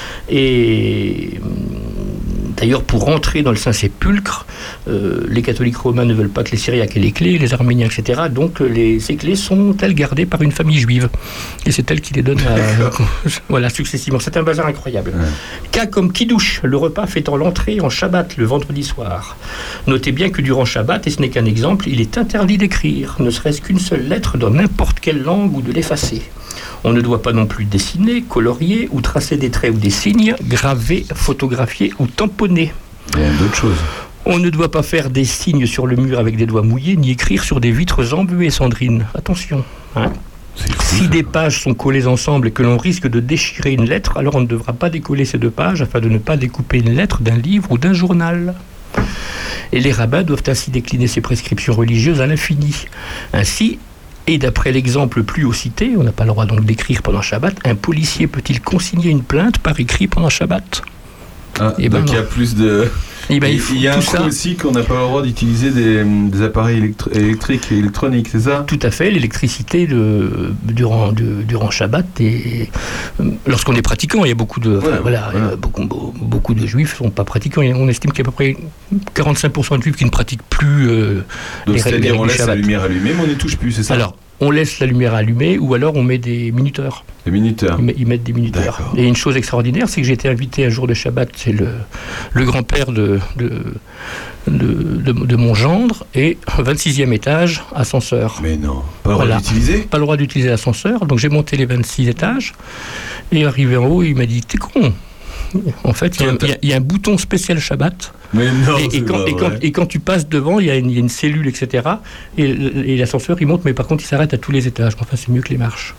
Et d'ailleurs, pour rentrer dans le Saint-Sépulcre, euh, les catholiques romains ne veulent pas que les syriaques aient les clés, les arméniens, et cetera. Donc, les, ces clés sont-elles gardées par une famille juive. Et c'est elle qui les donne à, voilà, successivement. C'est un bazar incroyable. Ouais. Cas comme Kiddush, le repas fêtant l'entrée en Shabbat, le vendredi soir. Notez bien que durant Shabbat, et ce n'est qu'un exemple, il est interdit d'écrire, ne serait-ce qu'une seule lettre dans n'importe quelle langue ou de l'effacer. On ne doit pas non plus dessiner, colorier ou tracer des traits ou des signes, graver, photographier ou tamponner. Il y a d'autres choses. On ne doit pas faire des signes sur le mur avec des doigts mouillés, ni écrire sur des vitres embuées, Sandrine. Attention, hein. Si des pages sont collées ensemble et que l'on risque de déchirer une lettre, alors on ne devra pas décoller ces deux pages afin de ne pas découper une lettre d'un livre ou d'un journal. Et les rabbins doivent ainsi décliner ces prescriptions religieuses à l'infini. Ainsi, et d'après l'exemple plus haut cité, on n'a pas le droit donc d'écrire pendant Shabbat, un policier peut-il consigner une plainte par écrit pendant Shabbat ? Ah, et donc ben il y a plus de... Et ben, il, il y a un coup aussi qu'on n'a pas le droit d'utiliser des, des appareils électro- électriques et électroniques, c'est ça ? Tout à fait, l'électricité de, durant, de, durant Shabbat, et lorsqu'on est pratiquant, il y a beaucoup de, enfin, ouais, voilà, voilà. Beaucoup, beaucoup de juifs ne sont pas pratiquants. On estime qu'il y a à peu près quarante-cinq pour cent de juifs qui ne pratiquent plus euh, donc, les c'est-à-dire on laisse Shabbat. La lumière allumée, mais on n'y touche plus, c'est ça ? Alors, on laisse la lumière allumée ou alors on met des minuteurs. Des minuteurs. Ils, ils mettent des minuteurs. D'accord. Et une chose extraordinaire, c'est que j'ai été invité un jour de Shabbat, c'est le, le grand-père de, de, de, de, de mon gendre, et vingt-sixième étage, ascenseur. Mais non, pas le droit voilà. d'utiliser ? Pas le droit d'utiliser l'ascenseur, donc j'ai monté les vingt-six étages, et arrivé en haut, il m'a dit « T'es con !» En fait, il y, y, y a un bouton spécial Shabbat. Mais non, et, et, quand, et, quand, et quand tu passes devant, il y, y a une cellule, et cetera. Et, et l'ascenseur, il monte, mais par contre, il s'arrête à tous les étages. Enfin, c'est mieux que les marches.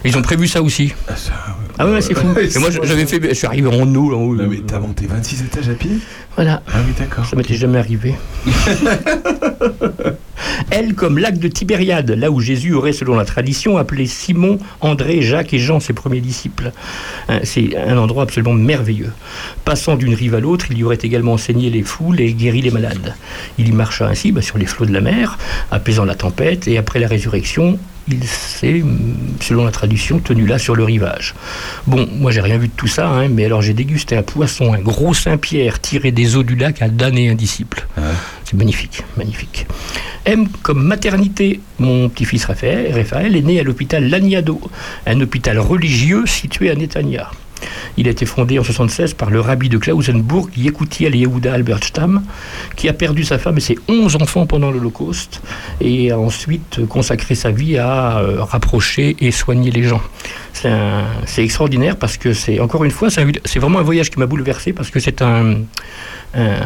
Ils ont prévu ça aussi. Ah, ça, Ah ouais, c'est fou. Et moi, j'avais fait, je suis arrivé en haut. En haut non, mais t'as monté vingt-six étages à pied? Voilà. Ah oui, d'accord. Ça m'était jamais arrivé. Elle, comme lac de Tibériade, là où Jésus aurait, selon la tradition, appelé Simon, André, Jacques et Jean, ses premiers disciples. Hein, c'est un endroit absolument merveilleux. Passant d'une rive à l'autre, il y aurait également enseigné les foules et guéri les malades. Il y marcha ainsi bah, sur les flots de la mer, apaisant la tempête, et après la résurrection, il s'est, selon la tradition, tenu là sur le rivage. Bon, moi j'ai rien vu de tout ça, hein, mais alors j'ai dégusté un poisson, un gros Saint-Pierre tiré des eaux du lac à damner un disciple. Ouais. C'est magnifique, magnifique. M comme maternité, mon petit-fils Raphaël, Raphaël est né à l'hôpital Laniado, un hôpital religieux situé à Netanya. Il a été fondé en soixante-seize par le rabbi de Klausenburg, Yekutiel Yehuda Albertstam, qui a perdu sa femme et ses onze enfants pendant l'Holocauste et a ensuite consacré sa vie à euh, rapprocher et soigner les gens. C'est, un, c'est extraordinaire parce que c'est, encore une fois, c'est, un, c'est vraiment un voyage qui m'a bouleversé parce que c'est un, un,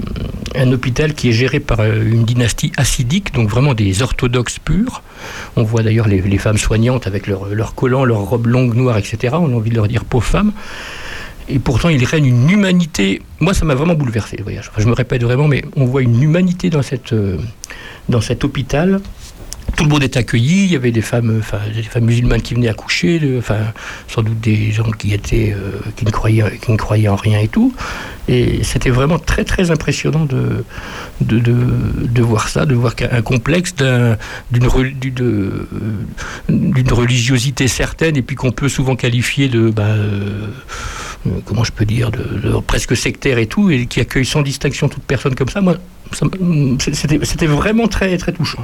un hôpital qui est géré par une dynastie hassidique, donc vraiment des orthodoxes purs. On voit d'ailleurs les, les femmes soignantes avec leurs leur collants, leurs robes longues noires, et cetera. On a envie de leur dire pauvres femmes. Et pourtant, il règne une humanité. Moi, ça m'a vraiment bouleversé, le voyage. Enfin, je me répète vraiment, mais on voit une humanité dans, cette, euh, dans cet hôpital. Tout le monde est accueilli. Il y avait des femmes, enfin, des femmes musulmanes qui venaient accoucher, de, enfin, sans doute des gens qui étaient, euh, qui ne croyaient, qui ne croyaient en rien et tout. Et c'était vraiment très, très impressionnant de, de, de, de voir ça, de voir qu'un complexe d'un, d'une, d'une, d'une religiosité certaine, et puis qu'on peut souvent qualifier de, bah, euh, comment je peux dire, de, de presque sectaire et tout, et qui accueille sans distinction toute personne comme ça. Moi, ça, c'était, c'était vraiment très, très touchant.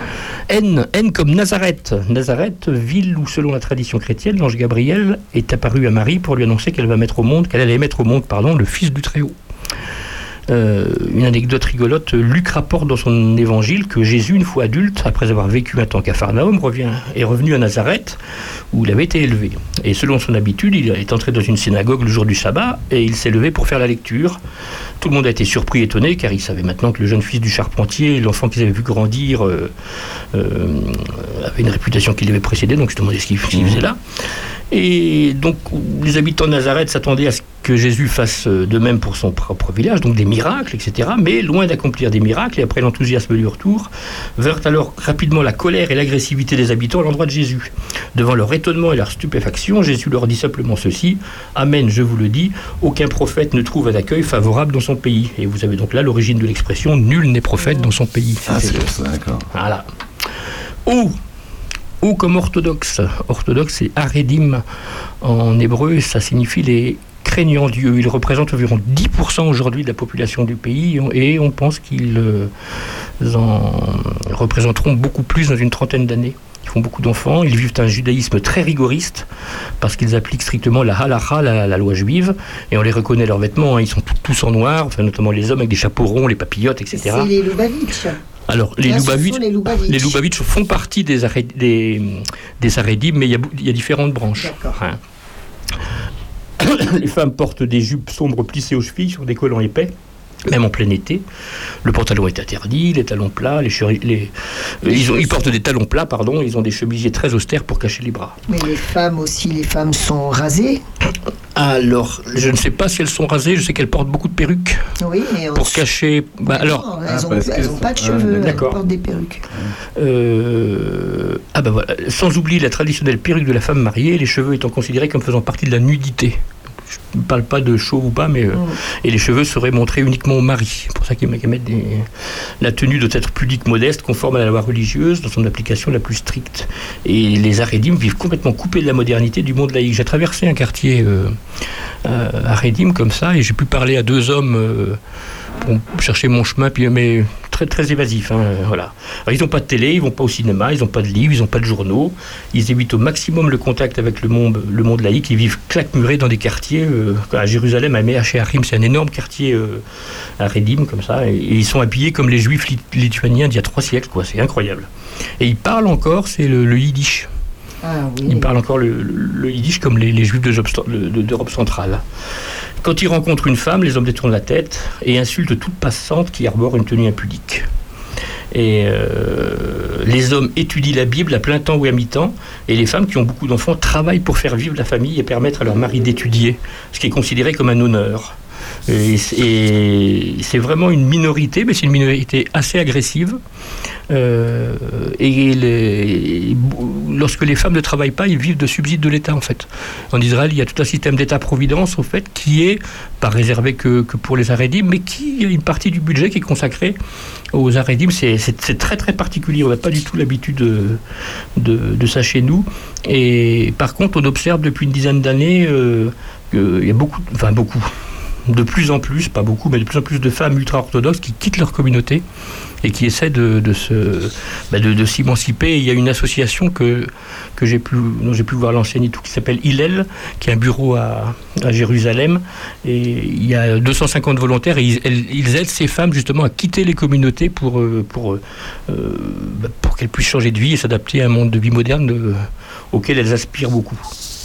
N, N comme Nazareth. Nazareth, ville où, selon la tradition chrétienne, l'ange Gabriel est apparu à Marie pour lui annoncer qu'elle va mettre au monde, qu'elle allait mettre au monde, pardon, le Fils du Très-Haut. Euh, une anecdote rigolote, Luc rapporte dans son évangile que Jésus, une fois adulte, après avoir vécu un temps qu'à Capharnaüm, revient, est revenu à Nazareth, où il avait été élevé. Et selon son habitude, il est entré dans une synagogue le jour du sabbat, et il s'est levé pour faire la lecture. Tout le monde a été surpris, étonné, car il savait maintenant que le jeune fils du charpentier, l'enfant qu'ils avaient vu grandir, euh, euh, avait une réputation qui l'avait précédé, donc je demandais ce qu'il, ce qu'il faisait là. Et donc, les habitants de Nazareth s'attendaient à ce que Jésus fasse de même pour son propre village, donc des miracles, et cetera. Mais loin d'accomplir des miracles, et après l'enthousiasme du retour, vinrent alors rapidement la colère et l'agressivité des habitants à l'endroit de Jésus. Devant leur étonnement et leur stupéfaction, Jésus leur dit simplement ceci: « Amen, je vous le dis, aucun prophète ne trouve un accueil favorable dans son pays. » Et vous avez donc là l'origine de l'expression « Nul n'est prophète dans son pays ». Ah, c'est pour ça, d'accord. Voilà. Oh Ou comme orthodoxe. Orthodoxe, c'est Haredim en hébreu, ça signifie les craignants Dieu. Ils représentent environ dix pour cent aujourd'hui de la population du pays et on pense qu'ils en représenteront beaucoup plus dans une trentaine d'années. Ils font beaucoup d'enfants, ils vivent un judaïsme très rigoriste parce qu'ils appliquent strictement la halakha, la, la loi juive, et on les reconnaît leurs vêtements, hein, ils sont tous, tous en noir, enfin, notamment les hommes avec des chapeaux ronds, les papillotes, et cetera. C'est les Lubavitch. Alors, les Lubavitch, les Lubavitch. les Lubavitch font partie des, Hared, des, des Haredim, mais il y a, il y a différentes branches. Hein. Les femmes portent des jupes sombres plissées aux chevilles sur des collants épais, même en plein été. Le pantalon est interdit, les talons plats, les, cheri- les, les ils, ont, ils portent des talons plats, pardon, ils ont des chemisiers très austères pour cacher les bras. Mais les femmes aussi, les femmes sont rasées. Alors, je ne sais pas si elles sont rasées, je sais qu'elles portent beaucoup de perruques. Oui, mais pour cacher. Bah, non, alors, elles n'ont ah, pas de cheveux, ah, elles portent des perruques. Euh, ah ben voilà, sans oublier la traditionnelle perruque de la femme mariée, les cheveux étant considérés comme faisant partie de la nudité. Je ne parle pas de chauve ou pas, mais euh, mmh. et les cheveux seraient montrés uniquement au mari. C'est pour ça qu'ils mettent des... La tenue doit être pudique, modeste, conforme à la loi religieuse, dans son application la plus stricte. Et les Haredim vivent complètement coupés de la modernité du monde laïque. J'ai traversé un quartier euh, euh, Haredim comme ça, et j'ai pu parler à deux hommes euh, pour chercher mon chemin, puis, mais très, très évasifs. Hein, voilà. Alors, ils n'ont pas de télé, ils ne vont pas au cinéma, ils n'ont pas de livres, ils n'ont pas de journaux. Ils évitent au maximum le contact avec le monde, le monde laïque. Ils vivent claquemurés dans des quartiers. Euh, à Jérusalem, à Meaché-Harim, c'est un énorme quartier euh, à Redim, comme ça. Et, et ils sont habillés comme les juifs lit- lituaniens d'il y a trois siècles, quoi. C'est incroyable. Et ils parlent encore, c'est le, le yiddish. Ah, oui. Ils parlent encore le, le, le yiddish comme les, les juifs de Job, de, de, d'Europe centrale. Quand ils rencontrent une femme, les hommes détournent la tête et insultent toute passante qui arbore une tenue impudique. Et euh, les hommes étudient la Bible à plein temps ou à mi-temps, et les femmes qui ont beaucoup d'enfants travaillent pour faire vivre la famille et permettre à leur mari d'étudier, ce qui est considéré comme un honneur. Et, et c'est vraiment une minorité, mais c'est une minorité assez agressive. Euh, et les, lorsque les femmes ne travaillent pas, ils vivent de subsides de l'État en fait. En Israël, il y a tout un système d'État-providence en fait qui est pas réservé que, que pour les Haredim, mais qui a une partie du budget qui est consacrée aux Haredim. C'est, c'est, c'est très très particulier. On n'a pas du tout l'habitude de, de, de ça chez nous. Et par contre, on observe depuis une dizaine d'années euh, qu'il y a beaucoup, enfin beaucoup. de plus en plus, pas beaucoup, mais de plus en plus de femmes ultra-orthodoxes qui quittent leur communauté et qui essaient de, de, se, bah de, de s'émanciper. Et il y a une association que, que j'ai pu, dont j'ai pu voir l'enseigne et tout, qui s'appelle Hillel, qui a un bureau à, à Jérusalem. Et il y a deux cent cinquante volontaires et ils, ils aident ces femmes justement à quitter les communautés pour, pour, euh, bah pour qu'elles puissent changer de vie et s'adapter à un monde de vie moderne de, auquel elles aspirent beaucoup.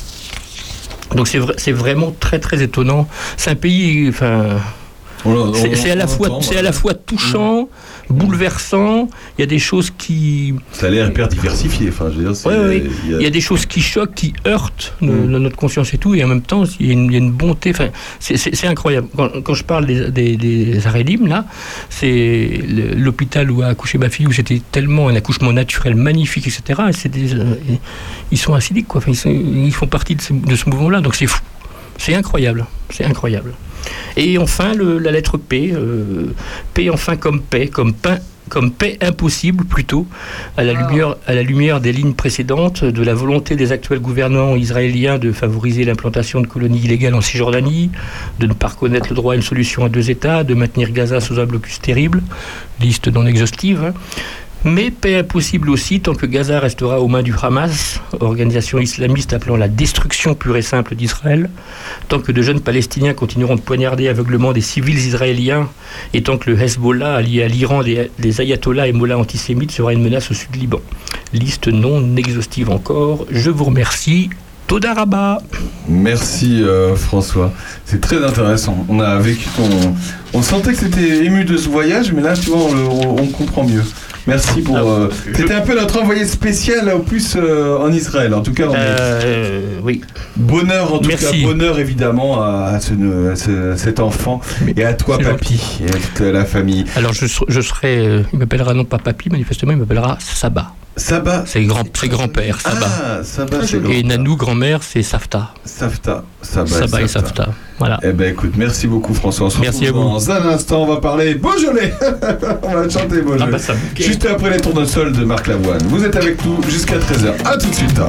Donc c'est, vrai, c'est vraiment très très étonnant. C'est un pays, enfin, on, c'est, on, c'est, à la fois, entend, c'est à la fois touchant, mmh. bouleversant. Il y a des choses qui. Ça a l'air hyper diversifié. Enfin, je veux dire, c'est, ouais, ouais. Il, y a... il y a des choses qui choquent, qui heurtent mmh. nos, notre conscience et tout, et en même temps, il y a une, il y a une bonté. Enfin, c'est, c'est, c'est incroyable. Quand, quand je parle des, des, des Haredim, là, c'est l'hôpital où a accouché ma fille, où c'était tellement un accouchement naturel, magnifique, et cetera. Et c'est des, euh, ils sont acidiques, quoi. Enfin, ils, sont, ils font partie de ce, de ce mouvement-là, donc c'est fou. C'est incroyable. C'est incroyable. Et enfin, le, la lettre P, euh, P enfin comme paix, comme pain, comme paix impossible plutôt, à la, lumière, à la lumière des lignes précédentes, de la volonté des actuels gouvernants israéliens de favoriser l'implantation de colonies illégales en Cisjordanie, de ne pas reconnaître le droit à une solution à deux États, de maintenir Gaza sous un blocus terrible, liste non exhaustive, hein. Mais paix impossible aussi tant que Gaza restera aux mains du Hamas, organisation islamiste appelant la destruction pure et simple d'Israël, tant que de jeunes Palestiniens continueront de poignarder aveuglement des civils israéliens, et tant que le Hezbollah, allié à l'Iran des, des ayatollahs et mollahs antisémites, sera une menace au sud Liban. Liste non exhaustive encore. Je vous remercie. Toda Rabba. Merci euh, François, c'est très intéressant. On a vécu ton... On sentait que c'était ému de ce voyage, mais là tu vois on, le, on, on comprend mieux. Merci pour... Euh, c'était un peu notre envoyé spécial au plus euh, en Israël. En tout cas, on euh, est... oui. Bonheur en tout Merci. cas, bonheur évidemment à, ce, à ce, cet enfant et à toi, papy, et à toute la famille. Alors je, je serai... Euh, il m'appellera non pas papy, manifestement, il m'appellera Saba. Saba. C'est, grand, c'est grand-père, Saba. Ah, Saba, c'est Et Nanou, grand-mère, c'est Safta. Safta. Saba, Saba et Safta. Voilà. Eh ben écoute, merci beaucoup François. On se merci à vous. Dans un instant, on va parler Beaujolais. On va chanter Beaujolais. Ah bah ça, okay. Juste après les tournesols de Marc Lavoine. Vous êtes avec nous jusqu'à treize heures. A tout de suite.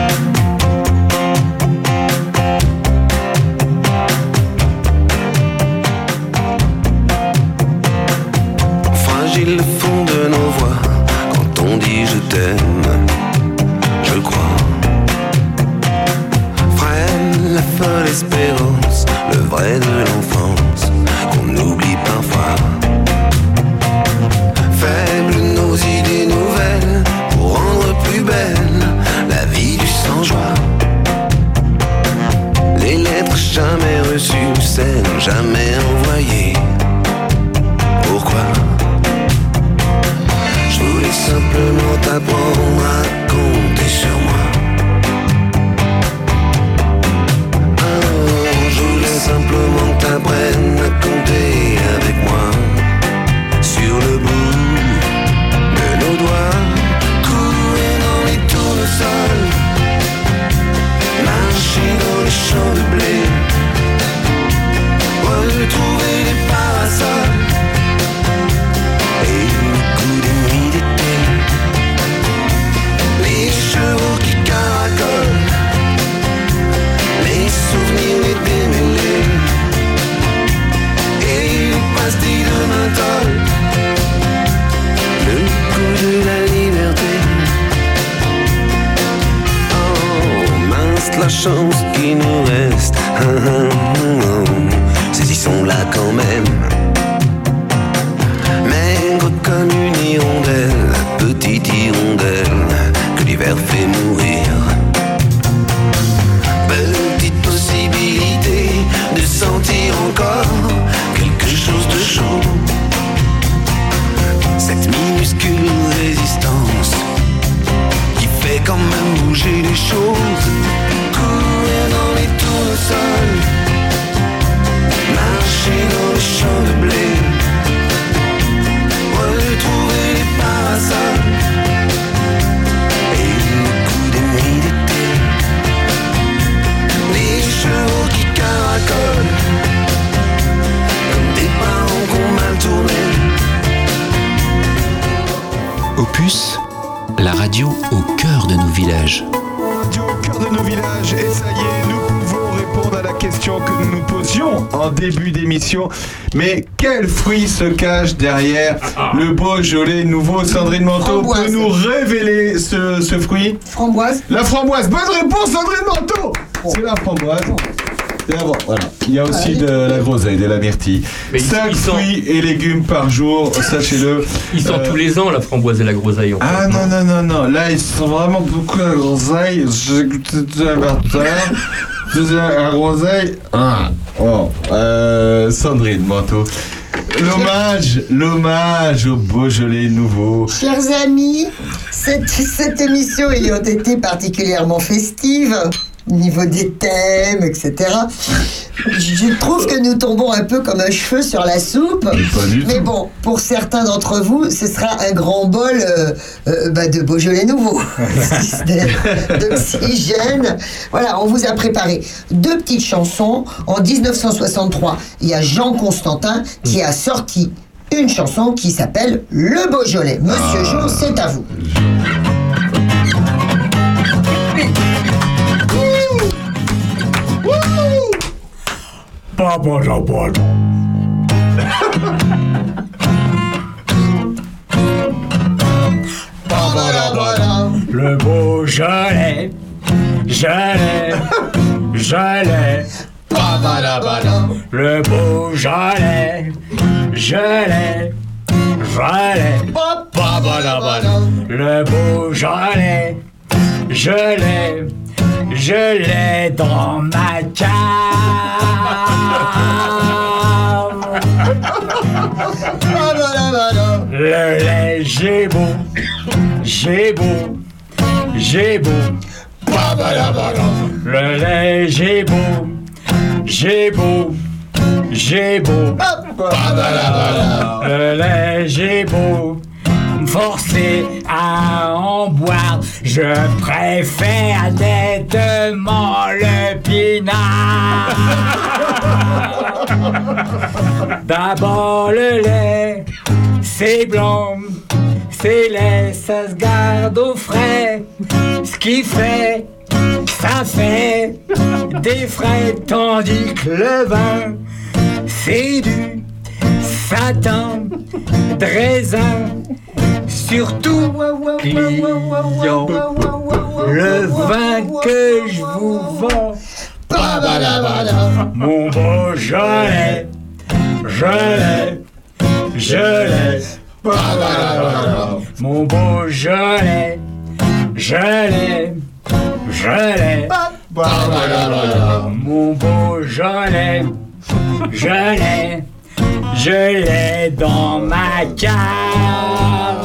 Fragile le fond de nos voix. On dit je t'aime, je crois. Freine la folle espérance, le vrai de l'enfance, qu'on oublie parfois. Faibles nos idées nouvelles, pour rendre plus belle la vie du sans-joie. Les lettres jamais reçues, celles jamais envoyées. Pourquoi ? Je voulais simplement t'apprendre à compter sur moi. Oh, je voulais simplement que t'apprennes à compter avec moi. Sur le bout de nos doigts, courir dans les tournesols, marcher dans les champs de blé, retrouver les parasols. Et le coup des nuits d'été, les chevaux qui caracolent, les souvenirs, les démêlés, et les pastilles de menthol, le coup de la liberté. Oh, mince la chance qui nous reste, saisissons-la quand même. Maigre comme une hirondelle, petite hirondelle que l'hiver fait mourir. Petite possibilité de sentir encore quelque chose de chaud. Cette minuscule Campus, la radio au cœur de nos villages. Radio au cœur de nos villages, et ça y est, nous pouvons répondre à la question que nous nous posions en début d'émission. Mais quel fruit se cache derrière le Beaujolais nouveau? Sandrine Manteau Framboise. peut nous révéler ce, ce fruit? Framboise. La framboise, bonne réponse Sandrine Manteau. C'est la framboise. Et avant, voilà. Il y a aussi de la groseille, de la myrtille. cinq fruits et légumes par jour, sachez-le. Ils sortent Euh, tous les ans, la framboise et la groseille. en Ah fait. non, non, non, non. Là, ils sont vraiment beaucoup la groseille. J'ai goûté tout à l'heure. La groseille. Ah, oh. Euh, Sandrine Manteau. L'hommage, l'hommage au Beaujolais nouveau. Chers amis, cette, cette émission ayant été particulièrement festive, au niveau des thèmes, et cetera, je trouve que nous tombons un peu comme un cheveu sur la soupe. Pas du Mais tout. bon, pour certains d'entre vous, ce sera un grand bol euh, euh, bah, de Beaujolais nouveau, d'oxygène. Voilà, on vous a préparé deux petites chansons. En dix-neuf cent soixante-trois, il y a Jean Constantin qui a sorti une chanson qui s'appelle Le Beaujolais. Monsieur Ah. Jo, c'est à vous. Papa Jean-Paul. Le Beaujolais, je l'ai, je l'ai. Le Beaujolais, je l'ai, je l'ai. Le Beaujolais, je l'ai, je l'ai dans ma cave. Le lait, j'ai beau, j'ai beau, j'ai beau. Le lait, j'ai beau, j'ai beau, j'ai beau. Le lait, j'ai beau, forcé à en boire. Je préfère nettement le pinard. D'abord le lait, c'est blanc, c'est lait, ça se garde au frais. Ce qui fait, ça fait des frais, tandis que le vin, c'est du satin, de raisin, surtout client. Le vin que je vous vends, mon Beaujolais, je l'ai, je l'ai. Mon Beaujolais, je l'ai, je l'ai. Mon Beaujolais, je l'ai, je l'ai dans ma cave.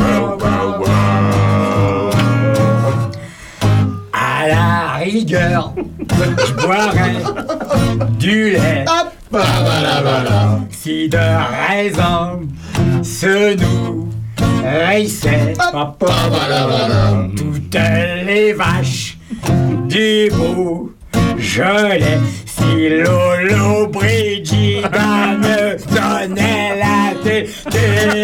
À la rigueur, je boirais du lait, si de raisin se nourrissait toutes les vaches du Beaujolais. Si Lolo Brigida me donnait la tétée.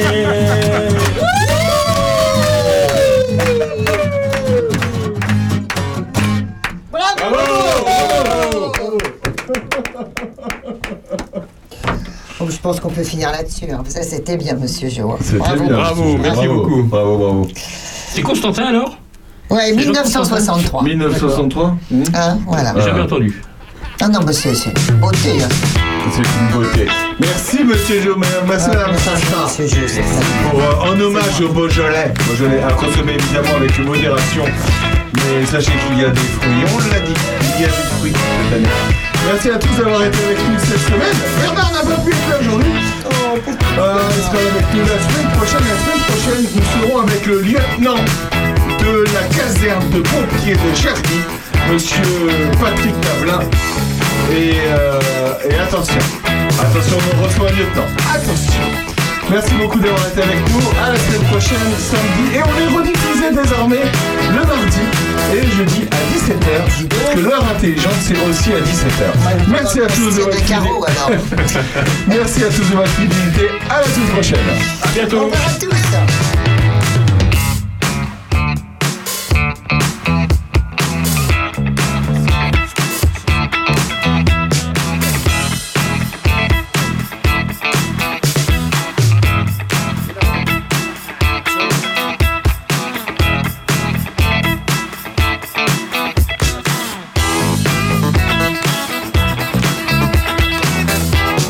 Oh, je pense qu'on peut finir là-dessus. hein. Ça, c'était bien, monsieur Jo. C'était Bravo. bien. Bravo, merci Bravo, beaucoup. Bravo, bravo. C'est Constantin alors? Ouais, dix-neuf cent soixante-trois. dix-neuf cent soixante-trois mmh. Hein, voilà. J'ai jamais entendu. Ah non, monsieur, c'est une beauté. hein. C'est une beauté. Merci, monsieur Jo, madame Massala. Monsieur Jo, c'est ça. Pour, euh, en hommage au Beaujolais. Beaujolais à consommer évidemment avec modération. Mais sachez qu'il y a des fruits, on l'a dit, il y a des fruits cette année. Merci à tous d'avoir été avec nous cette semaine. Bernard n'a pas pu être là aujourd'hui. Euh, il sera avec nous la semaine prochaine. La semaine prochaine, nous serons avec le lieutenant de la caserne de pompiers de Cherny, monsieur Patrick Tablin. Et, euh, et attention, attention, on reçoit un lieutenant. Attention. Merci beaucoup d'avoir été avec nous. À la semaine prochaine, samedi. Et on est rediffusé désormais le mardi et le jeudi à dix-sept heures. Parce que l'heure intelligente, c'est aussi à dix-sept heures. Merci à tous de votre fidélité. Merci à tous de votre fidélité. À la semaine prochaine. À bientôt. Au revoir à tous.